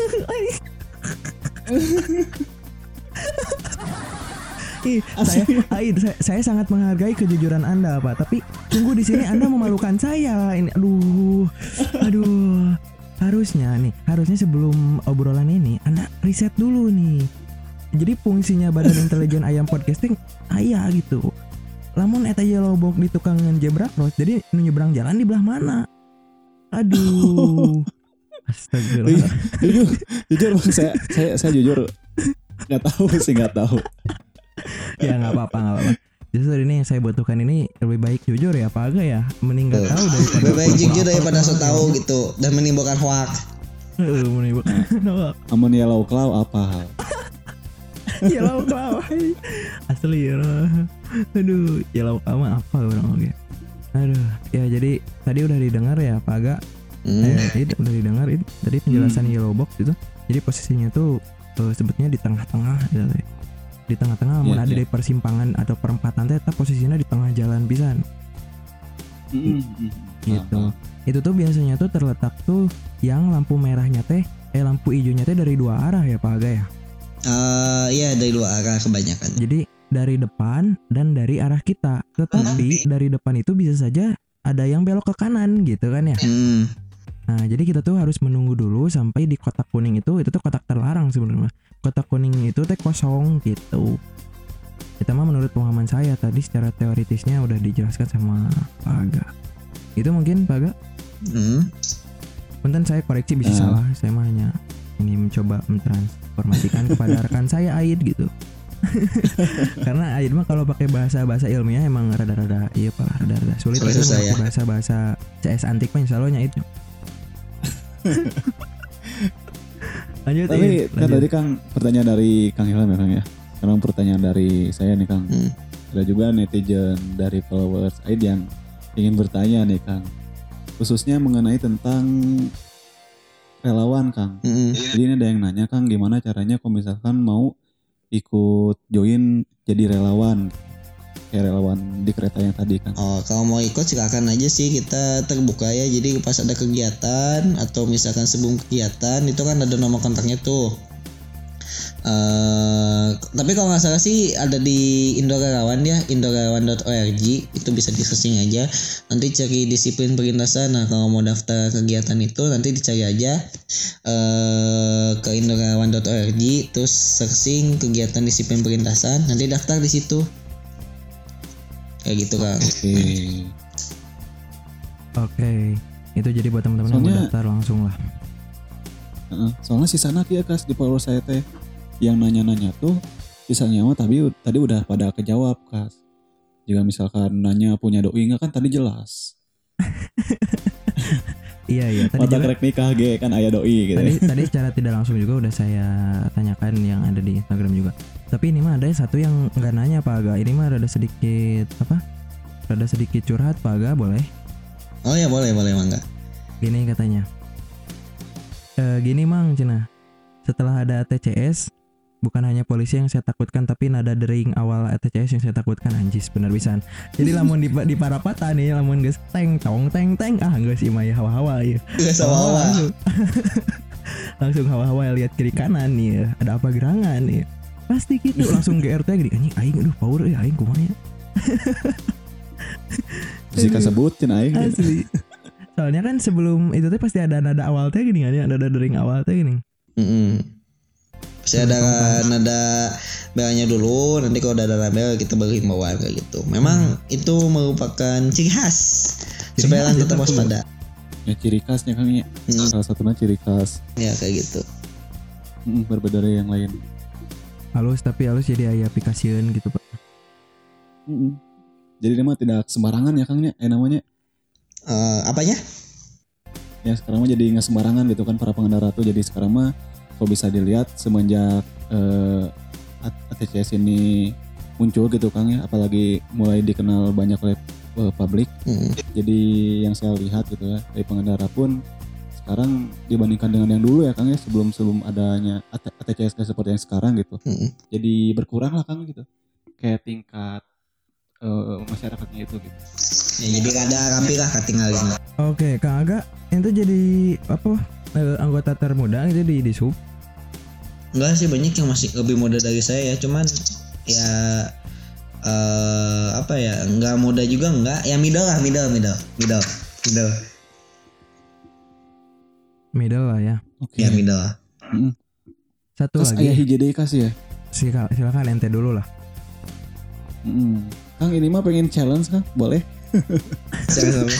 Ih, saya, Aid, saya, saya sangat menghargai kejujuran Anda, Pak. Tapi tunggu di sini Anda memalukan saya. Ini, aduh, aduh. Harusnya nih, harusnya sebelum obrolan ini Anda riset dulu nih. Jadi fungsinya Badan Intelijen Ayam Podcasting ayah gitu. Lamun eta yellow box di tukangan zebra cross, jadi nu nyebrang jalan di belah mana? Aduh. Astagfirullah. Jujur, jujur saya, saya, saya jujur nggak tahu sih nggak tahu. Ya nggak apa-apa nggak apa-apa. Justru ini yang saya butuhkan ini lebih baik jujur ya Pak Aga ya, mending nggak tahu daripada lebih baik jujur daripada so tahu gitu dan menimbulkan hoax. Heeh, menimbulkan hoax. Amun yellow claw apa hal? Yellow claw. Asli ya. Aduh, yellow claw apa orang oke. Aduh, ya jadi tadi udah didengar ya Pak Aga. Hmm. Eh, itu udah didengar itu tadi penjelasan hmm. yellow box itu. Jadi posisinya tuh uh, sebetulnya di tengah-tengah gitu. Di tengah-tengah yeah, ada yeah. di persimpangan atau perempatan tetap posisinya di tengah jalan pisan. Mm-hmm. Gitu. Uh-huh. Itu tuh biasanya tuh terletak tuh yang lampu merahnya teh eh lampu hijaunya teh dari dua arah ya Pak Aga ya. Uh, iya dari dua arah kebanyakan. Jadi dari depan dan dari arah kita. Tetapi uh-huh. dari depan itu bisa saja ada yang belok ke kanan gitu kan ya. Hmm. Nah, jadi kita tuh harus menunggu dulu sampai di kotak kuning itu, itu tuh kotak terlarang sebenarnya. Kotak kuning itu teh kosong gitu. Itu mah menurut pemahaman saya tadi secara teoritisnya udah dijelaskan sama Pak Aga. Itu mungkin Pak Aga. Hmm. Punten saya koreksi bisa Uh. salah. Saya mah hanya ini mencoba mentransformasikan kepada rekan saya Aid gitu. Karena Aid mah kalau pakai bahasa-bahasa ilmiah emang rada-rada iya Pak, rada-rada sulit. Sulit Tapi susah ya. bahasa-bahasa C S antik mah insyaallah itu. Lanjut. Tapi Aid, kan lanjut. tadi Kang pertanyaan dari Kang Ilham ya Kang ya. Sekarang pertanyaan dari saya nih Kang. Hmm. Ada juga netizen dari followers Aid yang ingin bertanya nih Kang. Khususnya mengenai tentang relawan Kang. Hmm. Jadi ini ada yang nanya Kang gimana caranya kalau misalkan mau ikut join jadi relawan. Kayak relawan di kereta yang tadi Kang. Oh, kalau mau ikut silakan aja sih, kita terbuka ya. Jadi pas ada kegiatan atau misalkan sebelum kegiatan itu kan ada nomor kontaknya tuh. Uh, tapi kalau nggak salah sih ada di Indorelawan ya, indorelawan dot org, itu bisa di searching aja. Nanti cari disiplin perlintasan. Nah kalau mau daftar kegiatan itu nanti dicari aja uh, ke indorelawan dot org, terus searching kegiatan disiplin perlintasan, nanti daftar di situ. Kayak gitu Kang. Oke. Oke. Itu jadi buat teman-teman yang mau Soalnya- daftar langsung lah. Heeh. Soalnya si sana ya Kas di follower saya teh yang nanya-nanya tuh sisanya mah tapi tadi udah pada kejawab Kas. Jika misalkan nanya punya doi nggak kan tadi jelas. Iya iya. Tadi Mata juga, krek nikah ge kan aya doi gitu. tadi tadi secara tidak langsung juga udah saya tanyakan yang ada di Instagram juga. Tapi ini mah ada satu yang nggak nanya Pak Aga. Ini mah rada sedikit apa? Rada sedikit curhat Pak Aga, boleh? Oh ya boleh boleh mangga. Gini katanya. E, gini Mang Cina. Setelah ada A T C S, bukan hanya polisi yang saya takutkan, tapi nada dering awal A T C S yang saya takutkan. Anjis bener pisan. Jadi lamun di di parapata nih, lamun geus teng tong teng teng ah geus imah ya hawa-hawa ya. Geus hawa-hawa. Langsung, langsung hawa-hawa lihat kiri kanan nih, ya. Ada apa gerangan nih. Pasti gitu langsung G R T gini anjing aing aduh power ya aing kumaha ya. Jika sebutin aing. Asli. Soalnya kan sebelum itu tuh pasti ada nada awal teh gini kan ya, ada nada dering awal teh gini. Mm-mm. Pasti ada nada belnya dulu, nanti kalau udah ada label kita beri himbauan kayak gitu. Memang itu merupakan ciri khas Ciri supaya khas kan tetap itu waspada. Ya ciri khasnya Kang ya. Hmm. Salah satunya ciri khas. Ya kayak gitu. Mm, berbeda dari yang lain. Halus tapi halus jadi aya aplikasian gitu Pak. Mm-mm. Jadi dia mah tidak sembarangan ya Kang ya. Eh namanya. Uh, apanya? Ya sekarang mah jadi nggak sembarangan gitu kan para pengendara tuh. Jadi sekarang mah kalau bisa dilihat semenjak eh, A T C S ini muncul gitu Kang ya, apalagi mulai dikenal banyak oleh eh, publik. Hmm. Jadi yang saya lihat gitu ya dari pengendara pun sekarang dibandingkan dengan yang dulu ya Kang ya, sebelum sebelum adanya A T C S seperti yang sekarang gitu. Hmm. Jadi berkurang lah Kang gitu. Kayak tingkat eh, masyarakatnya itu gitu. Ya, jadi kada rapi lah katinggalin. Oke, Kang Aga itu jadi apa eh, anggota termuda itu di di sub. Enggak sih, banyak yang masih lebih muda dari saya ya, cuman ya uh, apa ya, enggak muda juga enggak, ya middle lah, middle middle middle middle Middle lah ya. Oke. ya middle lah. Mm-mm. Satu Terus lagi. ayah H J D kasih ya. Silakan, silakan ente dulu lah. Mm-mm. Kang ini mah pengen challenge Kang, boleh? Jangan sampai.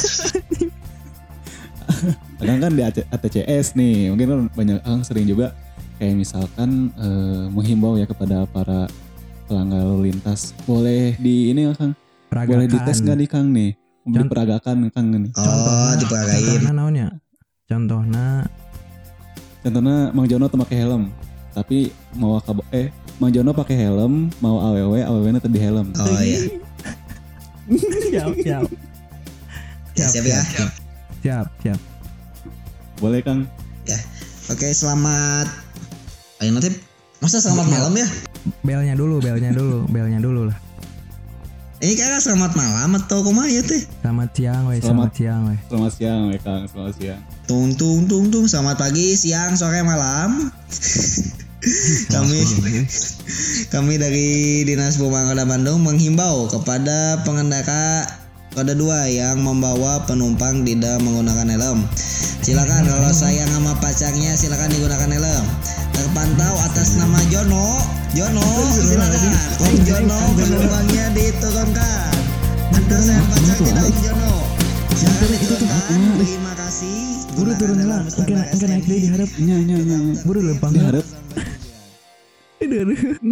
Kadang kan di A T C S nih, mungkin kan banyak orang sering juga kayak misalkan eh, menghimbau ya kepada para pelanggar lalu lintas, boleh di ini ya Kang, Peragakan. boleh dites nggak nih Kang nih, memberi Cont- peragakan Kang nih. Oh, diperagain. Contohna naonnya? Contohna Contohnya Mang Jono tuh pakai helm, tapi mau kabo eh Mang Jono pakai helm, mau aww, aww-nya tadi helm. Oh iya. siap, siap. Ya, siap ya. Siap, siap. Boleh Kang? Ya. Oke, selamat. Ayo nanti masa selamat malam ya? Belnya dulu, belnya dulu, belnya dulu lah. Ini kayaknya selamat malam atau kumaha ya teh? Selamat siang, weh. Selamat- Selamat siang, weh. Selamat siang ya Kang, selamat siang. Tung tung tung tung, selamat pagi, siang, sore, malam. kami kami dari Dinas Perhubungan Kota Bandung menghimbau kepada pengendara roda dua yang membawa penumpang tidak menggunakan helm. Silakan kalau sayang sama pacarnya silakan digunakan helm. terpantau atas nama Jono. Jono, silakan. Om Jono penumpangnya diturunkan. Anda saya baca tidak Om Jono. Jangan diturunkan. Terima kasih. Buru turun lah. Engke engke naik deui diharap. Nya nya nya. Buru lempang diharap. Aduh.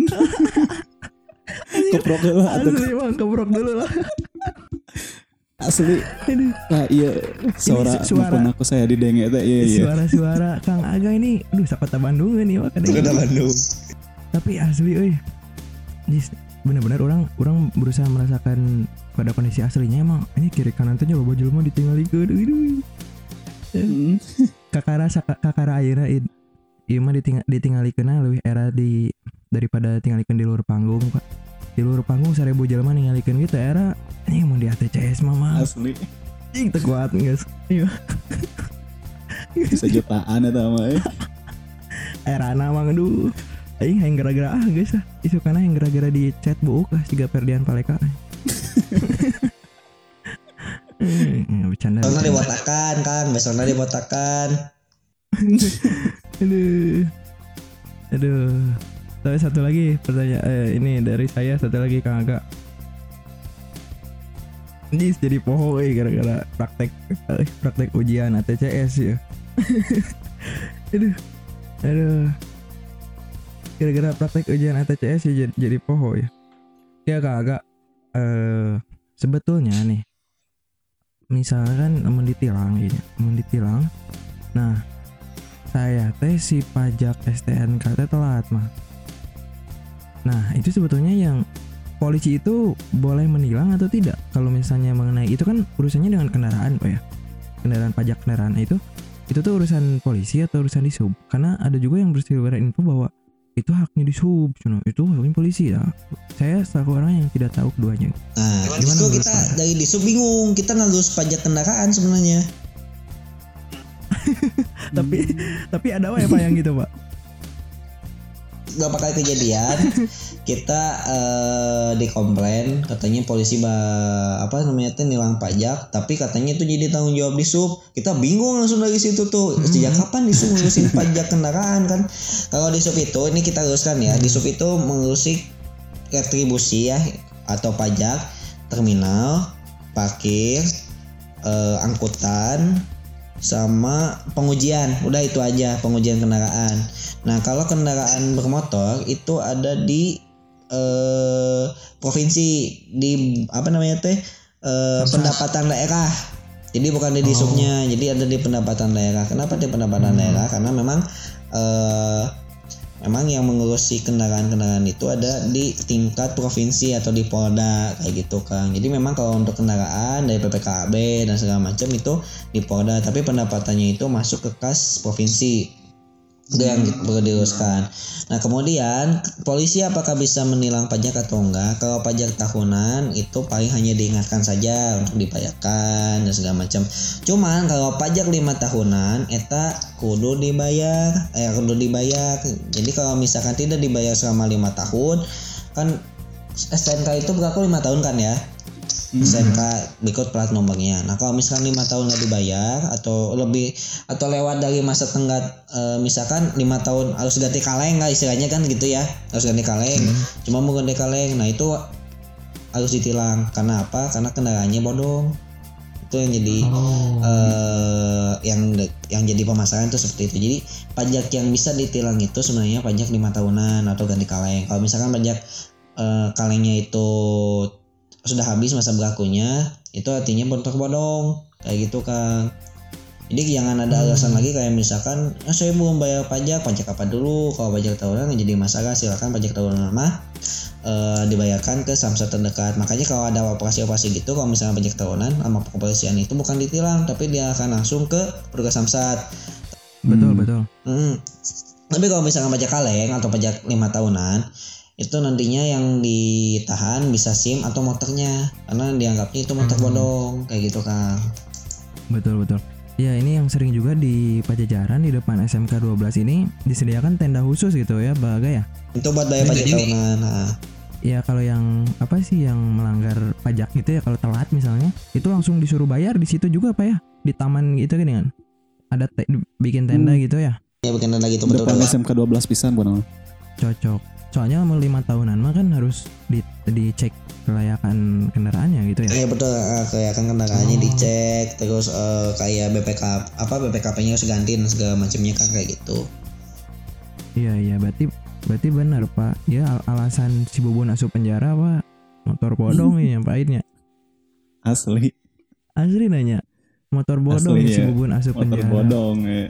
Keprok lah atau Asli bang, keprok dulu lah. Asli. Nah iya suara suara aku saya didenge teh iya iya. Suara-suara Kang Aga ini aduh sakota Bandung nih Pak. Sakota Bandung. Tapi asli euy. Jis benar-benar orang orang berusaha merasakan pada kondisi aslinya emang ini kiri kanan teh loba jelema ditinggalikeun euy. Hmm. Kakara kakara ayeuna ieu mah ditinggal ditinggalikeunna leuwih era di daripada tinggalikeun di luar panggung Pak. Di luar panggung seribu jelema ningalikeun gitu era ini mau di A T C S mah asli. Ih teu kuat geus. Iya. Bisa jutaan eta mah eh. Era na mah aduh. Aing hayang gara-gara ah geus ah. Isukana yang gara-gara di chat buuk ah siga Ferdian Paleka. Hmm, bercanda. Besoknya dibotakan Kang, besoknya dibotakan. Aduh. Aduh. Tapi satu lagi pertanyaan eh, ini dari saya satu lagi Kang Aga. Ini jadi poho eh gara-gara praktek eh, praktek ujian A T C S ya. Aduh. Aduh. Gara-gara praktek ujian A T C S ya jadi, jadi poho ya. Ya Kang Aga eh sebetulnya nih misalkan mau ditilang ini, mau ditilang. Nah, saya teh si pajak S T N K teh telat mah. Nah, itu sebetulnya yang polisi itu boleh menilang atau tidak? Kalau misalnya mengenai itu kan urusannya dengan kendaraan, Pak ya. Kendaraan pajak kendaraan itu itu tuh urusan polisi atau urusan disub. Karena ada juga yang berseliweran info bahwa itu haknya disub, cuma itu haknya polisi ya. Saya selaku orang yang tidak tahu keduanya. Nah, justru kita Pak? Dari disub bingung, kita ngalus pajak kendaraan sebenarnya. tapi tapi ada apa ya Pak yang gitu Pak? Beberapa kali kejadian kita uh, dikomplain katanya polisi ba, apa namanya tuh nilang pajak tapi katanya itu jadi tanggung jawab disub. Kita bingung langsung dari situ tuh mm-hmm. Sejak kapan disub ngurusin pajak kendaraan kan? Kalau disub itu ini kita luruskan ya, disub itu mengurusi retribusi ya atau pajak terminal, parkir, uh, angkutan sama pengujian. Udah itu aja pengujian kendaraan. Nah kalau kendaraan bermotor itu ada di eh, provinsi di apa namanya teh eh, pendapatan daerah. Jadi bukan di disubnya, oh. Jadi ada di pendapatan daerah. Kenapa di pendapatan hmm. daerah? Karena memang eh, memang yang mengurusi kendaraan-kendaraan itu ada di tingkat provinsi atau di Polda kayak gitu Kang. Jadi memang kalau untuk kendaraan dari P P K B dan segala macam itu di Polda, tapi pendapatannya itu masuk ke kas provinsi. Itu yang perlu diluruskan. Nah kemudian polisi apakah bisa menilang pajak atau enggak? Kalau pajak tahunan itu paling hanya diingatkan saja untuk dibayarkan dan segala macam. Cuman kalau pajak lima tahunan eta kudu dibayar, eh kudu dibayar. Jadi kalau misalkan tidak dibayar selama lima tahun, kan S T N K itu berlaku lima tahun kan ya? Hmm. S T N K berikut plat nomornya. Nah kalau misalkan lima tahun nggak dibayar atau lebih atau lewat dari masa tenggat e, misalkan lima tahun harus ganti kaleng nggak istilahnya kan gitu ya, harus ganti kaleng. Hmm. Cuma mau ganti kaleng, nah itu harus ditilang. Karena apa? Karena kendaraannya bodong. Itu yang jadi oh. e, yang yang jadi permasalahan itu seperti itu. Jadi pajak yang bisa ditilang itu sebenarnya pajak lima tahunan atau ganti kaleng. Kalau misalkan pajak e, kalengnya itu sudah habis masa berlakunya, itu artinya bentuk bodong kayak gitu Kang. Jadi jangan ada alasan hmm. lagi kayak misalkan ah, saya belum bayar pajak, pajak apa dulu? Kalau pajak tahunan nggak jadi masalah, silakan pajak tahunan mah e, dibayarkan ke samsat terdekat. Makanya kalau ada operasi-operasi gitu, kalau misalnya pajak tahunan sama kepolisian itu bukan ditilang, tapi dia akan langsung ke petugas samsat. Betul hmm. betul. Hmm. Tapi kalau misalkan pajak kaleng atau pajak lima tahunan itu nantinya yang ditahan bisa SIM atau motornya karena dianggapnya itu motor bodong kayak gitu Kang. Betul betul. Ya ini yang sering juga di Pajajaran di depan S M K dua belas ini disediakan tenda khusus gitu ya Baga ya. Itu buat bayar pajak tahunan. Nah. Ya kalau yang apa sih yang melanggar pajak gitu ya kalau telat misalnya itu langsung disuruh bayar di situ juga Pak ya, di taman gitu kan kan. Ada te- bikin tenda hmm. gitu ya. Ya bikin lagi tuh betul. Depan S M K dua belas pisan bukan? Cocok. Soalnya mau lima tahunan mah kan harus di dicek kelayakan kendaraannya gitu ya. Iya betul, kelayakan kendaraannya Oh. dicek, terus uh, kayak B P K apa B P K P-nya harus ganti dan segala macamnya kan kayak gitu. Iya iya berarti berarti benar Pak. Ya al- alasan si Bubun asup penjara Pak. Motor bodong ya nyampainnya. Asli. Asli nanya. Motor bodong Asli, si ya. Bubun asup Motor penjara. bodong ya.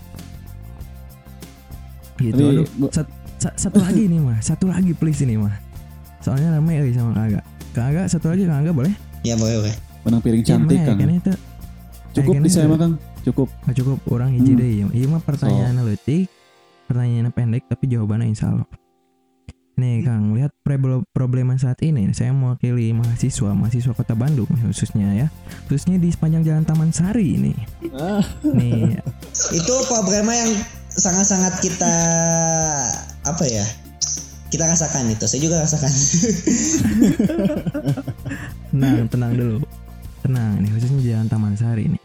Gitu. Tapi, Aduh, bu- sat- sa- satu lagi nih mah, satu lagi please ini mah. Soalnya rame euy sama Kak Aga. Kak Aga satu lagi Kak Aga boleh? Ya boleh boleh. Benang piring cantik Iya, Kang. kayaknya itu. Cukup kayaknya di saya itu. mah Kang. Cukup. Ah, cukup orang hiji Hmm. deui. Ieu mah pertanyaan leutik, pertanyaannya pendek tapi jawabannya insya Allah. Nih Kang, lihat pre- problema saat ini. Saya mewakili mahasiswa, mahasiswa Kota Bandung khususnya ya, khususnya di sepanjang Jalan Taman Sari ini. Ah. Nih, Itu problema yang sangat-sangat kita apa ya? Kita rasakan itu. Saya juga rasakan. tenang, tenang dulu, tenang. Nih khususnya di Jalan Taman Sari nih.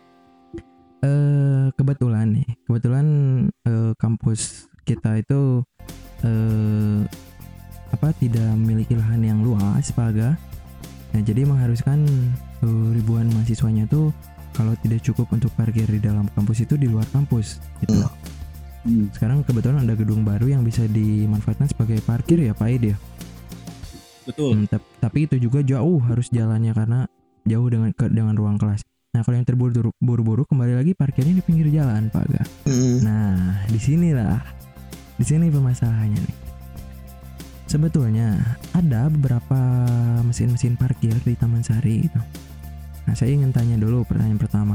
Eh kebetulan nih, kebetulan eh, kampus kita itu eh, apa tidak memiliki lahan yang luas, Pak Aga. Nah, jadi mengharuskan eh, ribuan mahasiswanya tuh kalau tidak cukup untuk parkir di dalam kampus itu di luar kampus gitu. Hmm. Sekarang kebetulan ada gedung baru yang bisa dimanfaatkan sebagai parkir ya Pak Id ya. Betul. Hmm, tap- tapi itu juga jauh harus jalannya karena jauh dengan ke, dengan ruang kelas. Nah, kalau yang terburu-buru kembali lagi parkirnya di pinggir jalan, Pak Aga. Hmm. Nah, di sinilah, di sini permasalahannya nih. Sebetulnya ada beberapa mesin-mesin parkir di Taman Sari gitu. Nah, saya ingin tanya dulu pertanyaan pertama.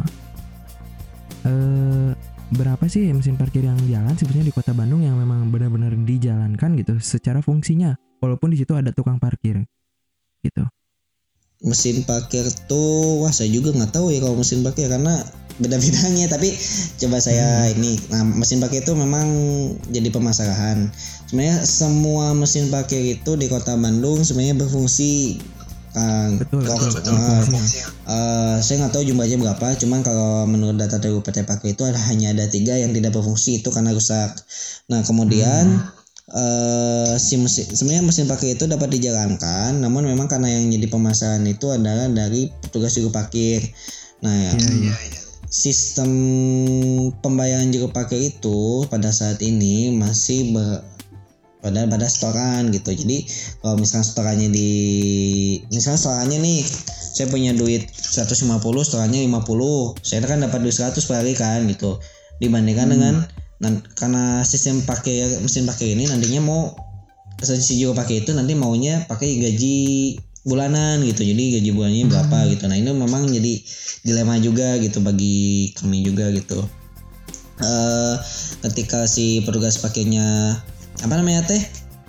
Eh, berapa sih mesin parkir yang jalan sebetulnya di Kota Bandung yang memang benar-benar dijalankan gitu secara fungsinya, walaupun di situ ada tukang parkir, gitu. Mesin parkir tuh wah saya juga nggak tahu ya kalau mesin parkir karena beda-bedanya, tapi coba saya Hmm. ini nah mesin parkir itu memang jadi permasalahan. Sebenarnya semua mesin parkir itu di Kota Bandung sebenarnya berfungsi. Kang, Betul, Kok- betul, betul. uh, Fungsinya. uh, saya nggak tahu jumlahnya berapa, cuman kalau menurut data dari U P T Parkir itu ada, hanya ada tiga yang tidak berfungsi itu karena rusak. Nah kemudian uh, si mesin sebenarnya mesin parkir itu dapat dijalankan, namun memang karena yang jadi permasalahan itu adalah dari petugas juru parkir. Nah ya, Iya, iya. sistem pembayaran juru parkir itu pada saat ini masih ber, pada pada setoran gitu. Jadi kalau misalnya setorannya di misalnya setorannya nih saya punya duit seratus lima puluh, setorannya lima puluh, saya kan dapat duit seratus per hari kan gitu, dibandingkan Hmm. dengan nan, karena sistem parkir mesin parkir ini nantinya mau si juru parkir itu nanti maunya pakai gaji bulanan gitu, jadi gaji bulannya berapa gitu. Nah ini memang jadi dilema juga gitu bagi kami juga gitu. Eh ketika si petugas parkirnya apa namanya teh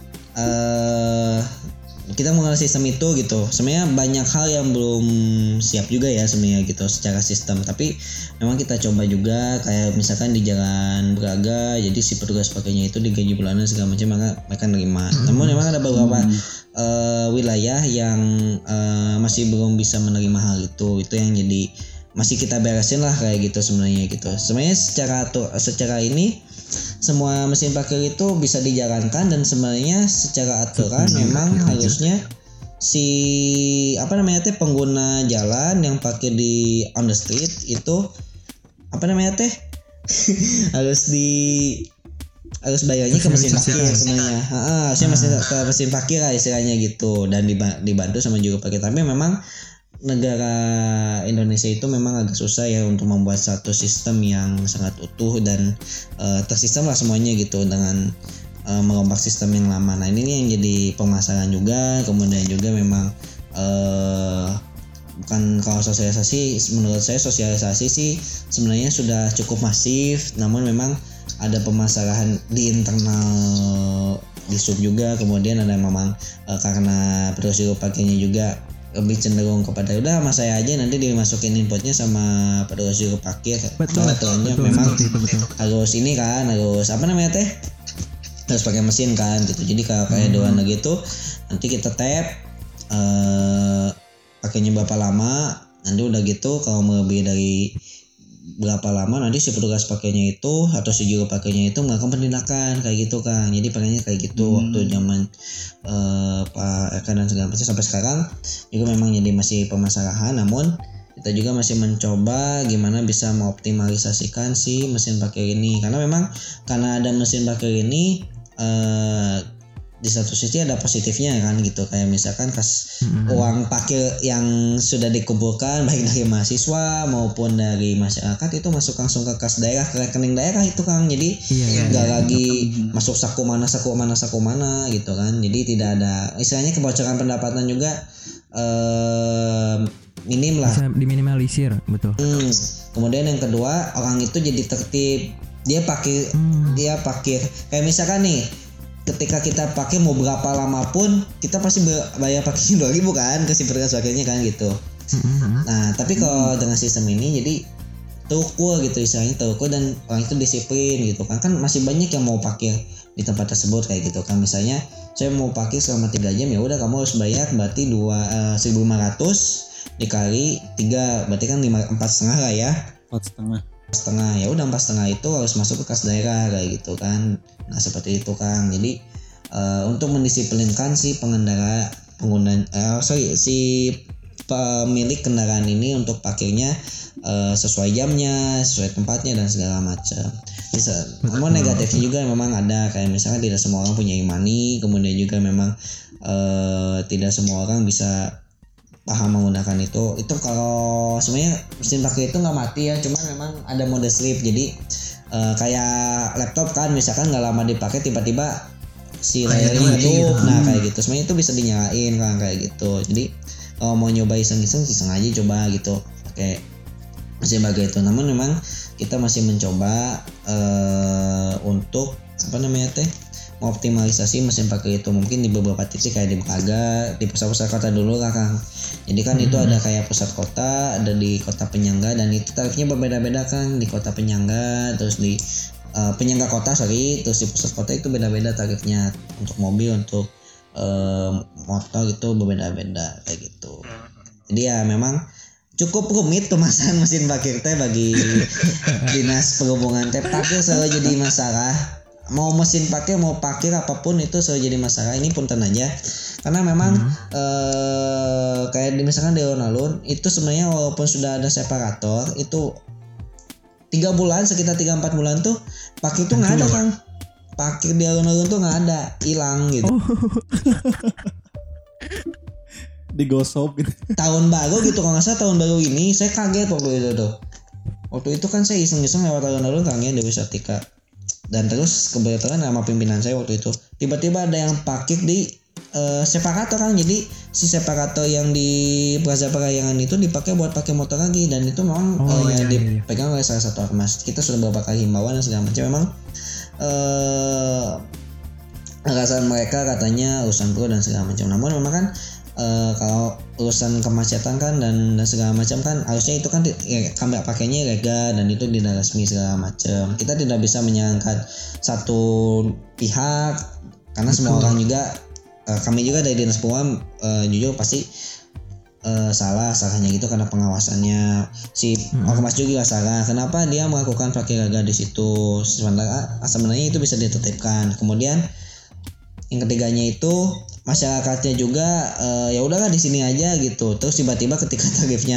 eh kita mengenal sistem itu gitu, sebenarnya banyak hal yang belum siap juga ya sebenarnya gitu secara sistem, tapi memang kita coba juga kayak misalkan di Jalan Braga, jadi si petugas parkirnya itu digaji bulanan segala macam, maka mereka nerima. Namun memang ada beberapa uh, wilayah yang uh, masih belum bisa menerima hal itu, itu yang jadi masih kita beresin lah kayak gitu sebenarnya gitu. Sebenarnya secara tuh secara ini semua mesin parkir itu bisa dijalankan dan sebenarnya secara aturan memang harusnya si apa namanya teh pengguna jalan yang parkir di on the street itu apa namanya teh harus di harus bayarnya ke mesin parkir sebenarnya. Heeh, harusnya mesin ke mesin parkir lah istilahnya gitu dan dibantu sama juru parkir. Tapi memang negara Indonesia itu memang agak susah ya untuk membuat satu sistem yang sangat utuh dan uh, tersistem lah semuanya gitu dengan uh, merombak sistem yang lama. Nah ini yang jadi permasalahan juga. Kemudian juga memang uh, bukan kalau sosialisasi, menurut saya sosialisasi sih sebenarnya sudah cukup masif, namun memang ada permasalahan di internal di sub juga. Kemudian ada memang uh, karena petugas juru parkirnya juga lebih cenderung kepada udah mas saya aja nanti dimasukin inputnya sama petugas juru parkir. Betul, Aturannya betul, memang betul, betul. harus ini kan harus apa namanya teh harus pakai mesin kan gitu. Jadi kalau kayak Hmm. di luar negeri itu nanti kita tap eh pakainya berapa lama, nanti udah gitu kalau mau lebih dari berapa lama nanti si petugas pakainya itu atau si juru pakainya itu melakukan penindakan kayak gitu kan. Jadi pengennya kayak gitu hmm. waktu zaman uh, Pak Eka dan segala macam sampai sekarang juga memang jadi masih permasalahan, namun kita juga masih mencoba gimana bisa mengoptimalisasikan si mesin parkir ini, karena memang karena ada mesin parkir ini uh, di satu sisi ada positifnya kan gitu, kayak misalkan kas hmm. uang parkir yang sudah dikumpulkan baik dari mahasiswa maupun dari masyarakat itu masuk langsung ke kas daerah, ke rekening daerah itu kan, jadi yeah, nggak yeah, lagi yeah. masuk saku mana saku mana saku mana gitu kan, jadi tidak ada istilahnya kebocoran pendapatan juga eh, minim lah, bisa diminimalisir betul. Hmm. Kemudian yang kedua, orang itu jadi tertib, dia parkir hmm. dia parkir kayak misalkan nih ketika kita pakai mau berapa lama pun kita pasti bayar parkir dua ribu kan ke si petugas parkirnya kan gitu. Mm-hmm. Nah tapi kalau mm-hmm. dengan sistem ini jadi terukur gitu istilahnya, terukur dan orang itu disiplin gitu kan. Kan masih banyak yang mau parkir di tempat tersebut kayak gitu kan. Misalnya saya mau parkir selama tiga jam, ya udah kamu harus bayar berarti dua uh, seribu lima ratus dikali tiga berarti kan lima empat setengah lah ya. Empat setengah. setengah ya udah empat setengah itu harus masuk ke kas daerah kayak gitu kan. Nah seperti itu Kang. Jadi uh, untuk mendisiplinkan si pengendara pengguna uh, sorry si pemilik kendaraan ini untuk parkirnya uh, sesuai jamnya, sesuai tempatnya dan segala macam. Bisa. Namun negatifnya juga memang ada, kayak misalnya tidak semua orang punya e-money, kemudian juga memang uh, tidak semua orang bisa paham menggunakan itu. Itu kalau sebenarnya mesin parkir itu nggak mati ya, cuman memang ada mode sleep. Jadi uh, kayak laptop kan, misalkan nggak lama dipakai tiba-tiba si layarnya hidup, nah kayak gitu. Sebenarnya itu bisa dinyalain kan kayak gitu. Jadi kalau mau nyoba iseng-iseng, iseng aja coba gitu pakai mesin parkir itu. Namun memang kita masih mencoba uh, untuk apa namanya teh optimalisasi mesin parkir itu, mungkin di beberapa titik kayak di Bekaga, di pusat-pusat kota dulu lah Kang. Jadi kan hmm. itu ada kayak pusat kota, ada di kota penyangga, dan itu tarifnya berbeda-beda Kang. Di kota penyangga, terus di uh, penyangga kota sorry, terus di pusat kota itu beda-beda tarifnya. Untuk mobil, untuk uh, motor itu berbeda-beda kayak gitu. Jadi ya memang cukup rumit pemasangan mesin parkir teh bagi dinas perhubungan teh. Parkir selalu jadi masalah. Mau mesin parkir mau parkir apapun itu selalu jadi masalah. Ini punten aja karena memang hmm. ee, kayak misalkan di alun-alun itu sebenarnya walaupun sudah ada separator itu tiga bulan sekitar tiga sampai empat bulan tuh parkir tuh nggak ada Kang. Parkir di alun-alun tuh nggak ada, hilang gitu. Oh. Digosok gitu. Tahun baru gitu kalau nggak salah, tahun baru ini saya kaget waktu itu tuh. Waktu itu kan saya iseng-iseng lewat alun-alun Kang ya, Dewi Sartika. Dan terus kebetulan sama pimpinan saya waktu itu tiba-tiba ada yang parkir di uh, separator Kang. Jadi si separator yang di Plaza Parayangan itu dipakai buat pakai motor lagi, dan itu memang oh, uh, iya, dipegang iya. oleh salah satu ormas. Kita sudah beberapa kali himbauan dan segala macam. Memang uh, alasan mereka katanya urusan pro dan segala macam. Namun memang kan Uh, kalau urusan kemacetan kan dan, dan segala macam kan harusnya itu kan ya, kami pakainya lega dan itu tidak resmi segala macam. Kita tidak bisa menyalahkan satu pihak karena betul. Semua orang juga uh, kami juga dari dinas perhubungan uh, jujur pasti uh, salah salahnya gitu karena pengawasannya si hmm. ormas juga salah. Kenapa dia melakukan parkir lega di situ? Sementara sebenarnya itu bisa ditertibkan. Kemudian yang ketiganya itu masyarakatnya juga uh, ya udahlah di sini aja gitu. Terus tiba-tiba ketika tarifnya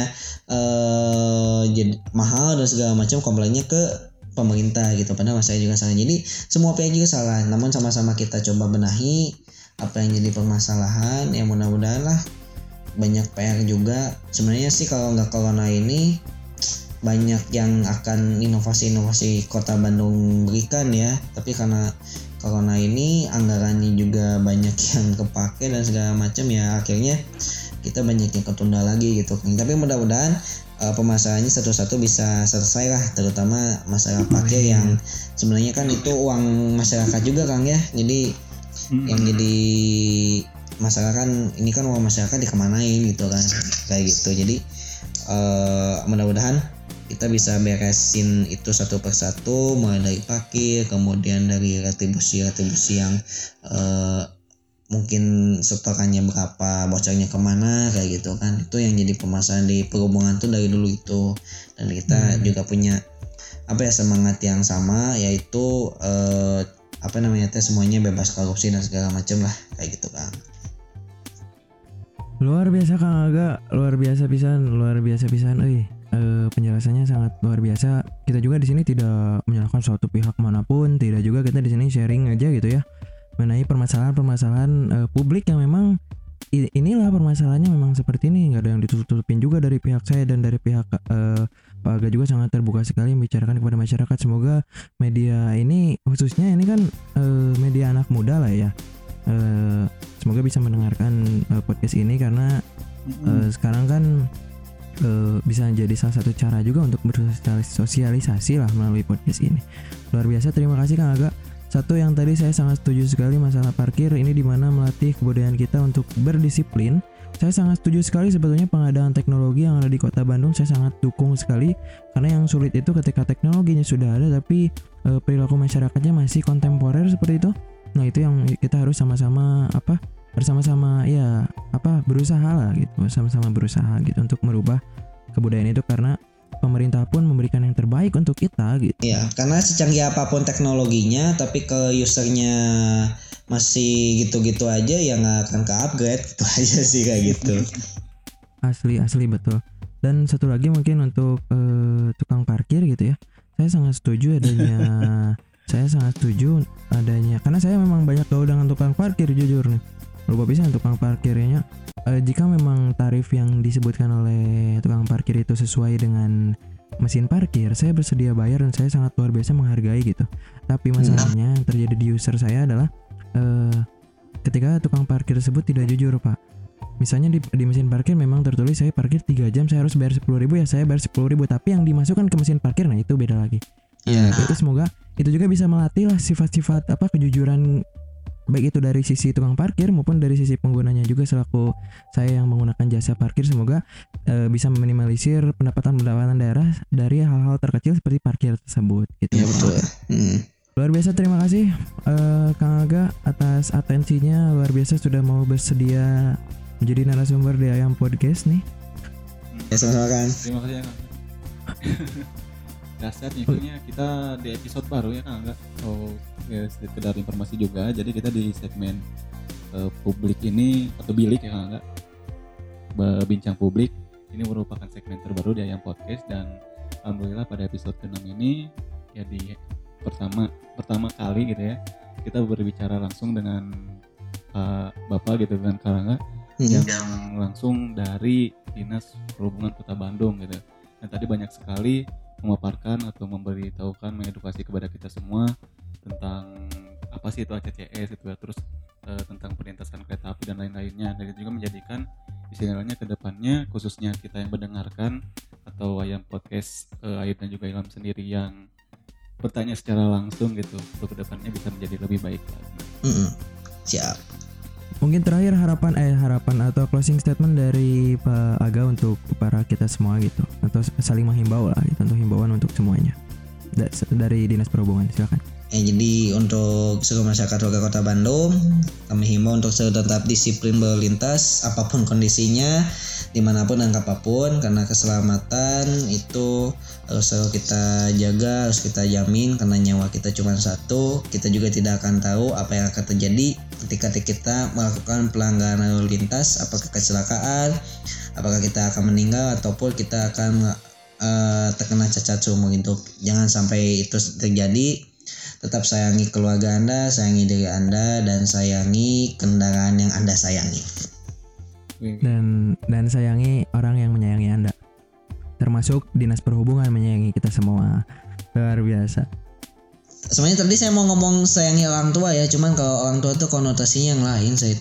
uh, jadi mahal dan segala macam komplainnya ke pemerintah gitu. Padahal saya juga salah. Jadi semua pihak juga salah. Namun sama-sama kita coba benahi apa yang jadi permasalahan. Ya mudah-mudahan lah banyak P R juga. Sebenarnya sih kalau nggak corona ini banyak yang akan inovasi-inovasi Kota Bandung berikan ya. Tapi karena corona ini anggarannya juga banyak yang kepake dan segala macam ya, akhirnya kita banyak yang ketunda lagi gitu. Tapi mudah-mudahan uh, permasalahannya satu-satu bisa selesai lah, terutama masalah parkir yang sebenarnya kan itu uang masyarakat juga Kang ya. Jadi hmm. yang jadi masalah kan ini kan uang masyarakat dikemanain gitu kan kayak gitu. Jadi uh, mudah-mudahan kita bisa beresin itu satu persatu, mulai dari parkir, kemudian dari retribusi-retribusi yang uh, mungkin stokannya berapa, bocornya kemana kayak gitu kan. Itu yang jadi permasalahan di perhubungan tuh dari dulu itu. Dan kita hmm. juga punya apa ya semangat yang sama, yaitu eh, apa namanya teh semuanya bebas korupsi dan segala macam lah kayak gitu kan. Luar biasa Kang Aga, luar biasa pisan, luar biasa pisan euy. E, penjelasannya sangat luar biasa. Kita juga di sini tidak menyalahkan suatu pihak manapun, tidak juga kita di sini sharing aja gitu ya. Mengenai permasalahan-permasalahan e, publik yang memang inilah permasalahannya memang seperti ini, nggak ada yang ditutup-tutupin juga dari pihak saya dan dari pihak e, Pak Aga juga sangat terbuka sekali membicarakan kepada masyarakat. Semoga media ini khususnya ini kan e, media anak muda lah ya. E, semoga bisa mendengarkan e, podcast ini karena mm-hmm. e, sekarang kan e, bisa jadi salah satu cara juga untuk bersosialisasi lah melalui podcast ini. Luar biasa, terima kasih Kang Aga. Satu yang tadi saya sangat setuju sekali masalah parkir ini, dimana melatih kebudayaan kita untuk berdisiplin. Saya sangat setuju sekali sebetulnya pengadaan teknologi yang ada di Kota Bandung, saya sangat dukung sekali karena yang sulit itu ketika teknologinya sudah ada tapi e, perilaku masyarakatnya masih kontemporer seperti itu. Nah itu yang kita harus sama-sama apa bersama-sama ya apa berusaha lah gitu, sama-sama berusaha gitu untuk merubah kebudayaan itu karena pemerintah pun memberikan yang terbaik untuk kita gitu. Iya, karena secanggih apapun teknologinya tapi ke usernya masih gitu-gitu aja ya nggak akan ke upgrade gitu aja sih kayak gitu. Asli asli betul. Dan satu lagi mungkin untuk uh, tukang parkir gitu ya, saya sangat setuju adanya saya sangat setuju adanya karena saya memang banyak gaul dengan tukang parkir jujur nih. Lupa pisan tukang parkirnya. E, jika memang tarif yang disebutkan oleh tukang parkir itu sesuai dengan mesin parkir, saya bersedia bayar dan saya sangat luar biasa menghargai gitu. Tapi masalahnya yang terjadi di user saya adalah e, ketika tukang parkir tersebut tidak jujur Pak. Misalnya di, di mesin parkir memang tertulis saya parkir tiga jam saya harus bayar sepuluh ribu, ya saya bayar sepuluh ribu, tapi yang dimasukkan ke mesin parkir nah itu beda lagi. Ya, itu semoga itu juga bisa melatih lah sifat-sifat apa kejujuran, baik itu dari sisi tukang parkir maupun dari sisi penggunanya juga selaku saya yang menggunakan jasa parkir. Semoga e, bisa meminimalisir pendapatan-pendapatan daerah dari hal-hal terkecil seperti parkir tersebut gitu. Ya betul. Hmm. Luar biasa, terima kasih e, Kang Aga atas atensinya, luar biasa sudah mau bersedia menjadi narasumber di Ayam Podcast nih. Ya sama-sama kan. Terima kasih ya Kang. Dasar infonya kita di episode baru ya Kang Aga. Oh ya sekedar informasi juga. Jadi kita di segmen uh, publik ini atau bilik ya Kang Aga, bincang publik ini merupakan segmen terbaru di Ayam Podcast dan alhamdulillah pada episode keenam ini ya di pertama pertama kali gitu ya kita berbicara langsung dengan uh, Bapak gitu dengan Kang Aga hmm. yang langsung dari Dinas Perhubungan Kota Bandung gitu. Dan tadi banyak sekali memaparkan atau memberitahukan, mengedukasi kepada kita semua tentang apa sih itu A C C S itu ya, terus e, tentang perlintasan kereta api dan lain-lainnya. Dan itu juga menjadikan istilahnya ke depannya khususnya kita yang mendengarkan atau Ayam Podcast e, Ayub dan juga Ilham sendiri yang bertanya secara langsung gitu, untuk ke depannya bisa menjadi lebih baik lagi. Mm-hmm. Siap. Mungkin terakhir harapan eh harapan atau closing statement dari Pak Aga untuk para kita semua gitu, atau saling menghimbau lah gitu, untuk himbauan untuk semuanya dari Dinas Perhubungan, silakan. Ya, jadi untuk seluruh masyarakat warga Kota Bandung, kami himbau untuk selalu tetap disiplin berlintas apapun kondisinya, dimanapun dan kapanpun, karena keselamatan itu harus selalu kita jaga, harus kita jamin, karena nyawa kita cuma satu. Kita juga tidak akan tahu apa yang akan terjadi ketika kita melakukan pelanggaran lalu lintas, apakah kecelakaan, apakah kita akan meninggal ataupun kita akan uh, terkena cacat seumur hidup. Jangan sampai itu terjadi. Tetap sayangi keluarga Anda, sayangi diri Anda, dan sayangi kendaraan yang Anda sayangi. Dan dan sayangi orang yang menyayangi Anda. Termasuk Dinas Perhubungan menyayangi kita semua. Luar biasa. Sebenarnya tadi saya mau ngomong sayangi orang tua ya, cuman kalau orang tua itu konotasinya yang lain saya itu.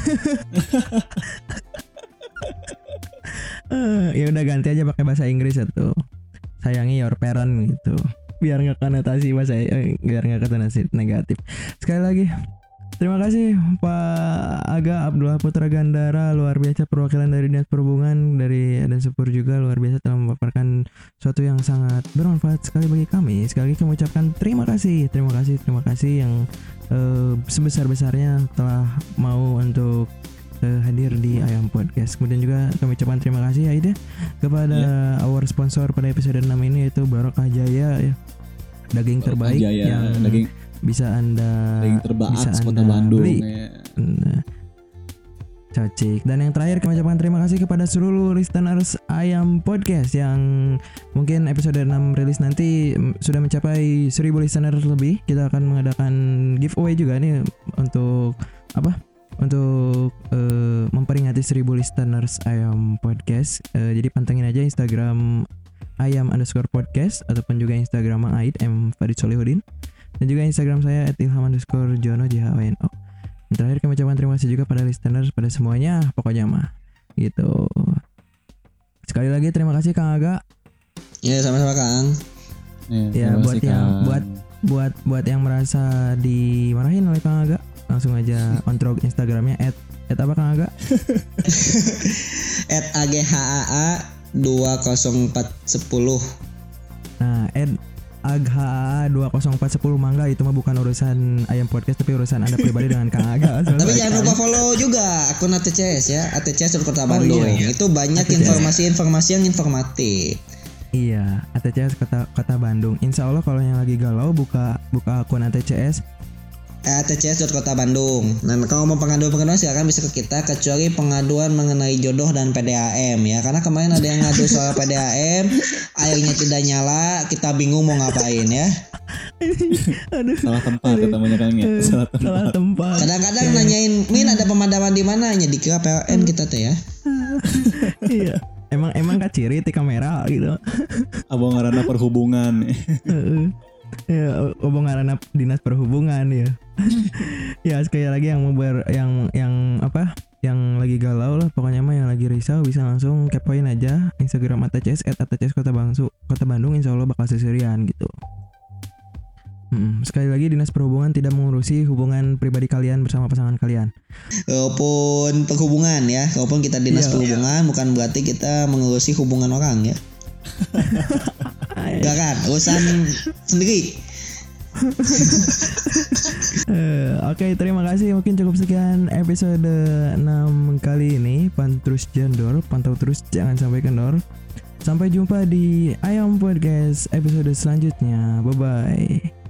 uh, ya udah ganti aja pakai bahasa Inggris atau sayangi your parent gitu. Biar nggak konotasi bahasa eh, biar nggak konotasi negatif. Sekali lagi Terima kasih Pak Aga Abdullah Putra Gandara, luar biasa perwakilan dari Dinas Perhubungan dari dan Sepur juga luar biasa telah memaparkan sesuatu yang sangat bermanfaat sekali bagi kami. Sekali lagi kami ucapkan terima kasih, terima kasih, terima kasih yang uh, sebesar-besarnya telah mau untuk uh, hadir di Ayam Podcast. Kemudian juga kami ucapkan terima kasih Aida kepada yeah. our sponsor pada episode enam ini yaitu Barokah Jaya ya. Daging Barokah terbaik Jaya, yang daging bisa anda daging terbaik bisa Kota anda Bandung beli. Ya. Nah, cocik. Dan yang terakhir kami ucapkan terima kasih kepada seluruh listeners Ayam Podcast yang mungkin episode enam rilis nanti sudah mencapai seribu listener lebih. Kita akan mengadakan giveaway juga nih untuk apa? Untuk uh, memperingati seribu listeners Ayam Podcast. Uh, jadi pantengin aja Instagram Ayam underscore podcast ataupun juga Instagram Aid M Farid Solihudin. Dan juga Instagram saya at ilham underscore jono j h o n o. Yang terakhir kami ucapkan terima kasih juga pada listeners pada semuanya pokoknya mah gitu. Sekali lagi terima kasih Kang Aga. Ya sama-sama Kang. Ya, ya buat kasih, yang Kang. buat buat buat yang merasa dimarahin oleh Kang Aga langsung aja kontrol Instagramnya at at apa Kang Aga? at a g h a a dua nol empat sepuluh. Nah, at Agha dua nol empat sepuluh mangga itu mah bukan urusan Ayam Podcast tapi urusan Anda pribadi dengan Kang Aga. Tapi jangan lupa follow juga akun A T C S ya, A T C S Kota Bandung. Oh, iya, iya. Itu banyak informasi-informasi yang informatif. Iya, A T C S Kota Kota Bandung. Insya Allah kalau yang lagi galau buka buka akun A T C S A T C S Kota Bandung. Nah, kalau mau pengaduan-pengaduan silakan bisa ke kita kecuali pengaduan mengenai jodoh dan P D A M ya. Karena kemarin ada yang ngadu soal P D A M, airnya tidak nyala, kita bingung mau ngapain ya. Aduh. Salah tempat katanya Kang ya. Salah tempat. Salah tempat. Kadang-kadang nanyain, "Min ada pemadaman di mana?" nya dikira P L N kita teh ya. Iya. Emang emang kaciri ti kamera gitu. Abang ngaranna perhubungan. Ya, obong ngaranna Dinas Perhubungan ya. Ya sekali lagi yang mau ber, yang yang apa? Yang lagi galau lah pokoknya mah yang lagi risau bisa langsung kepoin aja Instagram A T C S at A T C S Kota Bangsu Kota Bandung insyaallah bakal seserian gitu. Hmm, sekali lagi Dinas Perhubungan tidak mengurusi hubungan pribadi kalian bersama pasangan kalian. Walaupun perhubungan ya, walaupun kita Dinas ya, Perhubungan ya. Bukan berarti kita mengurusi hubungan orang ya. Gak kan, urusan sendiri. uh, Oke, okay, terima kasih. Mungkin cukup sekian episode enam kali ini. Pantau terus jandor, pantau terus jangan sampai kendor. Sampai jumpa di Ayam Podcast episode selanjutnya. Bye bye.